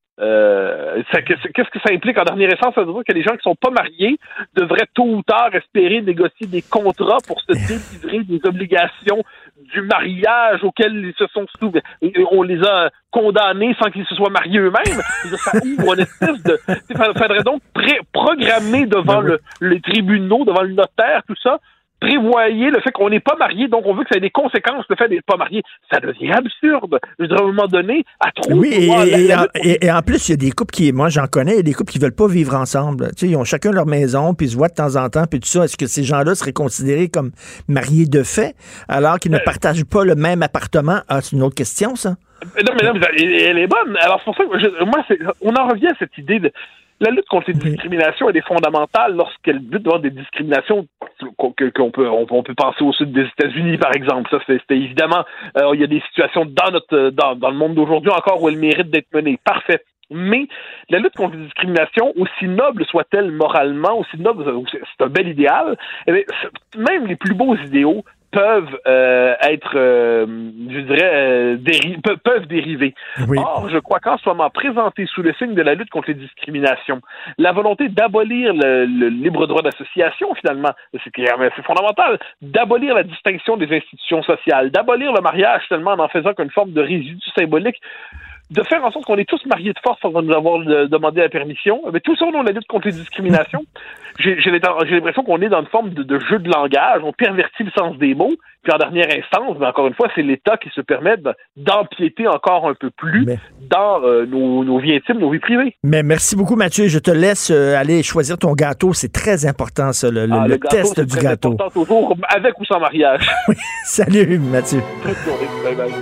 Euh, ça, qu'est-ce que ça implique en dernière essence? Ça veut dire que les gens qui sont pas mariés devraient tôt ou tard espérer négocier des contrats pour se délivrer des obligations du mariage auquel ils se sont soumis. On les a condamnés sans qu'ils se soient mariés eux-mêmes. Ça ouvre une espèce de... Il faudrait donc pré- programmer devant le, les tribunaux, devant le notaire, tout ça, prévoyez le fait qu'on n'est pas marié, donc on veut que ça ait des conséquences, le fait d'être pas marié. Ça devient absurde. Je dirais, à un moment donné, à trop... Oui, et, et, et, en, et, et en plus, il y a des couples qui, moi j'en connais, il y a des couples qui veulent pas vivre ensemble. Tu sais, ils ont chacun leur maison, puis ils se voient de temps en temps, puis tout ça. Est-ce que ces gens-là seraient considérés comme mariés de fait, alors qu'ils ne euh, partagent pas le même appartement? Ah, c'est une autre question, ça? Non, mais non, mais elle est bonne. Alors, c'est pour ça que je, moi, c'est, on en revient à cette idée de... La lutte contre les discriminations elle est fondamentale lorsqu'elle lutte devant des discriminations qu'on, qu'on peut on, on peut penser au sud des États-Unis, par exemple. Ça, c'est, c'était évidemment, euh, il y a des situations dans notre dans, dans le monde d'aujourd'hui encore où elle mérite d'être menée. Parfait. Mais la lutte contre les discriminations, aussi noble soit-elle moralement, aussi noble, c'est un bel idéal, eh bien, même les plus beaux idéaux peuvent euh, être, euh, je dirais, euh, déri- pe- peuvent dériver. Oui. Or, je crois qu'en ce moment, présenté sous le signe de la lutte contre les discriminations, la volonté d'abolir le, le libre droit d'association, finalement, c'est, c'est fondamental, d'abolir la distinction des institutions sociales, d'abolir le mariage seulement en en faisant qu'une forme de résidu symbolique, de faire en sorte qu'on est tous mariés de force sans nous avoir demandé la permission. Mais tout ça, on la lutte contre les discriminations. J'ai, j'ai, j'ai l'impression qu'on est dans une forme de, de jeu de langage. On pervertit le sens des mots. Puis en dernière instance, mais encore une fois, c'est l'État qui se permet de, d'empiéter encore un peu plus mais... dans euh, nos, nos vies intimes, nos vies privées. Mais merci beaucoup, Mathieu. Je te laisse euh, aller choisir ton gâteau. C'est très important, ça, le, ah, le, le gâteau, test c'est du très gâteau. Important, toujours avec ou sans mariage. Oui. Salut, Mathieu. Bye bye.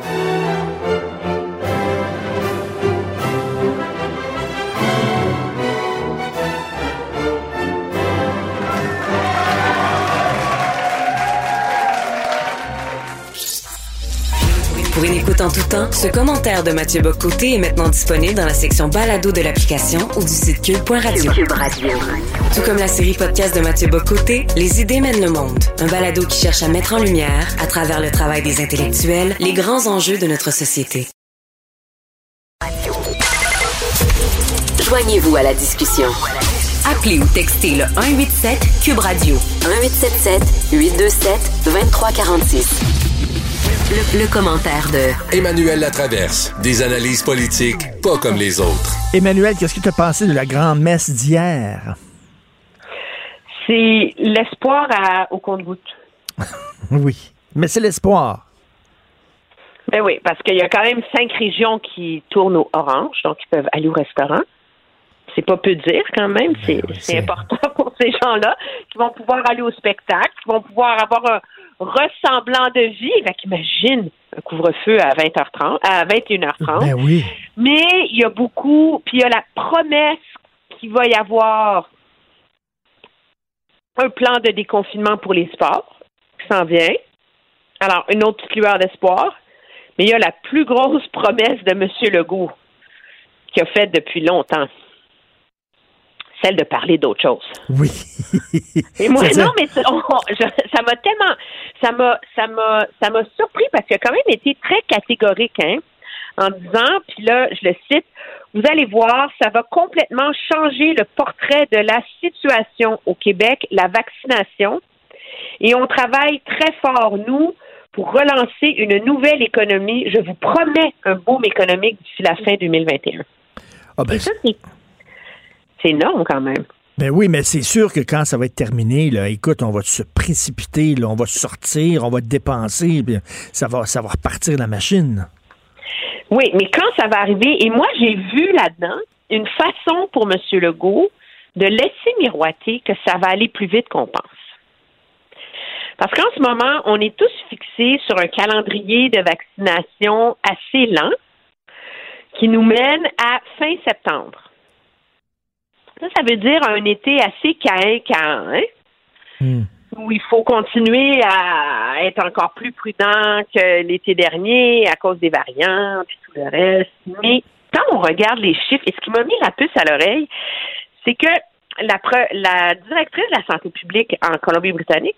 Pour une écoute en tout temps, ce commentaire de Mathieu Bock-Côté est maintenant disponible dans la section balado de l'application ou du site cube point radio. Cube Radio. Tout comme la série podcast de Mathieu Bock-Côté, Les idées mènent le monde. Un balado qui cherche à mettre en lumière, à travers le travail des intellectuels, les grands enjeux de notre société. Joignez-vous à la discussion. Appelez ou textez le un huit sept Cube Radio. un huit sept sept huit deux sept deux trois quatre six. Le, le commentaire de Emmanuel Latraverse. Des analyses politiques pas comme les autres. Emmanuel, qu'est-ce que tu as pensé de la grand-messe d'hier? C'est l'espoir à, au compte-gouttes. Oui, mais c'est l'espoir. Ben oui, parce qu'il y a quand même cinq régions qui tournent au orange, donc ils peuvent aller au restaurant. C'est pas peu dire quand même, c'est, oui, c'est... c'est important pour ces gens-là, qui vont pouvoir aller au spectacle, qui vont pouvoir avoir un ressemblant de vie. Fait qu'imagine un couvre-feu à vingt heures trente, à vingt et une heures trente. Ben oui. Mais il y a beaucoup, puis il y a la promesse qu'il va y avoir un plan de déconfinement pour les sports qui s'en vient. Alors, une autre petite lueur d'espoir. Mais il y a la plus grosse promesse de M. Legault qu'il a faite depuis longtemps. Celle de parler d'autre chose. Oui. Et moi, non, mais on, je, ça m'a tellement, ça m'a, ça m'a, ça m'a surpris parce qu'il a quand même été très catégorique, hein, en disant, puis là, je le cite, vous allez voir, ça va complètement changer le portrait de la situation au Québec, la vaccination, et on travaille très fort, nous, pour relancer une nouvelle économie. Je vous promets un boom économique d'ici la fin deux mille vingt et un. Ah ben, et ça, c'est C'est énorme quand même. Ben oui, mais c'est sûr que quand ça va être terminé, là, écoute, on va se précipiter, là, on va sortir, on va dépenser, puis ça va, ça va repartir la machine. Oui, mais quand ça va arriver, et moi j'ai vu là-dedans une façon pour M. Legault de laisser miroiter que ça va aller plus vite qu'on pense. Parce qu'en ce moment, on est tous fixés sur un calendrier de vaccination assez lent qui nous mène à fin septembre. Ça, ça veut dire un été assez caïn-caïn, hein? Mm. Où il faut continuer à être encore plus prudent que l'été dernier à cause des variantes et tout le reste. Mais quand on regarde les chiffres, et ce qui m'a mis la puce à l'oreille, c'est que la, pre- la directrice de la santé publique en Colombie-Britannique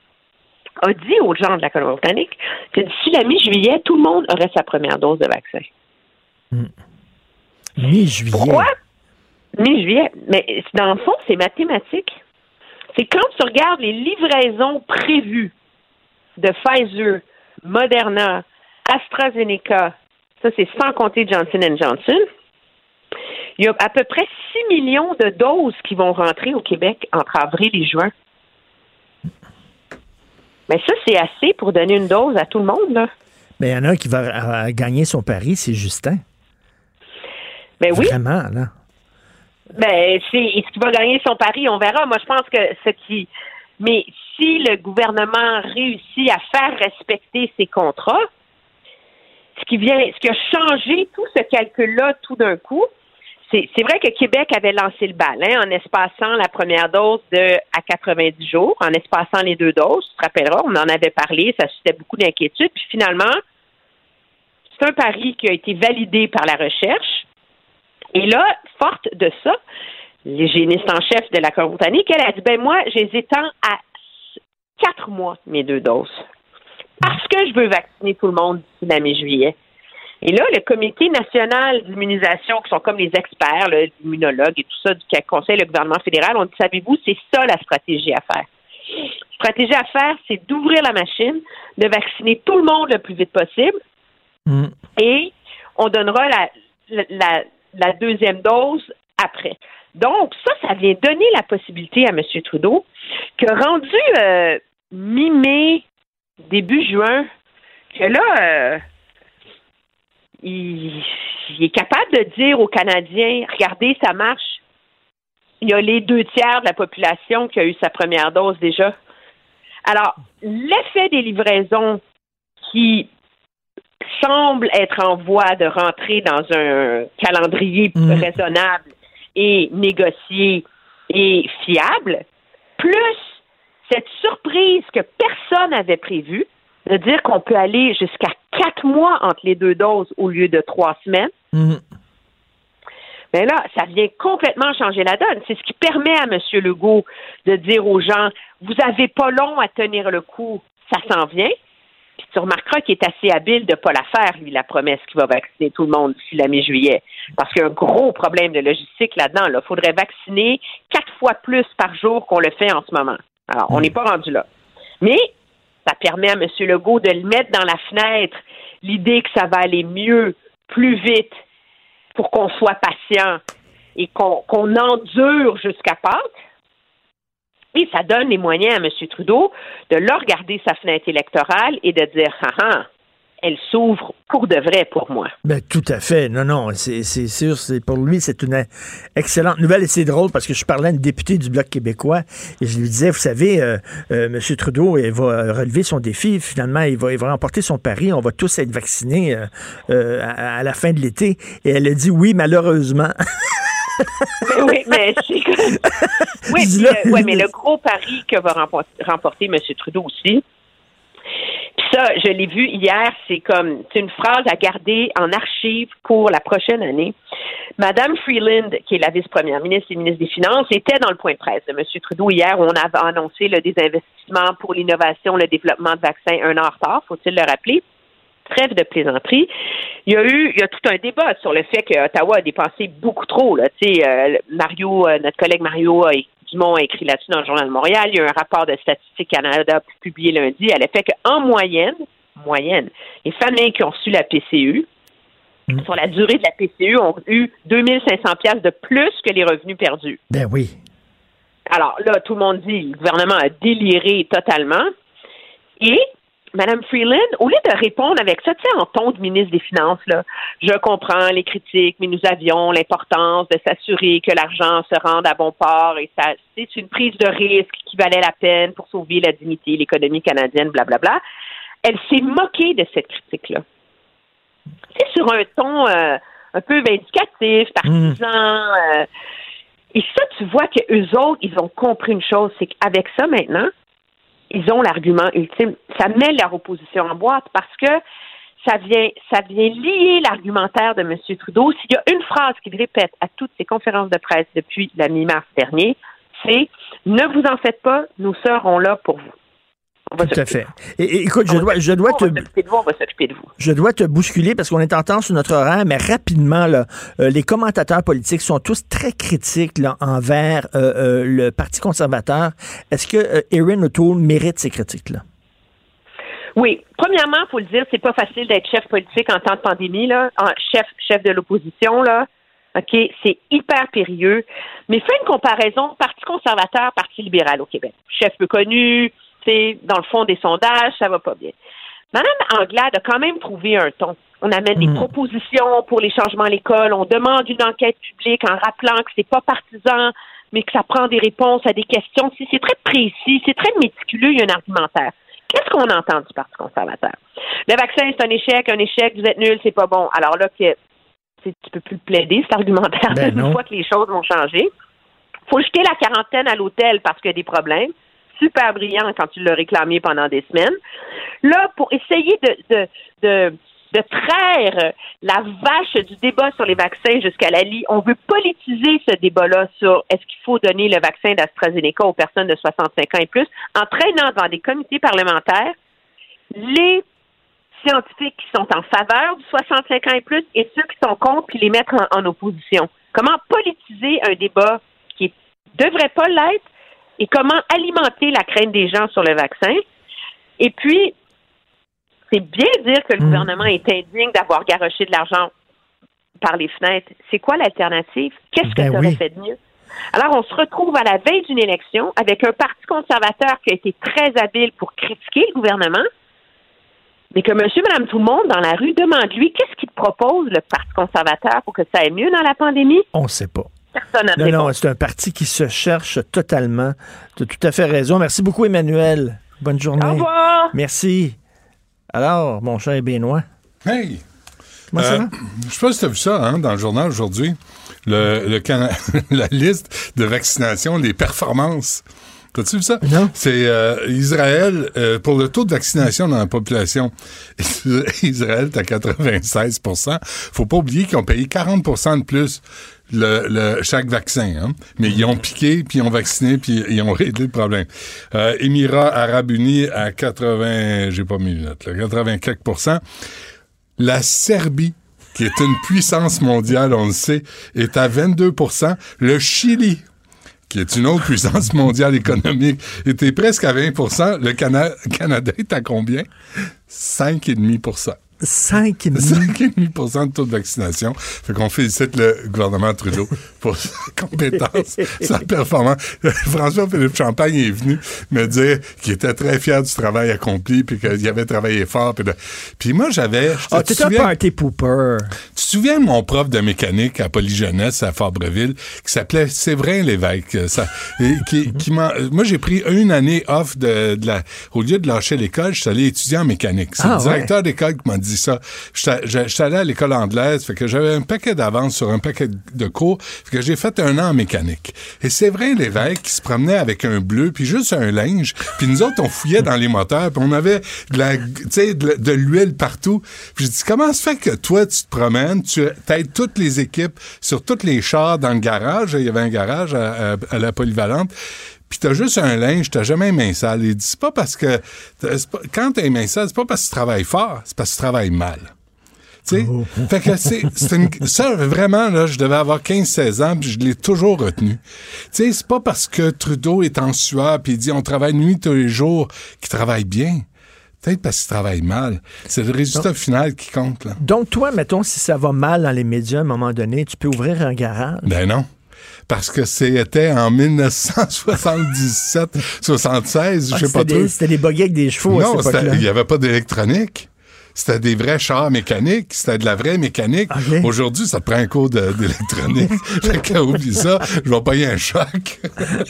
a dit aux gens de la Colombie-Britannique que d'ici la mi-juillet, tout le monde aurait sa première dose de vaccin. Mm. Mi-juillet? Pourquoi? Mi-juillet. Mais dans le fond, c'est mathématique. C'est quand tu regardes les livraisons prévues de Pfizer, Moderna, AstraZeneca, ça c'est sans compter Johnson and Johnson, il y a à peu près six millions de doses qui vont rentrer au Québec entre avril et juin. Mais ça, c'est assez pour donner une dose à tout le monde, là. Mais il y en a un qui va euh, gagner son pari, c'est Justin. Ben oui. Vraiment, là. Ben, c'est, est-ce qu'il va gagner son pari? On verra. Moi, je pense que ce qui... Mais si le gouvernement réussit à faire respecter ses contrats, ce qui vient, ce qui a changé tout ce calcul-là tout d'un coup, c'est, c'est vrai que Québec avait lancé le bal hein, en espaçant la première dose de à quatre-vingt-dix jours, en espaçant les deux doses. Tu te rappelleras, on en avait parlé, ça suscitait beaucoup d'inquiétudes. Puis finalement, c'est un pari qui a été validé par la recherche. Et là, forte de ça, l'hygiéniste en chef de la Colombie-Britannique, elle a dit, ben moi, je les étends à quatre mois, mes deux doses. Parce que je veux vacciner tout le monde d'ici la mi-juillet. Et là, le Comité national d'immunisation, qui sont comme les experts, là, les immunologues et tout ça, du conseil, le gouvernement fédéral, on dit, savez-vous, c'est ça la stratégie à faire. La stratégie à faire, c'est d'ouvrir la machine, de vacciner tout le monde le plus vite possible, mmh. et on donnera la, la, la, la deuxième dose après. Donc, ça, ça vient donner la possibilité à M. Trudeau que rendu euh, mi-mai, début juin, que là... Euh, Il, il est capable de dire aux Canadiens, regardez, ça marche. Il y a les deux tiers de la population qui a eu sa première dose déjà. Alors, l'effet des livraisons qui semble être en voie de rentrer dans un calendrier mmh. raisonnable et négocié et fiable, plus cette surprise que personne n'avait prévue, de dire qu'on peut aller jusqu'à quatre mois entre les deux doses au lieu de trois semaines. Mmh. Mais là, ça vient complètement changer la donne. C'est ce qui permet à M. Legault de dire aux gens, vous n'avez pas long à tenir le coup, ça s'en vient. Puis tu remarqueras qu'il est assez habile de ne pas la faire, lui, la promesse qu'il va vacciner tout le monde d'ici la mi-juillet. Parce qu'il y a un gros problème de logistique là-dedans. Il faudrait vacciner quatre fois plus par jour qu'on le fait en ce moment. Alors, on n'est pas rendu là. Mais ça permet à M. Legault de le mettre dans la fenêtre, l'idée que ça va aller mieux, plus vite, pour qu'on soit patient et qu'on, qu'on endure jusqu'à Pâques. Et ça donne les moyens à M. Trudeau de leur regarder sa fenêtre électorale et de dire « Ah ah, elle s'ouvre pour de vrai pour moi. » Ben, tout à fait. Non, non, c'est, c'est sûr, c'est, pour lui, c'est une excellente nouvelle. Et c'est drôle parce que je parlais à une députée du Bloc québécois et je lui disais, vous savez, euh, euh, M. Trudeau, il va relever son défi. Finalement, il va, il va remporter son pari. On va tous être vaccinés euh, euh, à, à la fin de l'été. Et elle a dit oui, malheureusement. mais oui, mais c'est comme... oui, puis, euh, ouais, mais le gros pari que va remporter, remporter M. Trudeau aussi, puis ça, je l'ai vu hier, c'est comme, c'est une phrase à garder en archive pour la prochaine année. Madame Freeland, qui est la vice-première ministre et ministre des Finances, était dans le point de presse de M. Trudeau hier où on avait annoncé le désinvestissement pour l'innovation, le développement de vaccins un an en retard, faut-il le rappeler. Trêve de plaisanterie. Il y a eu, il y a tout un débat sur le fait que Ottawa a dépensé beaucoup trop. Là, tu sais, euh, Mario, euh, notre collègue Mario a, Dumont a écrit là-dessus dans le Journal de Montréal. Il y a eu un rapport de Statistique Canada publié lundi. Elle a fait qu'en moyenne, moyenne, les familles qui ont reçu la P C U, mmh. sur la durée de la P C U, ont eu deux mille cinq cents dollars de plus que les revenus perdus. Ben oui. Alors là, tout le monde dit, le gouvernement a déliré totalement. Et Mme Freeland, au lieu de répondre avec ça, tu sais, en ton de ministre des Finances, là, je comprends les critiques, mais nous avions l'importance de s'assurer que l'argent se rende à bon port et ça, c'est une prise de risque qui valait la peine pour sauver la dignité, l'économie canadienne, blablabla. Elle s'est moquée de cette critique-là. C'est sur un ton euh, un peu vindicatif, partisan. Mmh. Euh, et ça, tu vois qu'eux autres, ils ont compris une chose, c'est qu'avec ça, maintenant, ils ont l'argument ultime. Ça met leur opposition en boîte parce que ça vient, ça vient lier l'argumentaire de M. Trudeau. S'il y a une phrase qu'il répète à toutes ses conférences de presse depuis la mi-mars dernier, c'est « Ne vous en faites pas, nous serons là pour vous ». Tout à fait. Et, et, écoute, je dois, je dois te, on va s'occuper de vous. Je dois te bousculer parce qu'on est en temps sur notre horaire, mais rapidement, là, euh, les commentateurs politiques sont tous très critiques là, envers euh, euh, le Parti conservateur. Est-ce que euh, Erin O'Toole mérite ces critiques-là? Oui. Premièrement, il faut le dire, c'est pas facile d'être chef politique en temps de pandémie, là, en chef, chef de l'opposition, là. OK, c'est hyper périlleux. Mais fais une comparaison Parti conservateur, Parti libéral au Québec. Chef peu connu, dans le fond des sondages, ça va pas bien. Madame Anglade a quand même trouvé un ton. On amène des mmh. propositions pour les changements à l'école, on demande une enquête publique en rappelant que c'est pas partisan, mais que ça prend des réponses à des questions. Si c'est très précis, c'est très méticuleux, il y a un argumentaire. Qu'est-ce qu'on entend du Parti conservateur? Le vaccin, c'est un échec, un échec, vous êtes nuls, c'est pas bon. Alors là, que tu peux plus le plaider, cet argumentaire, ben une fois que les choses vont changer. Faut jeter la quarantaine à l'hôtel parce qu'il y a des problèmes. Super brillant quand tu l'as réclamé pendant des semaines. Là, pour essayer de, de, de, de traire la vache du débat sur les vaccins jusqu'à la lie, on veut politiser ce débat-là sur est-ce qu'il faut donner le vaccin d'AstraZeneca aux personnes de soixante-cinq ans et plus, en traînant devant des comités parlementaires les scientifiques qui sont en faveur du soixante-cinq ans et plus et ceux qui sont contre, puis les mettre en, en opposition. Comment politiser un débat qui devrait pas l'être et comment alimenter la crainte des gens sur le vaccin. Et puis, c'est bien dire que le mmh. gouvernement est indigne d'avoir garoché de l'argent par les fenêtres. C'est quoi l'alternative? Qu'est-ce que ben ça aurait oui. fait de mieux? Alors, on se retrouve à la veille d'une élection avec un parti conservateur qui a été très habile pour critiquer le gouvernement, mais que monsieur, madame, tout le monde dans la rue demande-lui qu'est-ce qu'il propose, le Parti conservateur, pour que ça aille mieux dans la pandémie? On ne sait pas. Personne n'a Non, non, c'est un parti qui se cherche totalement. Tu as tout à fait raison. Merci beaucoup, Emmanuel. Bonne journée. Au revoir. Merci. Alors, mon cher Benoît. Hey! Comment ça euh, va? Je sais pas si tu as vu ça hein, dans le journal aujourd'hui. Le, le Cana- la liste de vaccination, les performances. T'as-tu vu ça? Non. C'est euh, Israël, euh, pour le taux de vaccination dans la population, Israël est à quatre-vingt-seize pour cent. Faut pas oublier qu'ils ont payé quarante pour cent de plus le, le chaque vaccin. Hein? Mais ils ont piqué, puis ils ont vacciné, puis ils ont réglé le problème. Euh, Émirats Arabes Unis à quatre-vingts, j'ai pas mis une note, là, quatre-vingt-quatre pour cent. La Serbie, qui est une puissance mondiale, on le sait, est à vingt-deux pour cent. Le Chili, qui est une autre puissance mondiale économique, était presque à vingt pour cent. Le Cana- Canada est à combien? cinq virgule cinq pour cent. cinq virgule cinq cinq virgule cinq pour cent de taux de vaccination. Fait qu'on félicite le gouvernement Trudeau pour sa compétence, sa performance. François-Philippe Champagne est venu me dire qu'il était très fier du travail accompli puis qu'il avait travaillé fort. Puis, de... puis moi, j'avais... Ah, t'étais un party pooper. Tu te souviens de mon prof de mécanique à Polyjeunesse, à Fabreville, qui s'appelait Séverin Lévesque. Ça, et, qui, qui m'a... Moi, j'ai pris une année off de, de la... Au lieu de lâcher l'école, je suis allé étudier en mécanique. C'est ah, le directeur ouais. d'école qui m'a dit ça. J'étais allé à l'école anglaise, fait que j'avais un paquet d'avance sur un paquet de cours, fait que j'ai fait un an en mécanique. Et c'est vrai, l'évêque qui se promenait avec un bleu, puis juste un linge, puis nous autres, on fouillait dans les moteurs, puis on avait de, la, de, de l'huile partout. Puis j'ai dit, comment se fait que toi, tu te promènes, tu aides toutes les équipes sur tous les chars dans le garage, il y avait un garage à, à, à la Polyvalente, puis t'as juste un linge, t'as jamais main sale. Il dit, c'est pas parce que... C'est pas, quand t'as main sale, c'est pas parce que tu travailles fort, c'est parce que tu travailles mal. Tu sais? Oh. Fait que c'est, c'est une, ça, vraiment, là, je devais avoir quinze seize ans, puis je l'ai toujours retenu. Tu sais, c'est pas parce que Trudeau est en sueur, puis il dit, on travaille nuit tous les jours, qu'il travaille bien. Peut-être parce qu'il travaille mal. C'est le résultat donc, final qui compte, là. Donc, toi, mettons, si ça va mal dans les médias, à un moment donné, tu peux ouvrir un garage? Ben non. Parce que c'était en dix-neuf cent soixante-dix-sept soixante-seize, ah, je sais pas trop. C'était des buggy avec des chevaux non, à cette époque-là. Il n'y avait pas d'électronique. C'était des vrais chars mécaniques. C'était de la vraie mécanique. Okay. Aujourd'hui, ça te prend un cours de, d'électronique. Fait que, oublie ça, je vais payer un choc.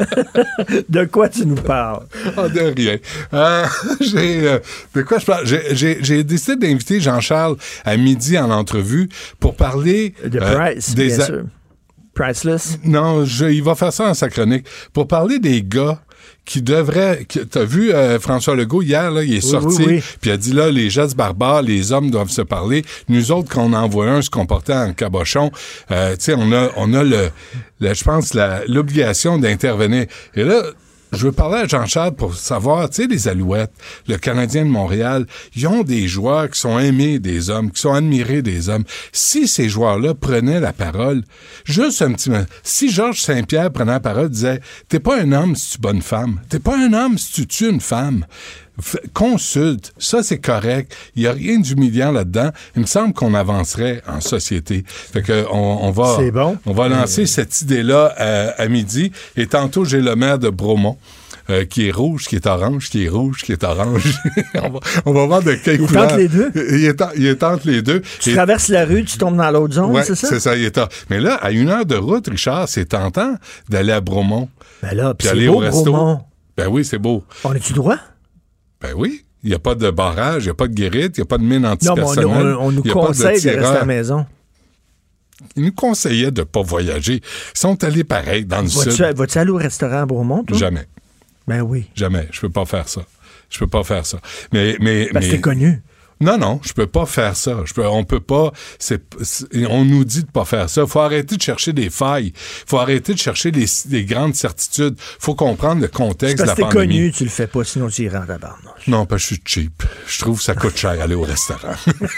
De quoi tu nous parles? Oh, de rien. Euh, j'ai, euh, de quoi je parle? J'ai, j'ai, j'ai décidé d'inviter Jean-Charles à midi en entrevue pour parler... De Price, euh, des bien a- sûr. Priceless? Non, je, il va faire ça dans sa chronique. Pour parler des gars qui devraient... Qui, t'as vu euh, François Legault hier, là, il est oui, sorti, oui, oui. puis il a dit, là, les gestes barbares, les hommes doivent se parler. Nous autres, quand on en voit un se comporter en cabochon, euh, tu sais, on a, on a le, le je pense, la, l'obligation d'intervenir. Et là... Je veux parler à Jean-Charles pour savoir, tu sais, les Alouettes, le Canadien de Montréal, ils ont des joueurs qui sont aimés des hommes, qui sont admirés des hommes. Si ces joueurs-là prenaient la parole, juste un petit moment, si Georges Saint-Pierre prenait la parole, disait, t'es pas un homme si tu bats une femme, t'es pas un homme si tu tues une femme. Consulte, ça c'est correct. Il n'y a rien d'humiliant là-dedans. Il me semble qu'on avancerait en société. Fait que on, on va, c'est bon. on va lancer euh... cette idée-là à, à midi. Et tantôt j'ai le maire de Bromont. Euh, qui est rouge, qui est orange, qui est rouge, qui est orange. on, va, on va voir de quelle couleur. Il est entre les deux? Il est, en, il est entre les deux. Tu et... traverses la rue, tu tombes dans l'autre zone, ouais, c'est ça? c'est ça. Il est en... Mais là, à une heure de route, Richard, c'est tentant d'aller à Bromont. Ben là, puis c'est beau, au resto. Bromont. Ben oui, c'est beau. On est-tu droit? Ben oui. Il n'y a pas de barrage, il n'y a pas de guérite, il n'y a pas de mine antipersonnelle. Non, mais on, on, on nous conseille de rester à la maison. Ils nous conseillaient de ne pas voyager. Ils sont allés pareil dans le vas-tu, sud. Vas-tu aller au restaurant à Bromont, toi? Jamais. Ben oui. Jamais. Je peux pas faire ça. Je peux pas faire ça. Mais, mais, Parce mais... que t'es connu. Non, non, je peux pas faire ça. Je peux, on peut pas. C'est, c'est, on nous dit de pas faire ça. Faut arrêter de chercher des failles. Faut arrêter de chercher les, les grandes certitudes. Faut comprendre le contexte de la pandémie. Parce que t'es connu, tu le fais pas, sinon tu y rentres à barre. Non, parce que je suis cheap. Je trouve que ça coûte cher aller au restaurant.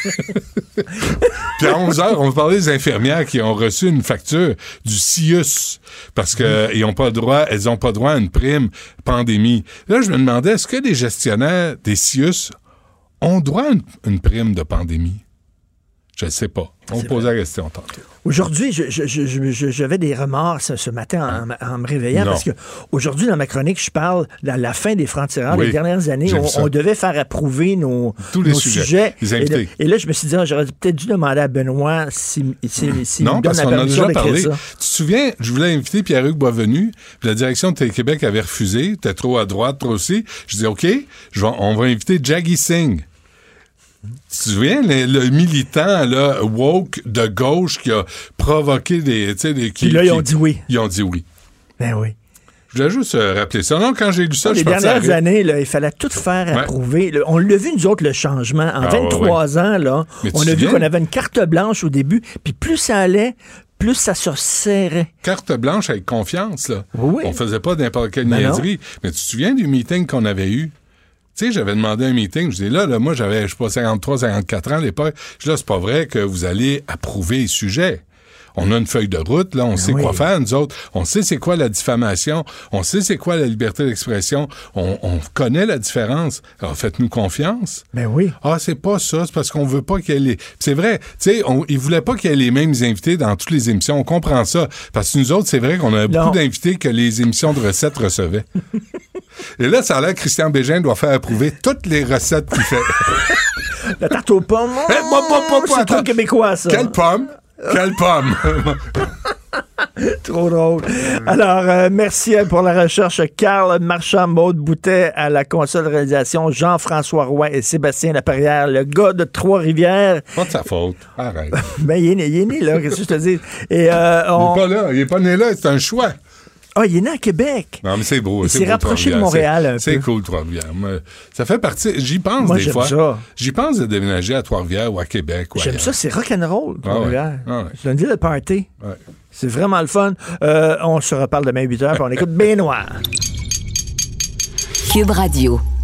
Puis à onze heures, on va parler des infirmières qui ont reçu une facture du C I U S parce que ils ont pas droit, elles ont pas droit à une prime pandémie. Là, je me demandais, est-ce que les gestionnaires des C I U S ont droit à une, une prime de pandémie? Je ne sais pas. On posait la question tantôt. Aujourd'hui, je, je, je, je, j'avais des remords ce, ce matin en, en me réveillant non. parce que aujourd'hui, dans ma chronique, je parle de la fin des francs-tireurs. Oui, les dernières années, on, on devait faire approuver nos, Tous les nos sujets. sujets. Les et, là, et là, je me suis dit, ah, j'aurais peut-être dû demander à Benoît s'il si, si, si non, me donne parce la qu'on a permission déjà d'écrire parlé. ça. Tu te souviens, je voulais inviter Pierre-Hugues Boisvenu, puis la direction de Télé-Québec avait refusé. T'es trop à droite, trop aussi. Je dis, OK, je vais, on va inviter Jaggi Singh. Tu te souviens, le, le militant là, woke de gauche qui a provoqué des... Tu sais, des qui, Puis là, ils qui, ont dit oui. Ils ont dit oui. Ben oui. Je voulais juste euh, rappeler ça. Non, quand j'ai lu ça, Les je suis parti à dernières rire. années, là, il fallait tout faire Ouais. approuver. Le- on l'a vu, nous autres, le changement. En Ah, vingt-trois ouais, ans, là, Mais tu on te a vu souviens? qu'on avait une carte blanche au début, puis plus ça allait, plus ça se serrait. Carte blanche avec confiance, là. Oui. On faisait pas n'importe quelle Ben niaiserie. Mais tu te souviens du meeting qu'on avait eu? Tu sais, j'avais demandé un meeting. Je dis là, là, moi, j'avais, je sais pas, cinquante-trois, cinquante-quatre ans à l'époque. Je dis là, c'est pas vrai que vous allez approuver les sujets. On a une feuille de route, là, on sait oui. quoi faire, nous autres. On sait c'est quoi la diffamation, on sait c'est quoi la liberté d'expression, on, on connaît la différence. Alors, faites-nous confiance. Ben oui. Ah, c'est pas ça, c'est parce qu'on veut pas qu'il y ait les... C'est vrai, tu sais, on- ils voulaient pas qu'il y ait les mêmes invités dans toutes les émissions. On comprend ça. Parce que nous autres, c'est vrai qu'on a Non. beaucoup d'invités que les émissions de recettes recevaient. Et là, ça a l'air que Christian Bégin doit faire approuver toutes les recettes qu'il fait. La tarte aux pommes, Eh, moi, moi, moi, c'est attends. trop québécois, ça. Quelle pomme! Quelle pomme! Trop drôle. Alors, euh, merci euh, pour la recherche. Carl Marchand, Maude Boutet à la console de réalisation, Jean-François Roy et Sébastien Laperrière, le gars de Trois-Rivières. Pas de sa faute. Arrête. Ben, il est né, il est né là, qu'est-ce que je te dis? Et, euh, on... Il est pas là. Il est pas né là. C'est un choix. Ah, il est né à Québec. Non, mais c'est beau. Il c'est s'est beau, rapproché de Trois-Rivières. Montréal un C'est, c'est peu. cool, Trois-Rivières. Moi, ça fait partie... J'y pense Moi, des j'aime fois. ça. J'y pense de déménager à Trois-Rivières ou à Québec. Ou J'aime ailleurs. ça, c'est rock'n'roll, Ah ouais. Trois-Rivières. Ah ouais. C'est une ville de party. Ouais. C'est vraiment le fun. Euh, on se reparle demain à huit heures, puis on écoute Benoît. Cube Radio.